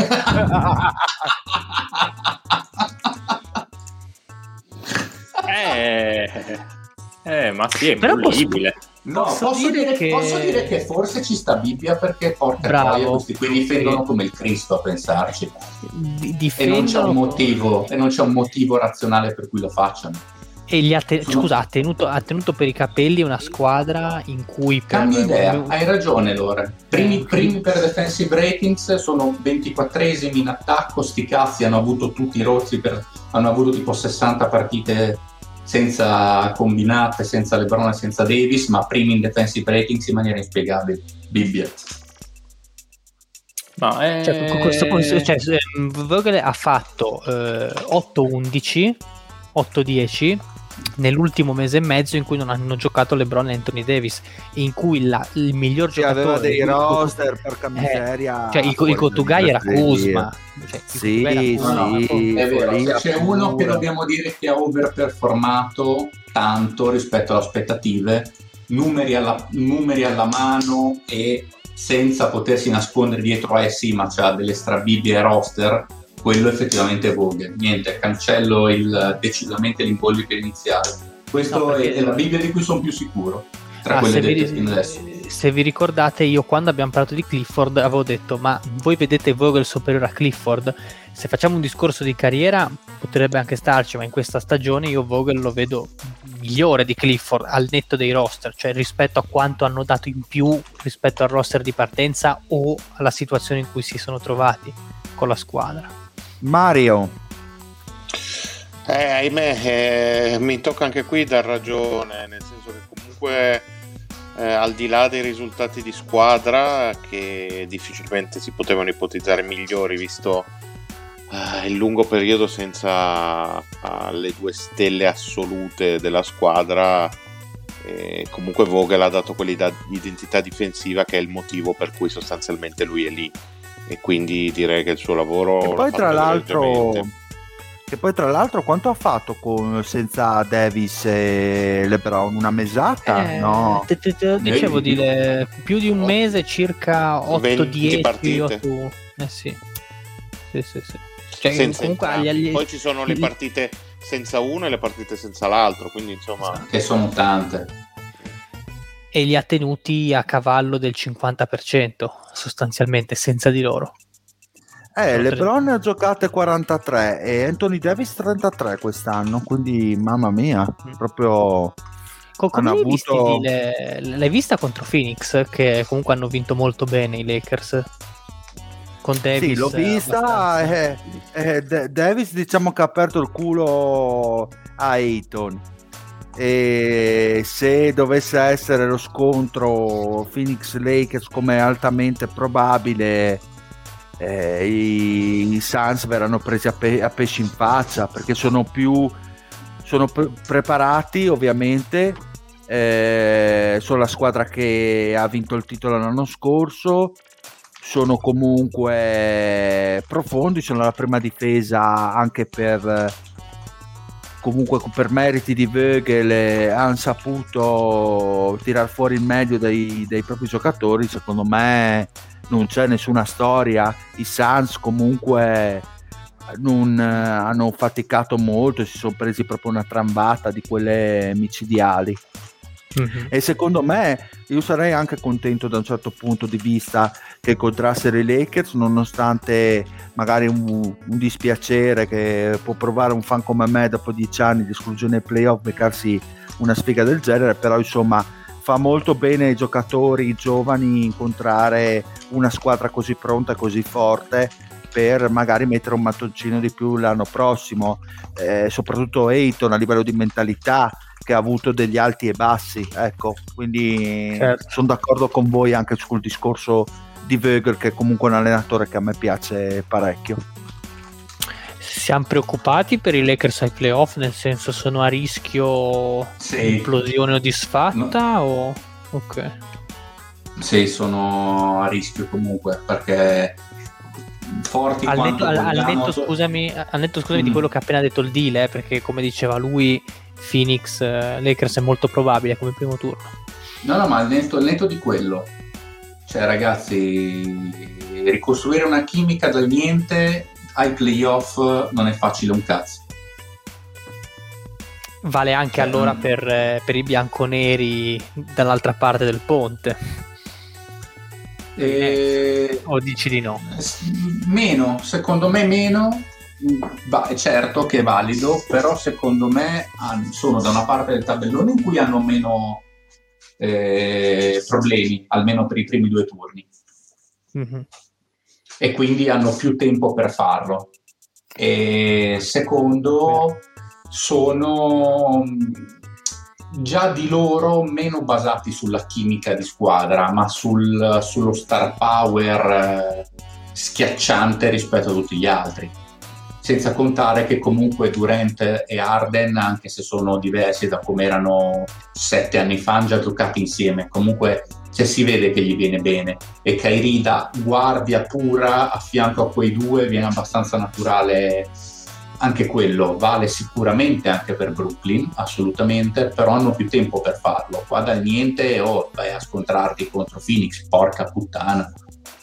Eh, eh, ma sì, è Però posso- imbollibile. No, Posso posso, dire dire che- posso dire che forse ci sta Bibbia, perché porta Bravo. poi a questi qui difendono Sì. come il Cristo, a pensarci, Di- e non c'è un difendono motivo e non c'è un motivo razionale per cui lo facciano. e gli ha te- Sono- scusa, ha tenuto, ha tenuto per i capelli una squadra in cui per Cambia idea, hai ragione Lore. Primi, primi per defensive ratings, sono ventiquattresimi in attacco, sti cazzi hanno avuto tutti i rozzi, per, hanno avuto tipo sessanta partite senza combinate, senza LeBron e senza Davis, ma primi in defensive ratings in maniera inspiegabile. Bibbia. No, eh, Cioè, con questo punto- cioè, eh, Vogel ha fatto eh, otto undici, otto dieci nell'ultimo mese e mezzo in cui non hanno giocato LeBron e Anthony Davis, in cui la- il miglior Che giocatore aveva dei il- roster, porca miseria. cioè il, il fuori Go-To-Guy era dalle Kuzma, cioè, il Sì, Go-To-Guy era Kuzma. No, no, sì, è vero, follia se c'è uno che pura. dobbiamo dire che ha overperformato tanto rispetto alle aspettative, numeri alla, numeri alla mano e senza potersi nascondere dietro a eh sì, ma c'ha delle strabibbie e roster, quello effettivamente è Vogel. Niente, cancello il, decisamente l'imbollibile iniziale. Questo No, perché- è, è la Bibbia di cui sono più sicuro tra Ah, quelle se, vi, dette fino adesso. se vi ricordate, io quando abbiamo parlato di Clifford avevo detto: ma voi vedete Vogel superiore a Clifford? Se facciamo un discorso di carriera potrebbe anche starci, ma in questa stagione io Vogel lo vedo migliore di Clifford al netto dei roster, cioè rispetto a quanto hanno dato in più rispetto al roster di partenza o alla situazione in cui si sono trovati con la squadra. Mario. Eh, ahimè, eh, mi tocca anche qui dar ragione, nel senso che comunque eh, al di là dei risultati di squadra, che difficilmente si potevano ipotizzare migliori visto eh, il lungo periodo senza eh, le due stelle assolute della squadra, eh, comunque Vogel ha dato quell'identità difensiva che è il motivo per cui sostanzialmente lui è lì, e quindi direi che il suo lavoro E l'ha poi fatto tra l'altro egregiamente. che poi tra l'altro quanto ha fatto con, senza Davis e LeBron? Una mesata? Eh, No. te, te, te lo dicevo Vedi? di le- più di un mese, circa otto venti dieci partite. otto eh sì. Sì, sì, sì. Cioè, Senza comunque entrambi. agli- agli- Poi ci sono le partite senza uno e le partite senza l'altro, quindi insomma Che sono tante. e li ha tenuti a cavallo del cinquanta per cento sostanzialmente senza di loro. Eh, Sono LeBron ha giocate quarantatré e Anthony Davis trentatré quest'anno, quindi mamma mia, proprio Co- come hanno l'hai, visti avuto- di le- l'hai vista contro Phoenix, che comunque hanno vinto molto bene i Lakers con Davis? sì, l'ho eh, vista. abbastanza. eh, eh, Da- Davis diciamo che ha aperto il culo a Ayton, e se dovesse essere lo scontro Phoenix Lakers, come è altamente probabile, eh, i, i Suns verranno presi a, pe- a pesci in faccia, perché sono più sono pre- preparati ovviamente, eh, sono la squadra che ha vinto il titolo l'anno scorso, sono comunque profondi, sono la prima difesa anche per comunque per meriti di Vogel, eh, hanno saputo tirar fuori il meglio dei, dei propri giocatori. Secondo me non c'è nessuna storia, i Suns comunque non, eh, hanno faticato molto, si sono presi proprio una trambata di quelle micidiali. Mm-hmm. E secondo me io sarei anche contento da un certo punto di vista che incontrassero i Lakers, nonostante magari un, un dispiacere che può provare un fan come me dopo dieci anni di esclusione ai playoff, beccarsi una sfiga del genere. Però insomma fa molto bene ai giocatori giovani incontrare una squadra così pronta e così forte per magari mettere un mattoncino di più l'anno prossimo, eh, soprattutto Ayton a livello di mentalità, che ha avuto degli alti e bassi, ecco, quindi certo. Sono d'accordo con voi anche sul discorso di Vogel, che è comunque un allenatore che a me piace parecchio. Siamo preoccupati per i Lakers ai playoff, nel senso sono a rischio sì. implosione o disfatta no. o ok? Sì, sono a rischio comunque, perché forti al quanto netto, al, vogliamo... netto scusami, al netto scusami mm. di quello che ha appena detto il deal, eh, perché come diceva lui Phoenix eh, Lakers è molto probabile come primo turno. No no, ma al netto, al netto di quello, cioè ragazzi, ricostruire una chimica dal niente ai playoff non è facile un cazzo. Vale anche eh, allora per, eh, per i bianconeri dall'altra parte del ponte. E... o dici di no? Meno, secondo me meno. Va, è certo che è valido, però secondo me sono da una parte del tabellone in cui hanno meno eh, problemi, almeno per i primi due turni. Mm-hmm. E quindi hanno più tempo per farlo. E secondo, sono già di loro meno basati sulla chimica di squadra, ma sul, sullo star power eh, schiacciante rispetto a tutti gli altri. Senza contare che comunque Durant e Harden, anche se sono diversi da come erano sette anni fa, hanno già giocato insieme. Comunque cioè, si vede che gli viene bene. E Kyrie da guardia pura a fianco a quei due viene abbastanza naturale. Anche quello vale sicuramente anche per Brooklyn, assolutamente, però hanno più tempo per farlo. Qua dal niente o oh, vai a scontrarti contro Phoenix, porca puttana.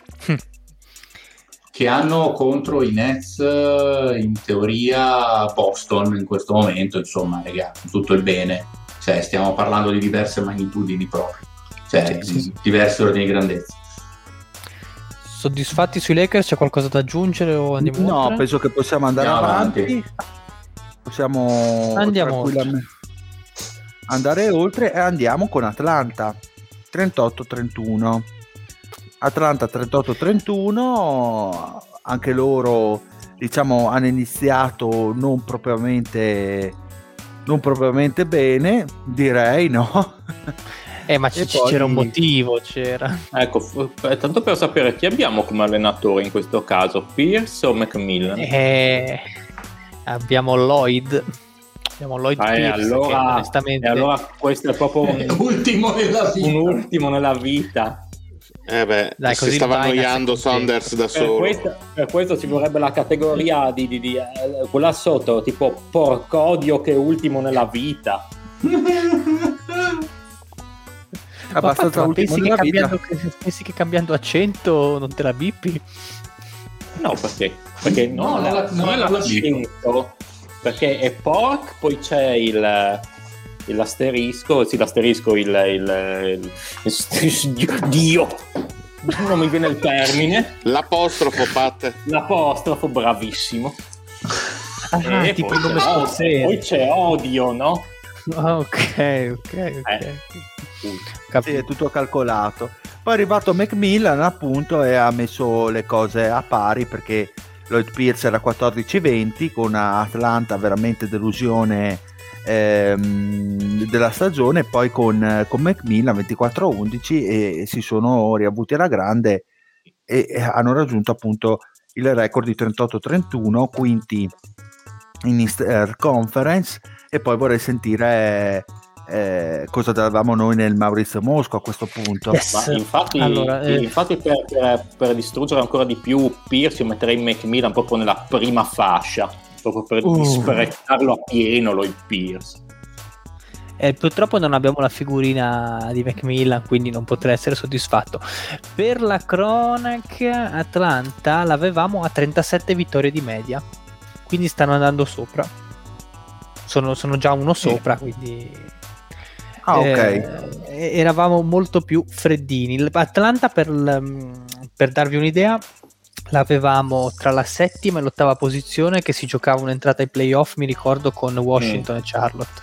Che hanno contro i Nets in teoria Boston in questo momento, insomma, raga, tutto il bene, cioè stiamo parlando di diverse magnitudini proprio, cioè sì, sì. diversi ordini di grandezza. Soddisfatti sui Lakers? C'è qualcosa da aggiungere o andiamo no, oltre? Penso che possiamo andare andiamo avanti. avanti possiamo andiamo oltre. andare oltre e andiamo con Atlanta trentotto trentuno. Atlanta trentotto trentuno, anche loro diciamo hanno iniziato non propriamente non propriamente bene, direi, no? Eh, ma c- poi... c'era un motivo, c'era. Ecco, f- tanto per sapere chi abbiamo come allenatore in questo caso, Pierce o McMillan? Eh, abbiamo Lloyd. Abbiamo Lloyd ah, Pierce, allora, che onestamente... E allora questo è proprio un, ultimo nella vita. un ultimo nella vita. Eh beh, Dai, si stava annoiando Saunders da solo. Per questo, per questo ci vorrebbe la categoria di, di, di eh, quella sotto, tipo porcodio che è ultimo nella vita. Abbastanza ma ultimo pensi, nella che vita. cambiando, pensi che cambiando accento non te la bippi? No, perché? Perché no, non, non la, la, non non è la l'accento, perché è pork, poi c'è il... l'asterisco, sì l'asterisco, il, il, il Dio, non mi viene il termine. L'apostrofo, Pat. L'apostrofo, bravissimo. Ah, e tipo poi, nome c'è, scorsetto. poi c'è odio, no? Ah, ok, ok, ok. Eh. Sì, è tutto calcolato. Poi è arrivato Macmillan appunto e ha messo le cose a pari, perché Lloyd Pierce era quattordici venti con Atlanta veramente delusione ehm, della stagione, poi con, con Macmillan ventiquattro undici e, e si sono riavuti alla grande e, e hanno raggiunto appunto il record di trentotto trentuno, quinti in Eastern Conference. E poi vorrei sentire eh, cosa davamo noi nel Maurizio Mosco a questo punto. Yes. Ma infatti, allora, eh... infatti per, per, per distruggere ancora di più Pierce, io metterei Macmillan proprio nella prima fascia, proprio per uh. disprezzarlo a pieno Lloyd Pierce. Eh, purtroppo non abbiamo la figurina di Macmillan, quindi non potrei essere soddisfatto. Per la cronaca, Atlanta l'avevamo a trentasette vittorie di media. quindi stanno andando sopra. Sono, sono già uno sopra, sì. Quindi ah, ok. eh, eravamo molto più freddini. Atlanta, per, per darvi un'idea, l'avevamo tra la settima e l'ottava posizione, che si giocava un'entrata ai playoff, mi ricordo, con Washington mm. e Charlotte.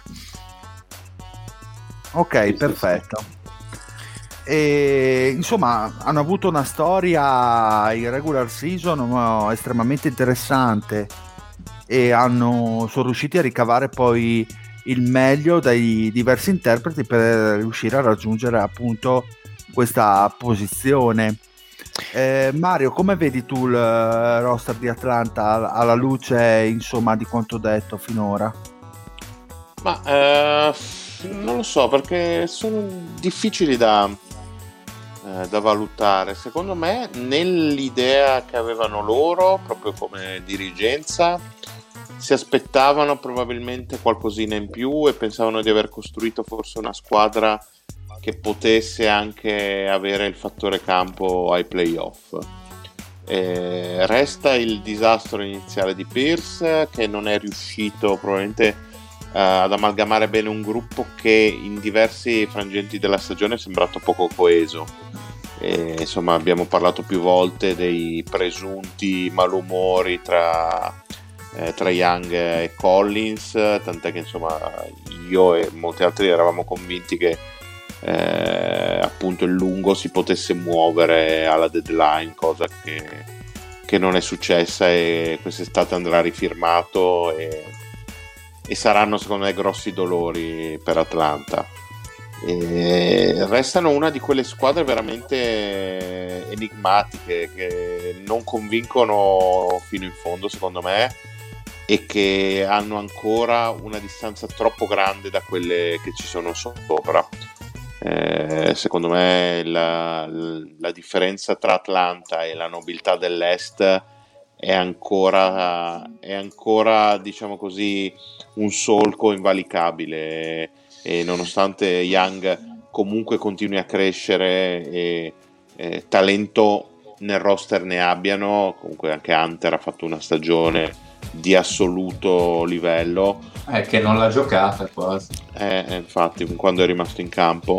Ok, perfetto. E, insomma, hanno avuto una storia in regular season estremamente interessante e hanno, sono riusciti a ricavare poi il meglio dai diversi interpreti per riuscire a raggiungere appunto questa posizione. Eh, Mario, come vedi tu il roster di Atlanta alla luce, insomma, di quanto detto finora? Ma eh, non lo so, perché sono difficili da, eh, da valutare. Secondo me, nell'idea che avevano loro, proprio come dirigenza, si aspettavano probabilmente qualcosina in più e pensavano di aver costruito forse una squadra che potesse anche avere il fattore campo ai playoff. Eh, resta il disastro iniziale di Pierce, che non è riuscito probabilmente eh, ad amalgamare bene un gruppo che in diversi frangenti della stagione è sembrato poco coeso. Eh, insomma, abbiamo parlato più volte dei presunti malumori tra Eh, tra Young e Collins, tant'è che insomma io e molti altri eravamo convinti che eh, appunto il lungo si potesse muovere alla deadline, cosa che, che non è successa, e quest'estate andrà rifirmato e, e saranno secondo me grossi dolori per Atlanta. E restano una di quelle squadre veramente enigmatiche che non convincono fino in fondo secondo me, e che hanno ancora una distanza troppo grande da quelle che ci sono sopra. Eh, secondo me la, la differenza tra Atlanta e la nobiltà dell'Est è ancora, è ancora diciamo così, un solco invalicabile, e nonostante Young comunque continui a crescere e, e talento nel roster ne abbiano, comunque anche Hunter ha fatto una stagione di assoluto livello, è che non l'ha giocata quasi, eh, infatti quando è rimasto in campo,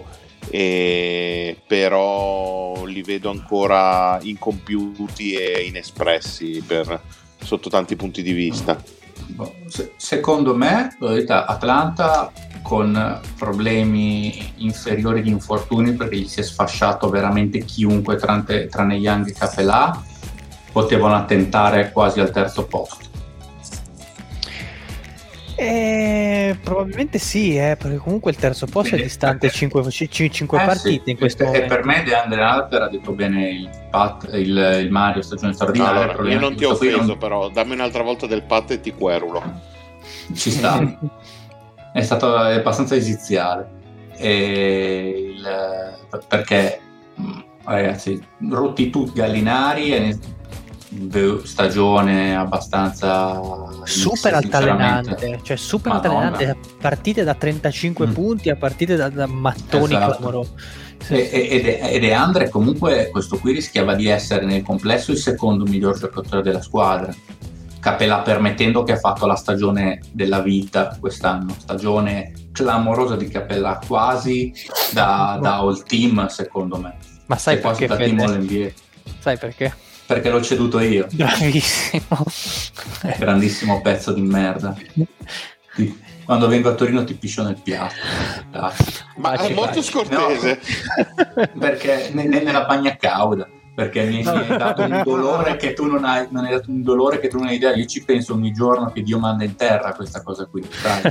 e però li vedo ancora incompiuti e inespressi per, sotto tanti punti di vista. Se, secondo me Atlanta, con problemi inferiori di infortuni, perché gli si è sfasciato veramente chiunque tranne, tranne Young e Capelà, potevano attentare quasi al terzo posto. Eh, probabilmente sì, eh, perché comunque il terzo posto bene, è distante cinque eh, partite sì, in questo e momento. Per me DeAndre Hunter ha detto bene il Pat, il, il Mario stagione straordinaria. Allora, io non ti ho offeso, non... però dammi un'altra volta del Pat e ti querulo. Ci sta. È stato abbastanza esiziale, e il, perché ragazzi, rotti tutti Gallinari e stagione abbastanza super altalenante, cioè super Madonna. altalenante, partite da trentacinque mm. punti a partite da, da mattoni esatto. clamorosi. Sì. Ed è, ed è Andre comunque, questo qui rischiava di essere nel complesso il secondo miglior giocatore della squadra, Capelà permettendo, che ha fatto la stagione della vita quest'anno, stagione clamorosa di Capelà, quasi da, da all team secondo me. Ma sai perché? Da team all N B A. Sai perché? Perché l'ho ceduto io. Bravissimo. Grandissimo pezzo di merda. Quando vengo a Torino ti piscio nel piatto. Ma è molto scortese. No, perché ne, ne, nella bagna cauda. Perché mi, mi hai dato un dolore che tu non hai, non hai dato un dolore che tu non hai idea. Io ci penso ogni giorno che Dio manda in terra questa cosa qui.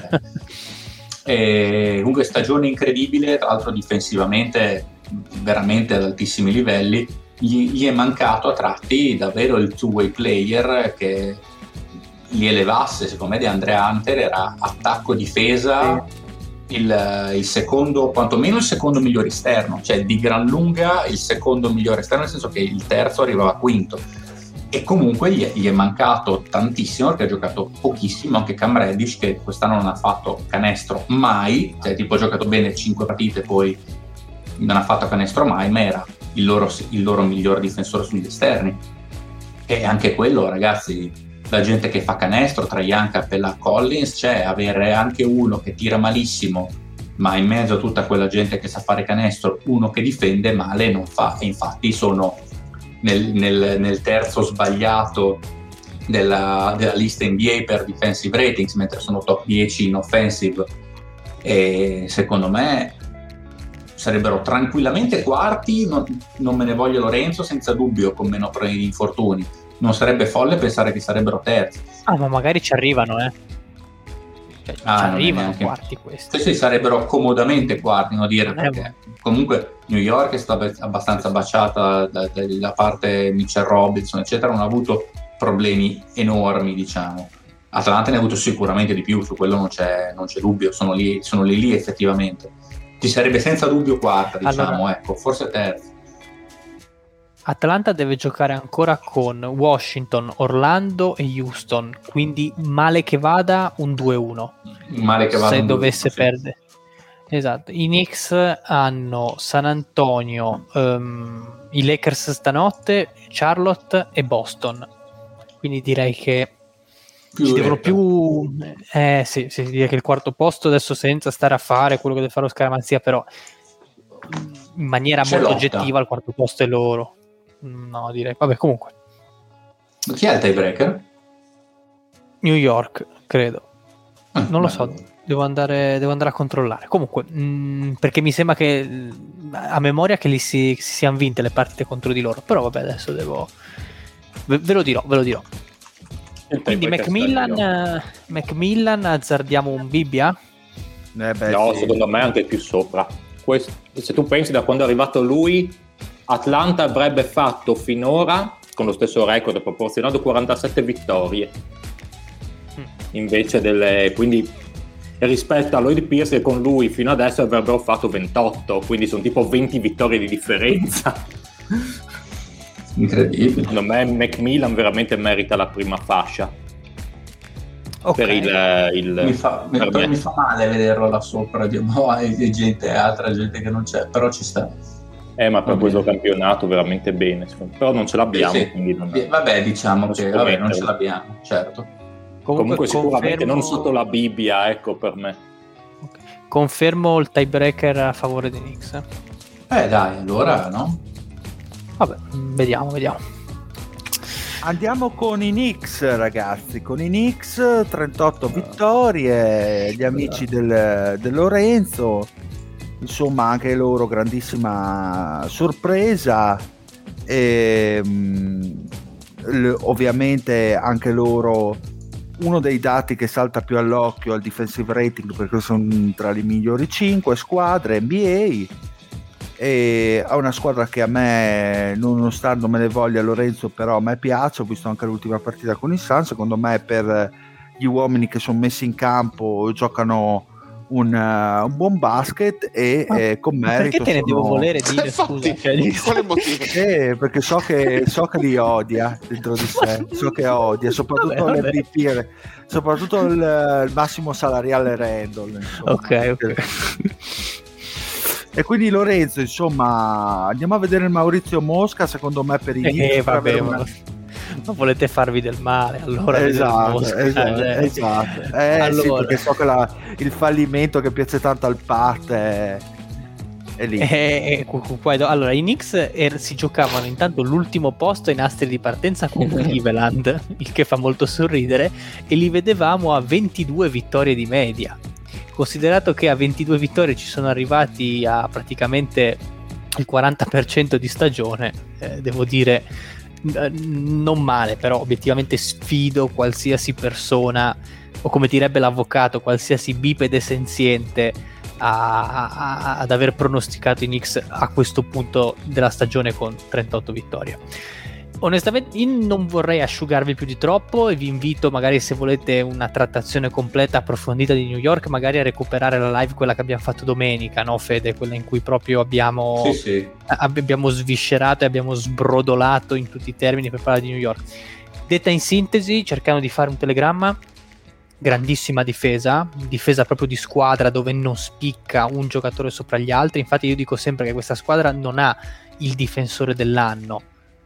E comunque stagione incredibile, tra l'altro difensivamente veramente ad altissimi livelli. Gli, gli è mancato a tratti davvero il two-way player che li elevasse. Secondo me DeAndre Hunter era attacco-difesa il, il secondo, quantomeno il secondo migliore esterno, cioè di gran lunga il secondo migliore esterno, nel senso che il terzo arrivava quinto, e comunque gli è, gli è mancato tantissimo perché ha giocato pochissimo. Anche Cam Reddish, che quest'anno non ha fatto canestro mai, cioè tipo ha giocato bene cinque partite poi non ha fatto canestro mai, ma era il loro, il loro miglior difensore sugli esterni, e anche quello ragazzi la gente che fa canestro tra Jankap e la Collins, c'è avere anche uno che tira malissimo, ma in mezzo a tutta quella gente che sa fare canestro, uno che difende male non fa, e infatti sono nel, nel, nel terzo sbagliato della, della lista N B A per defensive ratings, mentre sono top dieci in offensive, e secondo me sarebbero tranquillamente quarti, non, non me ne voglio Lorenzo, senza dubbio, con meno problemi di infortuni. Non sarebbe folle pensare che sarebbero terzi. Ah, ma magari ci arrivano, eh. Cioè, Ah, ci non è arrivano neanche- quarti questi. Sì, sì, sarebbero comodamente quarti, no dire, Non è- perché comunque New York è stata abbastanza baciata da, da, da parte Mitchell Robinson, eccetera, non ha avuto problemi enormi, diciamo. Atlanta ne ha avuto sicuramente di più, su quello non c'è, non c'è dubbio, sono lì, sono lì lì effettivamente. Ci sarebbe senza dubbio quarta, diciamo, Allora- ecco, forse terza. Atlanta deve giocare ancora con Washington, Orlando e Houston, quindi male che vada un due uno Male che vada se un due, dovesse sì. perdere. Esatto, i Knicks hanno San Antonio, ehm, i Lakers stanotte, Charlotte e Boston, quindi direi che Più ci devono retta. più eh sì, sì, direi che il quarto posto adesso, senza stare a fare quello che deve fare lo scaramanzia, però in maniera C'è molto lotta. oggettiva il quarto posto è loro. No, direi, vabbè, comunque Chi è il tiebreaker? New York, credo. Ah, Non lo beh, so, devo andare, devo andare a controllare. Comunque, mh, perché mi sembra che mh, a memoria che li si, si siano vinte le partite contro di loro, però vabbè, adesso devo ve, ve lo dirò, ve lo dirò. Il Quindi tiebreaker Macmillan, sta io. eh, Macmillan azzardiamo un Bibbia? Eh beh, No, sì. secondo me anche più sopra. Questo- se tu pensi, da quando è arrivato lui, Atlanta avrebbe fatto finora, con lo stesso record proporzionato, quarantasette vittorie. Mm. Invece delle... quindi rispetto a Lloyd Pierce, che con lui fino adesso avrebbero fatto ventotto, quindi sono tipo venti vittorie di differenza. Incredibile. Secondo me Macmillan veramente merita la prima fascia. Ok. Per il, il Mi fa, mi, per però me. mi fa male vederlo là sopra, di oh, e gente, altra gente che non c'è, però ci sta. Eh, ma per Va questo bene. campionato veramente bene, secondo me. Però non ce l'abbiamo, Sì, sì. quindi non... Eh, Vabbè, diciamo non che si può vabbè, non mettere. ce l'abbiamo, certo. Comunque sicuramente confermo- non sotto la Bibbia, ecco, per me. ok. Confermo il tiebreaker a favore dei Knicks. Eh dai, allora no? Vabbè, vediamo, vediamo. Andiamo con i Knicks, ragazzi. Con i Knicks, trentotto vittorie, gli amici del, del Lorenzo, insomma anche loro grandissima sorpresa. E, mh, l- ovviamente anche loro, uno dei dati che salta più all'occhio è il defensive rating, perché sono tra le migliori cinque squadre N B A. E ha una squadra che a me, nonostante me ne voglia Lorenzo, però a me piace. Ho visto anche l'ultima partita con il Suns. Secondo me, per gli uomini che sono messi in campo, giocano un, uh, un buon basket e Ma eh, con merito. perché te ne sono- devo volere dire, Infatti, scusa? Cioè, per quale motivo? Eh, perché so che, so che li odia dentro di sé, so che odia soprattutto Vabbè, vabbè. l'M V P, soprattutto il, il massimo salariale Randall, insomma. Ok, ok. E quindi Lorenzo, insomma, andiamo a vedere il Maurizio Mosca. Secondo me per i Knicks Eh, per vabbè, avere ma una- ma volete farvi del male, allora vedete esatto, Mosca, esatto, cioè. esatto. Eh, sì, Allora. perché so che la- il fallimento che piace tanto al Pat è, è lì. Eh, eh, cu- cu- poi do- allora i Knicks er- si giocavano intanto l'ultimo posto ai nastri di partenza con Cleveland, il che fa molto sorridere, e li vedevamo a ventidue vittorie di media. Considerato che a ventidue vittorie ci sono arrivati a praticamente il quaranta per cento di stagione, eh, devo dire eh, non male, però obiettivamente sfido qualsiasi persona, o come direbbe l'avvocato, qualsiasi bipede senziente a- a- ad aver pronosticato i Knicks a questo punto della stagione con trentotto vittorie. Onestamente io non vorrei asciugarvi più di troppo e vi invito, magari, se volete una trattazione completa approfondita di New York, magari a recuperare la live, quella che abbiamo fatto domenica, no Fede? Quella in cui proprio abbiamo Sì, sì. ab- abbiamo sviscerato e abbiamo sbrodolato in tutti i termini per parlare di New York. Detta in sintesi, cercando di fare un telegramma: grandissima difesa, difesa proprio di squadra, dove non spicca un giocatore sopra gli altri. Infatti io dico sempre che questa squadra non ha il difensore dell'anno,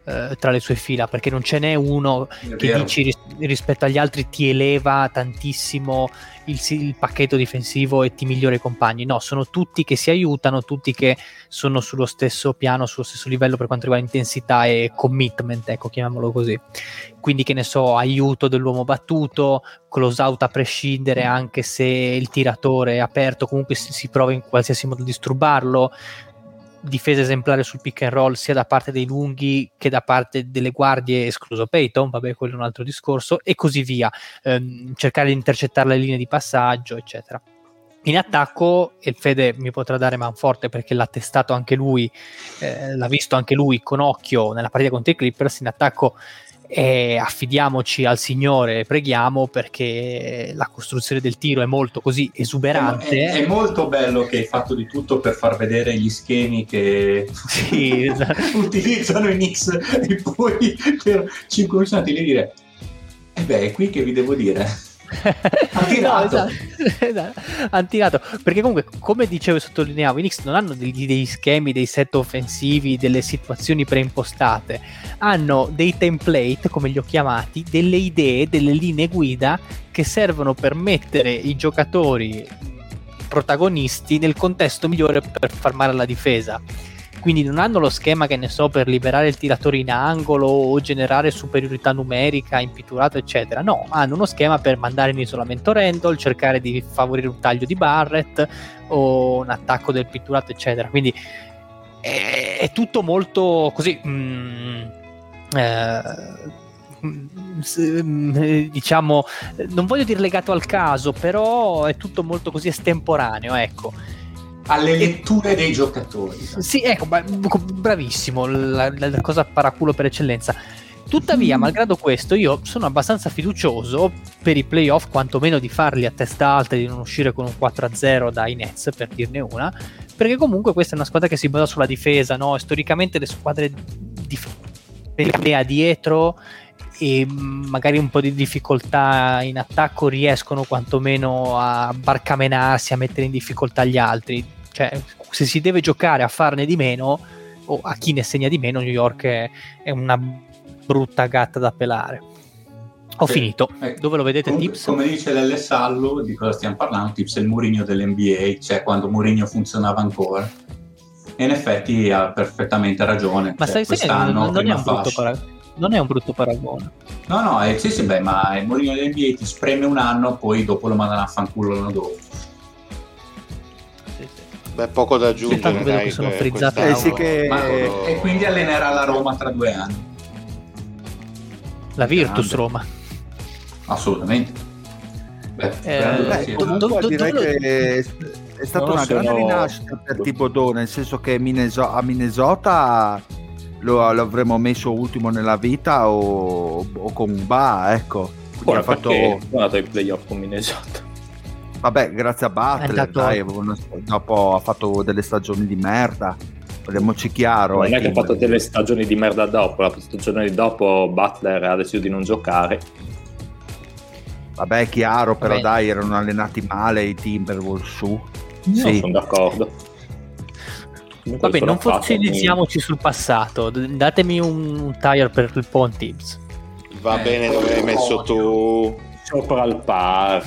eh, tra le sue fila, perché non ce n'è uno È che vero. dici ris- rispetto agli altri ti eleva tantissimo il, il pacchetto difensivo e ti migliora i compagni. No, sono tutti che si aiutano, tutti che sono sullo stesso piano, sullo stesso livello per quanto riguarda intensità e commitment, ecco, chiamiamolo così. Quindi, che ne so, aiuto dell'uomo battuto, close out a prescindere, anche se il tiratore è aperto, comunque si, si prova in qualsiasi modo a disturbarlo, difesa esemplare sul pick and roll sia da parte dei lunghi che da parte delle guardie, escluso Peyton, vabbè, quello è un altro discorso, e così via, ehm, cercare di intercettare le linee di passaggio, eccetera. In attacco, il Fede mi potrà dare manforte perché l'ha testato anche lui, eh, l'ha visto anche lui con occhio nella partita contro i Clippers. In attacco e affidiamoci al Signore, preghiamo, perché la costruzione del tiro è molto così esuberante. È, è, è molto bello che hai fatto di tutto per far vedere gli schemi che sì, esatto. utilizzano i Knicks e poi per cinque minuti sono andati lì a dire e beh, è qui che vi devo dire. Antirato. No, esatto, esatto. Antirato, perché comunque, come dicevo e sottolineavo, i Knicks non hanno degli, degli schemi, dei set offensivi, delle situazioni preimpostate, hanno dei template, come li ho chiamati, delle idee, delle linee guida che servono per mettere i giocatori protagonisti nel contesto migliore per far male alla difesa. Quindi non hanno lo schema, che ne so, per liberare il tiratore in angolo o generare superiorità numerica in pitturato, eccetera. No, hanno uno schema per mandare in isolamento Randall, cercare di favorire un taglio di Barrett o un attacco del pitturato, eccetera. Quindi è, è tutto molto così, mm, eh, diciamo, non voglio dire legato al caso, però è tutto molto così estemporaneo, ecco. Alle letture dei giocatori. Sì, ecco, bravissimo, la, la cosa paraculo per eccellenza. Tuttavia, mm. malgrado questo, io sono abbastanza fiducioso per i playoff, quantomeno di farli a testa alta e di non uscire con un quattro a zero dai Nets, per dirne una, perché comunque questa è una squadra che si basa sulla difesa, no? Storicamente le squadre di a dietro e magari un po' di difficoltà in attacco riescono quantomeno a barcamenarsi, a mettere in difficoltà gli altri. Cioè, se si deve giocare a farne di meno o a chi ne segna di meno, New York è, è una brutta gatta da pelare. Ho sì, finito. Ecco. Dove lo vedete, Com- Tips? Come dice l'Alessallo, di cosa stiamo parlando? Tips è il Mourinho dell'N B A, cioè quando Mourinho funzionava ancora. E in effetti ha perfettamente ragione. Ma cioè, stai saying, non, non, è un brutto para- non è un brutto paragone. No, no, è, sì, sì, beh, ma il Mourinho dell'N B A ti spreme un anno, poi dopo lo mandano a fanculo l'anno dopo. Beh, poco da aggiungere, dai, che sono eh, frizzate. Eh, sì che... Ma, e quindi allenerà la Roma tra due anni. La Virtus Roma. Assolutamente. Beh, eh, beh, sì, comunque do, do, direi do, che è stata una grande no... rinascita per Thibodeau, nel senso che Minnesota, a Minnesota lo, lo avremmo messo ultimo nella vita o, o con un ba, ecco. Ora, ha fatto guarda i playoff con Minnesota. Vabbè, grazie a Butler, dai, dopo ha fatto delle stagioni di merda. Parliamoci chiaro. Non è che ha fatto delle stagioni di merda dopo, la stagione dopo Butler ha deciso di non giocare. Vabbè, è chiaro, però Vabbè. dai, erano allenati male i Timberwolves su. No, sì. Sono d'accordo. Comunque vabbè, non fatto, fossilizziamoci quindi... sul passato. Datemi un, un tire per il Pon Tips. Va eh, bene, dove hai messo tu? Sopra il par.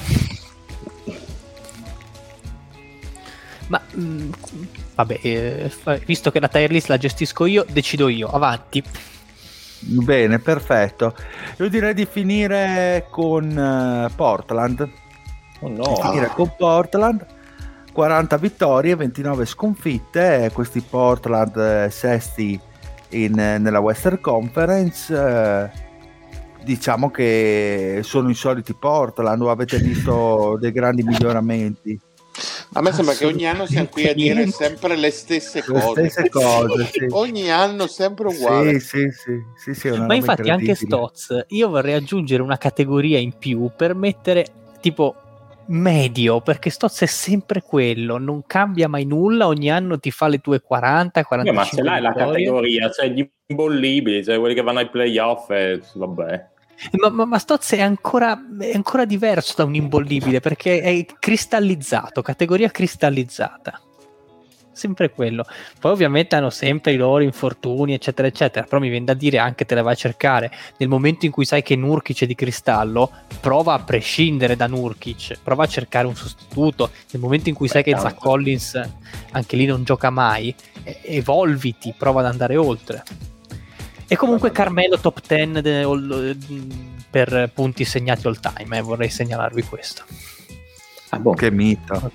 Ma mh, vabbè, eh, visto che la tier list la gestisco io, decido io. Avanti. Bene, perfetto. Io direi di finire con uh, Portland. Oh no. Finire con Portland. quaranta vittorie, ventinove sconfitte. Questi Portland eh, sesti in, nella Western Conference. Eh, diciamo che sono i soliti Portland, o avete visto dei grandi miglioramenti? A me sembra che ogni anno siamo qui a dire sempre le stesse cose. Le stesse cose, sì. Ogni anno sempre uguale. Sì, sì, sì, sì, sì, ma infatti anche Stotz, io vorrei aggiungere una categoria in più per mettere tipo medio, perché Stotz è sempre quello, non cambia mai nulla, ogni anno ti fa le tue quaranta quarantacinque. Ma ce l'hai la categoria, cioè gli imbollibili, cioè quelli che vanno ai playoff e vabbè. Ma, ma, ma Stotz è ancora, è ancora diverso da un imbollibile, perché è cristallizzato, categoria cristallizzata. sempre quello. Poi ovviamente hanno sempre i loro infortuni eccetera eccetera, però mi viene da dire anche te le vai a cercare nel momento in cui sai che Nurkic è di cristallo, prova a prescindere da Nurkic, prova a cercare un sostituto. Nel momento in cui sai che Zach Collins anche lì non gioca mai, evolviti, prova ad andare oltre. E comunque Carmelo top dieci de, per punti segnati all time, eh, vorrei segnalarvi questo. Ah, boh. Che mito.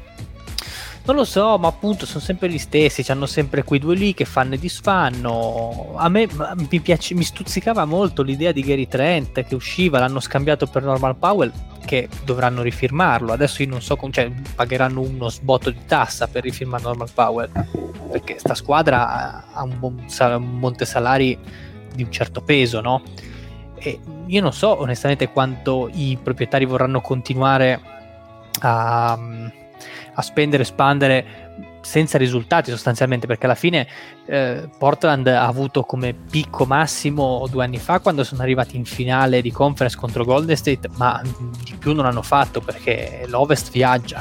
Non lo so, ma appunto sono sempre gli stessi, c'hanno sempre quei due lì che fanno e disfanno. A me mi, piace, mi stuzzicava molto l'idea di Gary Trent che usciva, l'hanno scambiato per Norman Powell, che dovranno rifirmarlo. Adesso io non so, cioè pagheranno uno sbotto di tassa per rifirmare Norman Powell, perché sta squadra ha un, buon, un monte salari di un certo peso, no? E io non so onestamente quanto i proprietari vorranno continuare a... a spendere, espandere senza risultati sostanzialmente, perché alla fine eh, Portland ha avuto come picco massimo due anni fa quando sono arrivati in finale di conference contro Golden State, ma di più non hanno fatto perché l'Ovest viaggia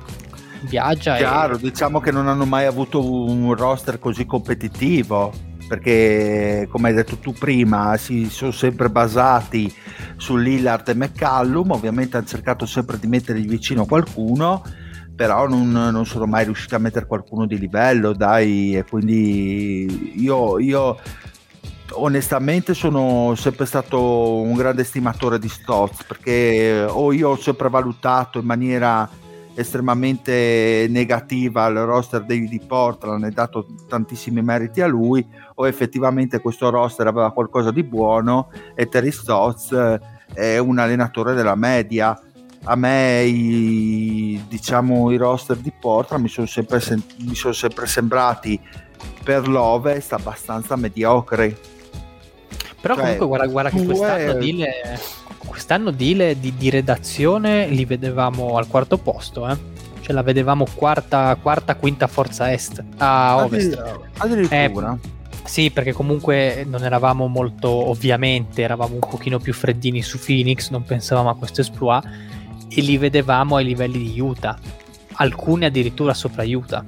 viaggia chiaro, e... diciamo che non hanno mai avuto un roster così competitivo, perché come hai detto tu prima si sono sempre basati su Lillard e McCallum, ovviamente hanno cercato sempre di mettergli vicino qualcuno, però non, non sono mai riuscito a mettere qualcuno di livello, dai, e quindi io, io onestamente sono sempre stato un grande stimatore di Stotts, perché o io ho sempre valutato in maniera estremamente negativa il roster di, di Portland e dato tantissimi meriti a lui, o effettivamente questo roster aveva qualcosa di buono e Terry Stotts è un allenatore della media. A me i, diciamo i roster di Portland mi sono sempre, sem- mi sono sempre sembrati per l'Ovest abbastanza mediocri, però cioè, comunque guarda, guarda che quest'anno, dile, quest'anno dile di, di redazione li vedevamo al quarto posto, eh? Cioè la vedevamo quarta, quarta quinta forza est a Ovest addirittura. Eh, sì, perché comunque non eravamo molto, ovviamente eravamo un pochino più freddini su Phoenix, non pensavamo a questo exploit e li vedevamo ai livelli di Utah, alcuni addirittura sopra Utah.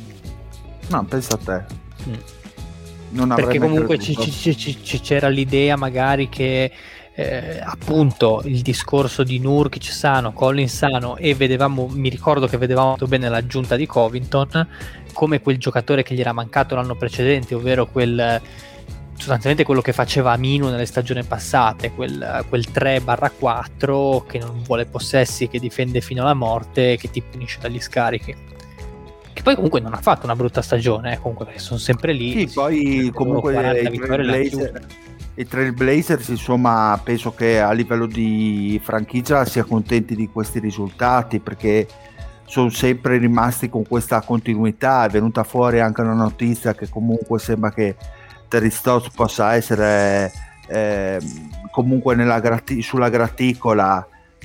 No, pensa a te. Mm. Non perché comunque ci, ci, ci, ci c'era l'idea magari che eh, appunto il discorso di Nurkic sano, Collins sano, e vedevamo, mi ricordo che vedevamo molto bene l'aggiunta di Covington come quel giocatore che gli era mancato l'anno precedente, ovvero quel sostanzialmente quello che faceva Aminu nelle stagioni passate, quel, quel tre barra quattro che non vuole possessi, che difende fino alla morte, che ti punisce dagli scarichi, che poi comunque non ha fatto una brutta stagione, eh, comunque perché sono sempre lì. Sì, poi comunque i Trailblazer, i Trailblazers insomma penso che a livello di franchigia sia contenti di questi risultati, perché sono sempre rimasti con questa continuità. È venuta fuori anche una notizia che comunque sembra che Terry Stotts possa essere eh, comunque nella grati- sulla graticola,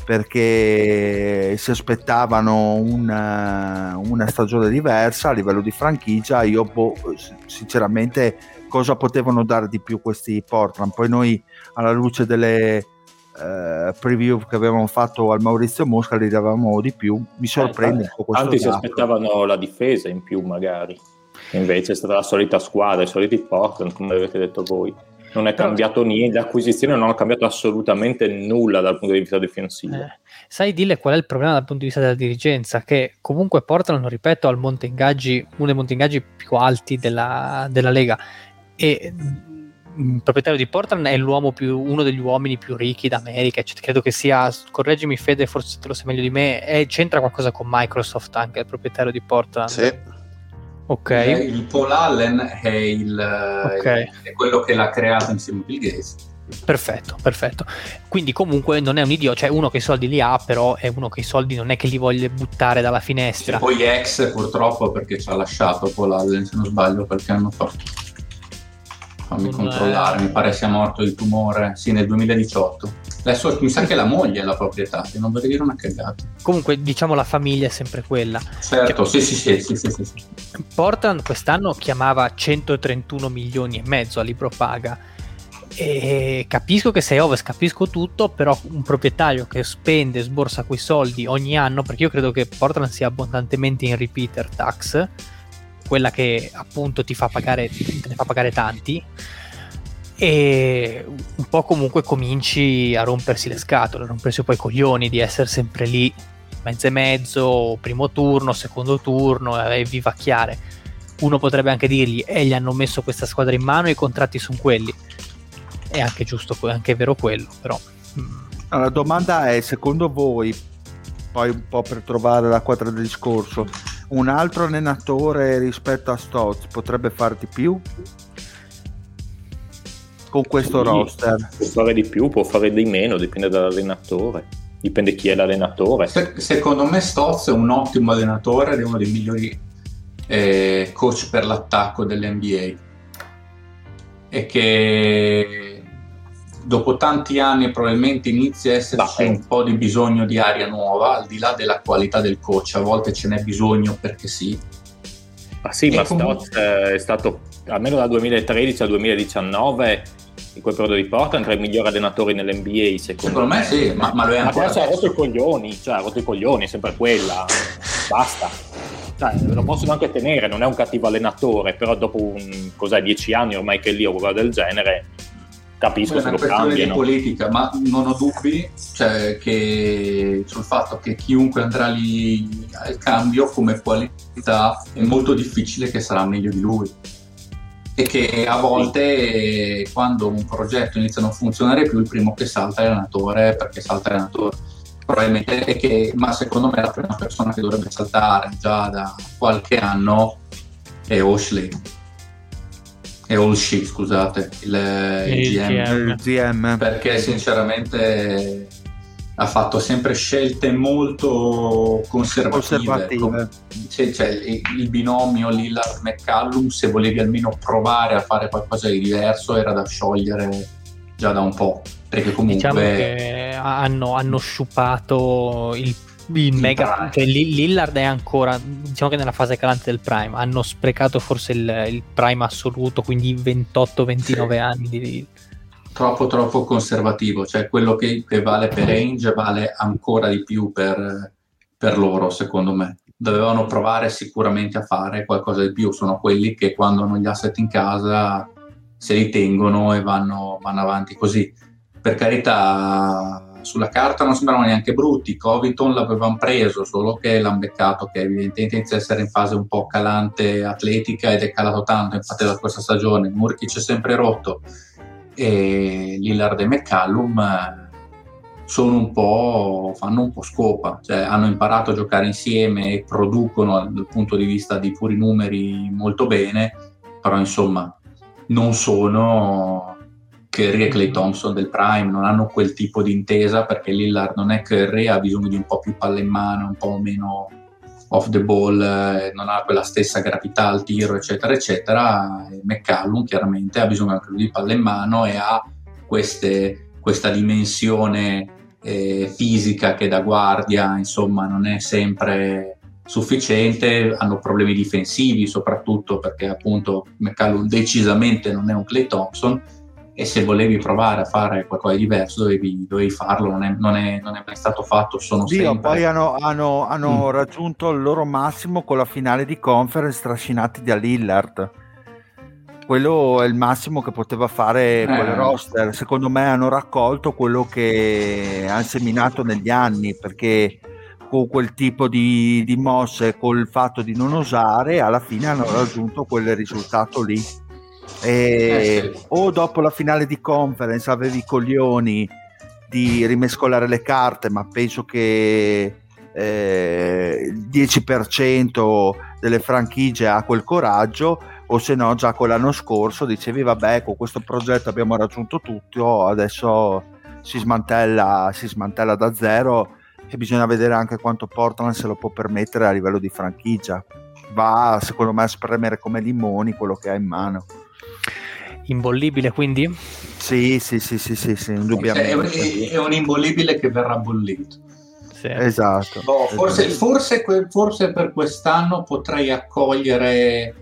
perché si aspettavano una, una stagione diversa a livello di franchigia. Io boh, sinceramente cosa potevano dare di più questi Portland? Poi noi alla luce delle Uh, preview che avevamo fatto al Maurizio Mosca li davamo di più. Mi sorprende eh, un po' questo tanti dato. Si aspettavano la difesa in più magari, invece è stata la solita squadra, i soliti Portland come avete detto voi. Non è cambiato niente, l'acquisizione non ha cambiato assolutamente nulla dal punto di vista difensivo. Eh, sai Dile qual è il problema dal punto di vista della dirigenza? Che comunque Portland, ripeto, ha il monte ingaggi, uno dei monte ingaggi più alti della, della Lega, e il proprietario di Portland è l'uomo più, uno degli uomini più ricchi d'America, cioè, credo che sia, correggimi Fede, forse te lo sai meglio di me, è, c'entra qualcosa con Microsoft anche il proprietario di Portland? Sì. Ok. Il, il Paul Allen è, il, okay. il, è quello che l'ha creato insieme a Bill Gates. Perfetto, perfetto. Quindi comunque non è un idiota, cioè uno che i soldi li ha, però è uno che i soldi non è che li voglia buttare dalla finestra. E poi ex purtroppo, perché ci ha lasciato Paul Allen, se non sbaglio, qualche anno fa. Fammi non controllare, è... mi pare sia morto di tumore, sì, nel duemiladiciotto. Adesso mi sa che la moglie è la proprietaria, non vorrei dire una cagata. Comunque diciamo la famiglia è sempre quella. Certo, cioè, sì, sì, sì, sì, sì, sì. Portland quest'anno chiamava centotrentuno milioni e mezzo a libro paga, e capisco che sei Ovest, capisco tutto, però un proprietario che spende, sborsa quei soldi ogni anno, perché io credo che Portland sia abbondantemente in repeater tax, quella che appunto ti fa pagare, te ne fa pagare tanti, e un po' comunque cominci a rompersi le scatole, a rompersi un po' i coglioni di essere sempre lì mezzo e mezzo, primo turno, secondo turno, e vivacchiare. Uno potrebbe anche dirgli e gli hanno messo questa squadra in mano e i contratti sono quelli, è anche giusto, è anche vero quello, però allora, la domanda è, secondo voi, poi un po' per trovare la quadra del discorso, un altro allenatore rispetto a Stotz potrebbe fare di più con questo sì, roster? Può fare di più, può fare di meno, dipende dall'allenatore, dipende chi è l'allenatore. Se, secondo me Stotz è un ottimo allenatore ed è uno dei migliori eh, coach per l'attacco dell'N B A, e che dopo tanti anni probabilmente inizia a esserci Beh. un po' di bisogno di aria nuova, al di là della qualità del coach, a volte ce n'è bisogno perché sì. Ma sì, E ma comunque... Stotz è stato almeno dal duemilatredici al duemiladiciannove, in quel periodo di Portland, tra i migliori allenatori nell'N B A, secondo, secondo me sì, ma, ma lo è ma ancora adesso ha adesso. rotto i coglioni, cioè ha rotto i coglioni, è sempre quella, basta, cioè, lo possono anche tenere, non è un cattivo allenatore, però dopo un, cos'è, dieci anni ormai che è lì o qualcosa del genere, capisco È se una lo questione di cambiano. politica, ma non ho dubbi, cioè, che sul fatto che chiunque andrà lì al cambio come qualità è molto difficile che sarà meglio di lui, e che a volte quando un progetto inizia a non funzionare più, il primo che salta è l'allenatore, perché salta l'allenatore probabilmente, è che, ma secondo me la prima persona che dovrebbe saltare già da qualche anno è Oshley. È Olshi, scusate, il, il, Il G M, G M. Il G M, perché sinceramente ha fatto sempre scelte molto conservative. conservative. Com- c'è, c'è il, il binomio Lillard-McCallum, se volevi almeno provare a fare qualcosa di diverso era da sciogliere già da un po', perché comunque diciamo che hanno, hanno sciupato il, il mega, cioè Lillard è ancora, diciamo che nella fase calante del prime, hanno sprecato forse il, il prime assoluto, quindi ventotto ventinove sì. anni di... troppo troppo conservativo, cioè quello che, che vale per Ainge vale ancora di più per, per loro, secondo me. Dovevano provare sicuramente a fare qualcosa di più, sono quelli che quando hanno gli asset in casa se li tengono e vanno, vanno avanti così. Per carità, sulla carta non sembrano neanche brutti, Covington l'avevano preso, solo che l'hanno beccato, che evidentemente inizia a essere in fase un po' calante atletica ed è calato tanto, infatti da questa stagione Nurkic è sempre rotto, e Lillard e McCallum sono un po', fanno un po' scopa, cioè hanno imparato a giocare insieme e producono dal punto di vista di puri numeri molto bene, però insomma non sono Curry e Klay Thompson del prime, non hanno quel tipo di intesa, perché Lillard non è Curry, ha bisogno di un po' più palle in mano, un po' meno off the ball, eh, non ha quella stessa gravità al tiro, eccetera eccetera. E McCallum chiaramente ha bisogno anche lui di palle in mano e ha queste, questa dimensione eh, fisica che da guardia insomma non è sempre sufficiente, hanno problemi difensivi soprattutto perché appunto McCallum decisamente non è un Klay Thompson, e se volevi provare a fare qualcosa di diverso dovevi, dovevi farlo, non è, non, è, non è mai stato fatto, sono Dio, sempre... poi hanno, hanno, hanno Mm. raggiunto il loro massimo con la finale di conference trascinati da Lillard. Quello è il massimo che poteva fare Eh. quel roster. Secondo me hanno raccolto quello che hanno seminato negli anni, perché con quel tipo di, di mosse, col fatto di non osare, alla fine hanno raggiunto quel risultato lì. E Eh, sì. o dopo la finale di conference avevi i coglioni di rimescolare le carte, ma penso che eh, il dieci per cento delle franchigie ha quel coraggio, o se no già quell'anno scorso dicevi vabbè, con questo progetto abbiamo raggiunto tutto, adesso si smantella, si smantella da zero, e bisogna vedere anche quanto Portland se lo può permettere a livello di franchigia. Va secondo me a spremere come limoni quello che ha in mano. Imbollibile quindi? Sì, sì, sì, sì, sì, sì, indubbiamente. È, è un imbollibile che verrà bollito. Sì. Esatto. Boh, forse, esatto. forse, que- forse per quest'anno potrei accogliere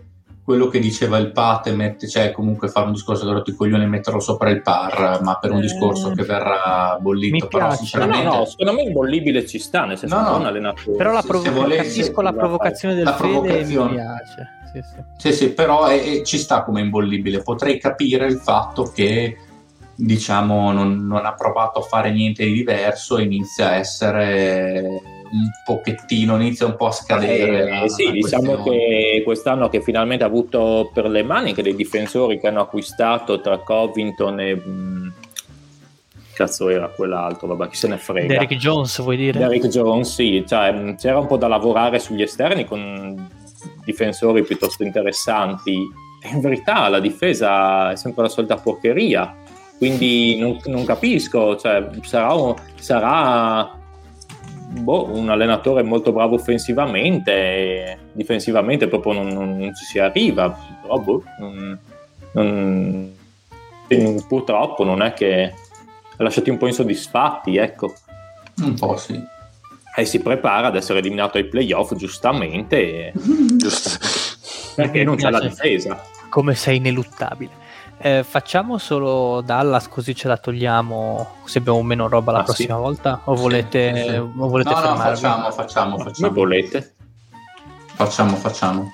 quello che diceva il Pat, mette, cioè comunque fare un discorso da rotto i coglioni e metterlo sopra il par, ma per un discorso che verrà bollito. Mi però piace. sinceramente No, no, secondo me il bollibile ci sta, nel senso No, che no. è un allenatore. Però la se- provo- se volessi- capisco la provocazione del la Fede e mi provocazione. piace. Sì, sì. Sì, sì, però è- è- ci sta come imbollibile. Potrei capire il fatto che, diciamo, non, non ha provato a fare niente di diverso e inizia a essere un pochettino, inizia un po' a scadere. Eh, la- sì, la diciamo questione. che quest'anno che finalmente ha avuto per le mani anche dei difensori che hanno acquistato tra Covington e mh, cazzo era quell'altro, vabbè, chi se ne frega. Derrick Jones, vuoi dire? Derrick Jones, sì, cioè, mh, c'era un po' da lavorare sugli esterni con difensori piuttosto interessanti. E in verità la difesa è sempre la solita porcheria, quindi non, non capisco, cioè, sarà, un, sarà boh, un allenatore molto bravo offensivamente, e difensivamente proprio non, non, non ci si arriva, però boh, non, non, purtroppo non è che ha lasciati un po' insoddisfatti, ecco. Un po' sì. E si prepara ad essere eliminato ai playoff, giustamente, e- Giusto. perché non c'è la piace. difesa. Come sei ineluttabile. Eh, facciamo solo Dallas così ce la togliamo, se abbiamo meno roba la Ah, prossima sì. volta, o volete, Sì, sì. o volete No, no, fermarvi? facciamo, facciamo, Come facciamo. volete. Facciamo, facciamo.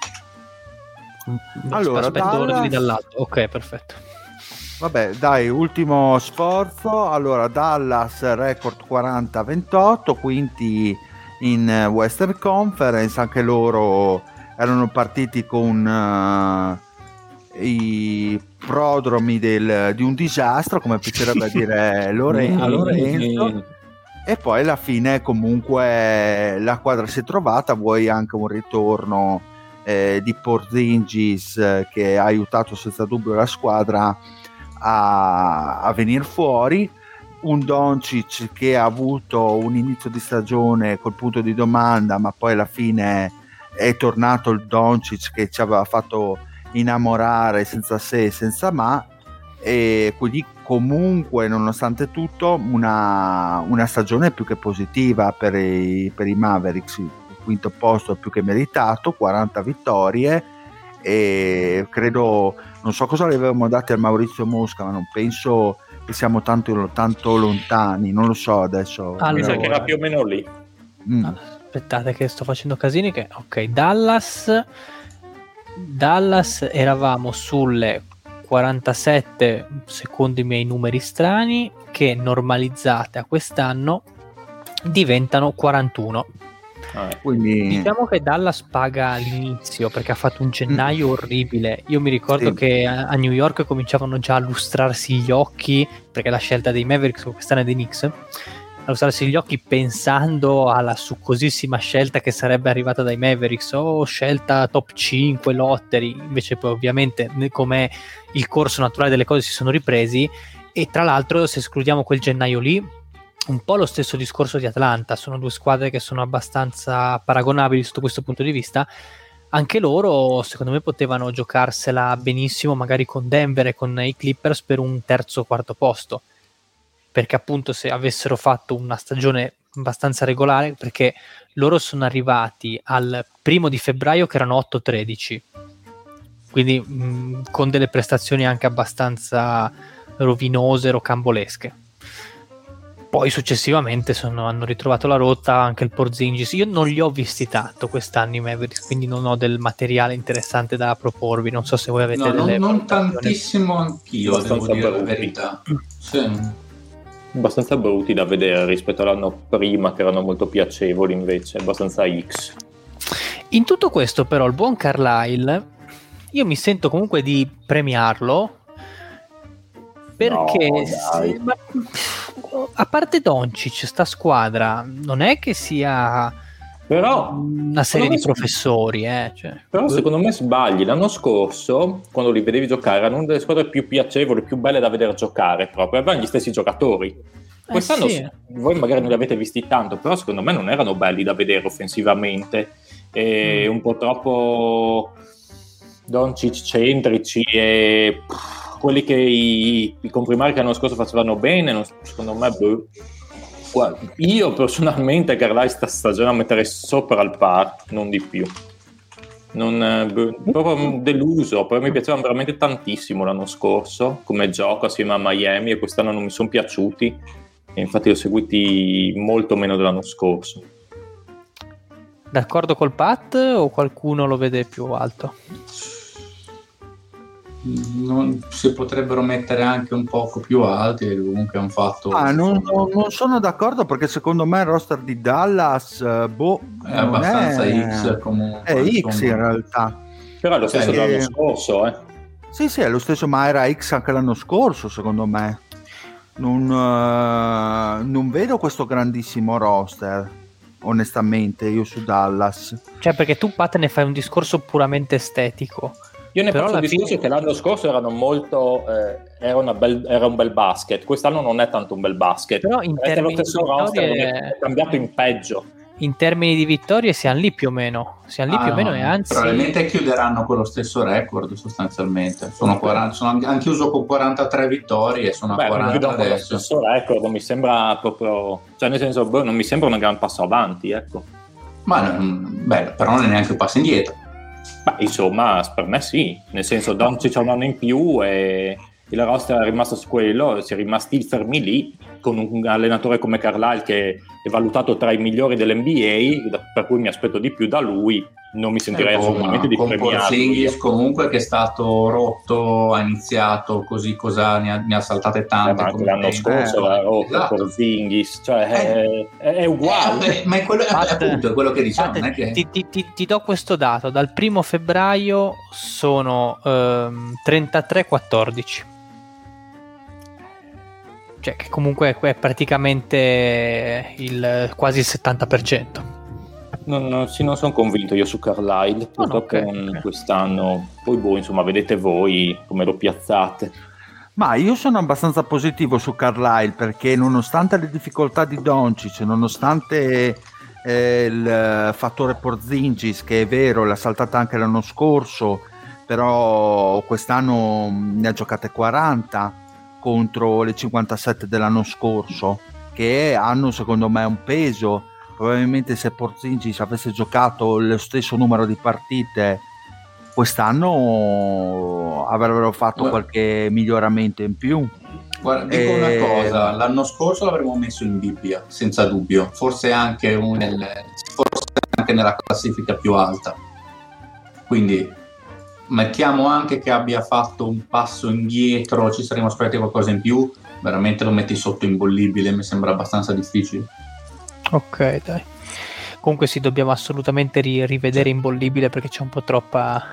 Allora, aspetto Dallas- ordini dall'alto. Ok, perfetto. Vabbè, dai, ultimo sforzo. Allora, Dallas record quaranta ventotto, quinti in eh, Western Conference, anche loro erano partiti con eh, i prodromi del- di un disastro, come piacerebbe dire Lore- a Lorenzo. E poi alla fine comunque la quadra si è trovata, vuoi anche un ritorno eh, di Porzingis eh, che ha aiutato senza dubbio la squadra a, a venire fuori, un Doncic che ha avuto un inizio di stagione col punto di domanda, ma poi alla fine è tornato il Doncic che ci aveva fatto innamorare senza se e senza ma, e quindi comunque nonostante tutto una, una stagione più che positiva per i, per i Mavericks. Il quinto posto più che meritato, quaranta vittorie, e credo, non so cosa le avevamo date al Maurizio Mosca, ma non penso che siamo tanto, tanto lontani, non lo so adesso. Allora, Mi sa che era più o meno lì. Mm. Aspettate che sto facendo casini che... Ok, Dallas Dallas eravamo sulle quarantasette, secondo i miei numeri strani, che normalizzate a quest'anno diventano quarantuno. Ah, Quindi Diciamo che Dallas paga all'inizio perché ha fatto un gennaio Mm. orribile. Io mi ricordo Sì. che a, a New York cominciavano già a lustrarsi gli occhi, perché la scelta dei Mavericks quest'anno è dei Knicks, a lustrarsi gli occhi pensando alla succosissima scelta che sarebbe arrivata dai Mavericks, o oh, scelta top cinque, lottery. Invece poi ovviamente, come il corso naturale delle cose, si sono ripresi. E tra l'altro, se escludiamo quel gennaio lì, un po' lo stesso discorso di Atlanta, sono due squadre che sono abbastanza paragonabili sotto questo punto di vista. Anche loro secondo me potevano giocarsela benissimo magari con Denver e con i Clippers per un terzo o quarto posto, perché appunto se avessero fatto una stagione abbastanza regolare, perché loro sono arrivati al primo di febbraio che erano otto tredici, quindi mh, con delle prestazioni anche abbastanza rovinose, rocambolesche. Poi successivamente sono, hanno ritrovato la rotta, anche il Porzingis. Io non li ho visti tanto quest'anno i Mavericks, quindi non ho del materiale interessante da proporvi. Non so se voi avete No, non, delle non valutazioni. tantissimo anch'io, devo Abbastanza dire la brutti. verità. Sì. abbastanza brutti da vedere rispetto all'anno prima, che erano molto piacevoli, invece abbastanza X. In tutto questo però il buon Carlisle, io mi sento comunque di premiarlo, perché No, dai. se- ma- a parte Doncic, sta squadra non è che sia Però una serie secondo di me- professori, eh? Cioè, Però secondo me sbagli. L'anno scorso, quando li vedevi giocare, erano una delle squadre più piacevoli, più belle da vedere giocare, proprio avevano gli stessi giocatori. Quest'anno sì. voi magari non li avete visti tanto, però secondo me non erano belli da vedere offensivamente, e Mm. un po' troppo Doncic centrici, e pff, quelli che i, i comprimari che l'anno scorso facevano bene, non- secondo me boh. Guarda, io personalmente Carlisle sta stagione a mettere sopra il par, non di più. non, eh, proprio deluso. Poi mi piacevano veramente tantissimo l'anno scorso come gioco assieme a Miami, e quest'anno non mi sono piaciuti, e infatti li ho seguiti molto meno dell'anno scorso. D'accordo col Pat o qualcuno lo vede più alto? Non, si potrebbero mettere anche un poco più alti, comunque è un fatto. Ah, non, non, non sono d'accordo, perché secondo me il roster di Dallas boh, è abbastanza è... X comunque. È insomma. X in realtà. Però è lo stesso Cioè, dell'anno che- scorso, eh. Sì, sì, è lo stesso, ma era X anche l'anno scorso, secondo me. Non, eh, non vedo questo grandissimo roster, onestamente, io su Dallas. Cioè, perché tu, Pat, ne fai un discorso puramente estetico. Io ne Però faccio un alla fine- discorso che l'anno scorso erano molto eh, era, una bel, era un bel basket, quest'anno non è tanto un bel basket. Però in Resta lo termini stesso di roster, non vittorie- è, è cambiato in peggio. In termini di vittorie siamo lì più o meno. Siamo lì Ah, più o meno, no, e anzi... probabilmente chiuderanno con lo stesso record sostanzialmente. Sono quaranta, sono, hanno chiuso con quarantatré vittorie e sono Beh, a quaranta chiudono con lo adesso. stesso record, non mi sembra proprio, cioè nel senso, boh, non mi sembra un gran passo avanti, ecco. Ma mm, beh, però non è neanche un passo indietro. Ma insomma, per me sì, nel senso Doncic c'è un anno in più e il roster è rimasto su quello, si è rimasti fermi lì con un allenatore come Carlisle che è valutato tra i migliori dell'N B A, per cui mi aspetto di più da lui, non mi sentirei Eh, con- assolutamente di con premiarlo. Porzingis comunque che è stato rotto, ha iniziato così, cosa ne ha, ne ha saltate Eh, tante. ma anche come l'anno tempo. scorso Eh, era rotto esatto. Porzingis, cioè è, è- è Eh, uguale. vabbè, ma è quello, è, Pat- appunto è quello che diciamo, Pat, non è che... ti, ti- ti- ti do questo dato: dal primo febbraio sono ehm, trentatré quattordici. Cioè, che comunque è praticamente il, quasi il settanta per cento. Non, non, sì, non sono convinto io su Carlisle, purtroppo ok, non ok. quest'anno. Poi boh, insomma, vedete voi come lo piazzate. Ma io sono abbastanza positivo su Carlisle, perché nonostante le difficoltà di Doncic, nonostante eh, il fattore Porzingis, che è vero, l'ha saltata anche l'anno scorso, però quest'anno ne ha giocate quaranta contro le cinquantasette dell'anno scorso, che hanno secondo me un peso. Probabilmente se Porzingis avesse giocato lo stesso numero di partite quest'anno avrebbero fatto Guarda. qualche miglioramento in più. Guarda, dico Eh, una cosa, l'anno scorso l'avremmo messo in Bibbia, senza dubbio, forse anche, un, nel- forse anche nella classifica più alta. Quindi mettiamo anche che abbia fatto un passo indietro, ci saremmo aspettati qualcosa in più, veramente lo metti sotto imbollibile, mi sembra abbastanza difficile. Ok, dai. Comunque sì, dobbiamo assolutamente ri- rivedere Imbollibile, perché c'è un po' troppa...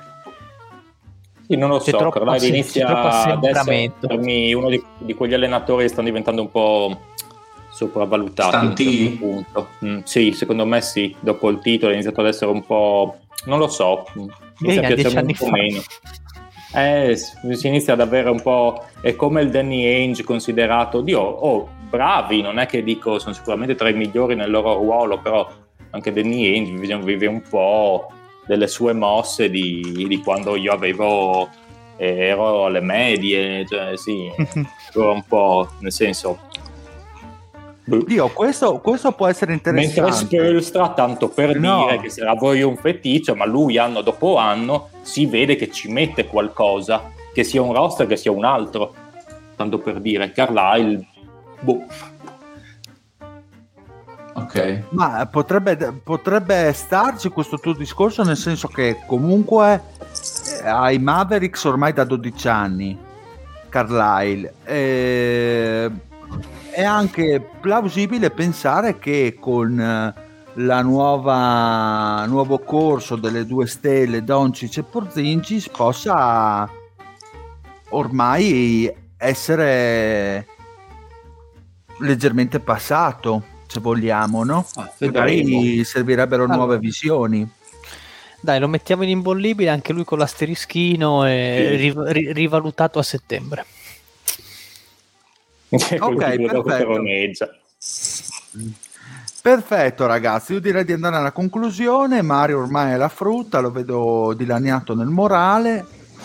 Sì, non lo C'è so, troppo Carlisle asse- inizia c'è troppo ad assembramento. essermi uno di, di quegli allenatori che stanno diventando un po' sopravvalutati. a un Stanti? certo punto. Mm, sì, secondo me sì, dopo il titolo ha iniziato ad essere un po', non lo so, mm, inizia Vieni a a dieci piacermi anni un po' fa. meno. Eh, s- si inizia ad avere un po', è come il Danny Ainge considerato, Dio, oh, bravi, non è che dico, sono sicuramente tra i migliori nel loro ruolo, però anche Danny Ainge vive, vive un po' delle sue mosse di, di quando io avevo, eh, ero alle medie, cioè sì, ero un po', nel senso... Dio, questo, questo può essere Mentre interessante. Spolstra, tanto per No. dire che sarà voi un feticcio, ma lui anno dopo anno si vede che ci mette qualcosa, che sia un roster, che sia un altro. Tanto per dire, Carlisle, boh. Ok. Ma potrebbe, potrebbe starci questo tuo discorso, nel senso che comunque eh, ai Mavericks ormai da dodici anni Carlisle, eh, è anche plausibile pensare che con eh, la nuova nuovo corso delle due stelle Doncic e Porzingis possa ormai essere leggermente passato, se vogliamo, no? Ah, Magari vedremo. servirebbero Allora. nuove visioni. Dai, lo mettiamo in Imbollibile, anche lui con l'asterischino, e Sì. ri- ri- rivalutato a settembre. Quello Ok, che vedo che perfetto. troneggia. Perfetto ragazzi, io direi di andare alla conclusione. Mario ormai è la frutta, lo vedo dilaniato nel morale.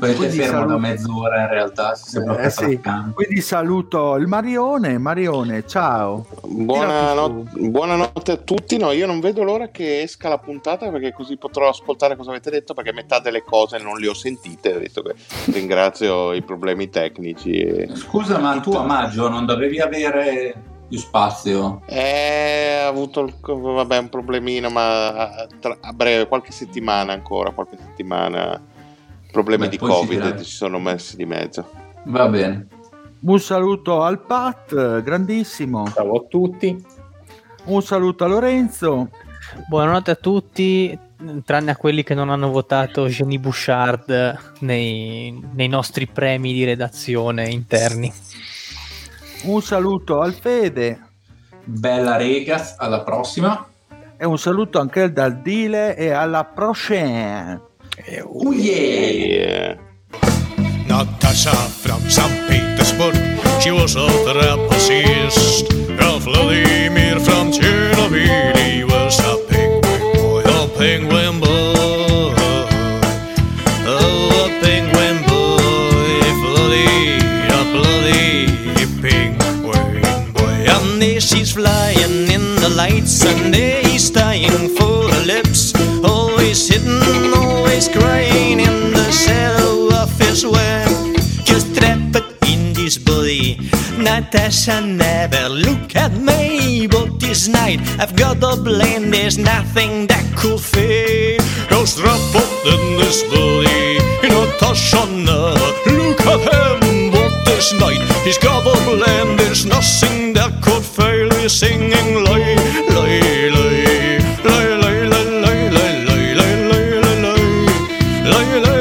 Poi Quindi sei fermo saluto- da mezz'ora in realtà, si è bloccato Eh sì, la cam. quindi saluto il Marione. Marione, ciao. Buonanotte, buonanotte a tutti. No, io non vedo l'ora che esca la puntata, perché così potrò ascoltare cosa avete detto, perché metà delle cose non le ho sentite, visto che ringrazio i problemi tecnici. E... Scusa, ma tu a maggio non dovevi avere più spazio? Eh, ho avuto il- vabbè, un problemino, ma tra- a breve, qualche settimana ancora, qualche settimana. Problemi Beh, di poi ci Covid dirai. ci sono messi di mezzo. Va bene. Un saluto al Pat, grandissimo. Ciao a tutti. Un saluto a Lorenzo. Buonanotte a tutti, tranne a quelli che non hanno votato Jenny Bouchard nei, nei nostri premi di redazione interni. Un saluto al Fede. Bella Regas, alla prossima. E un saluto anche dal Dile e alla prochaine. Oh yeah! E, Natasha from Saint Petersburg, she was a trapezist. Ralph Vladimir from Chernobyl, he was a penguin boy, a penguin boy. Oh, a penguin boy, bloody, a bloody penguin boy. And there she's flying in the lights, and there he's dying for her lips. Always hidden, always crying in the shadow of his web. Just trapped in this body. Natasha, never look at me. But this night I've got a blame, there's nothing that could fade. Just trapped in this body. Natasha, never look at him. But this night he's got a blame, there's nothing that could fail. He's singing lay, lay, lay, lay, lay, lay, lay, lay, lay, lay, lay, lay, lay, lay.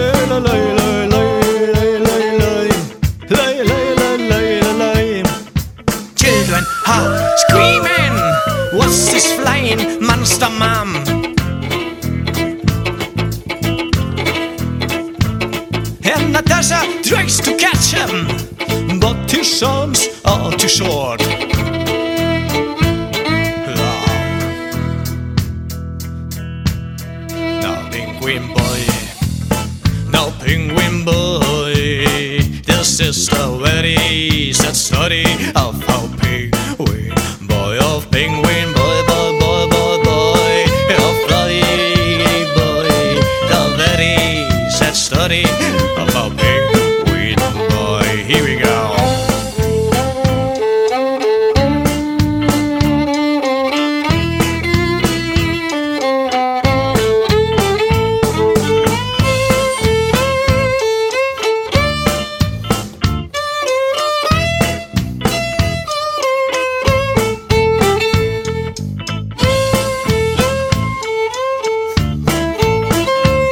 Children are screaming, what's this flying monster, mom? And Natasha tries to catch him, but his arms are too short. Now, penguin boy, now penguin boy, this is the very sad story of how penguin boy, of penguin boy, boy, boy, boy, boy, of bloody boy, the very sad story of how penguin boy. Here we go.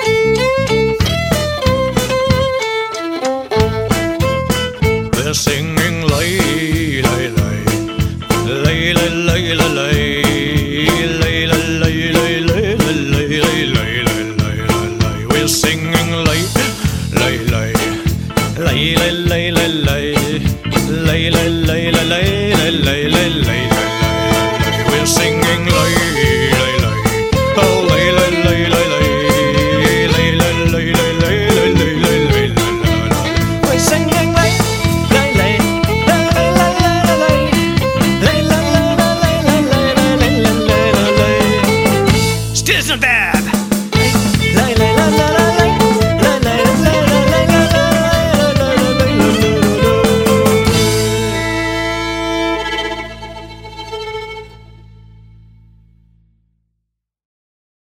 Sing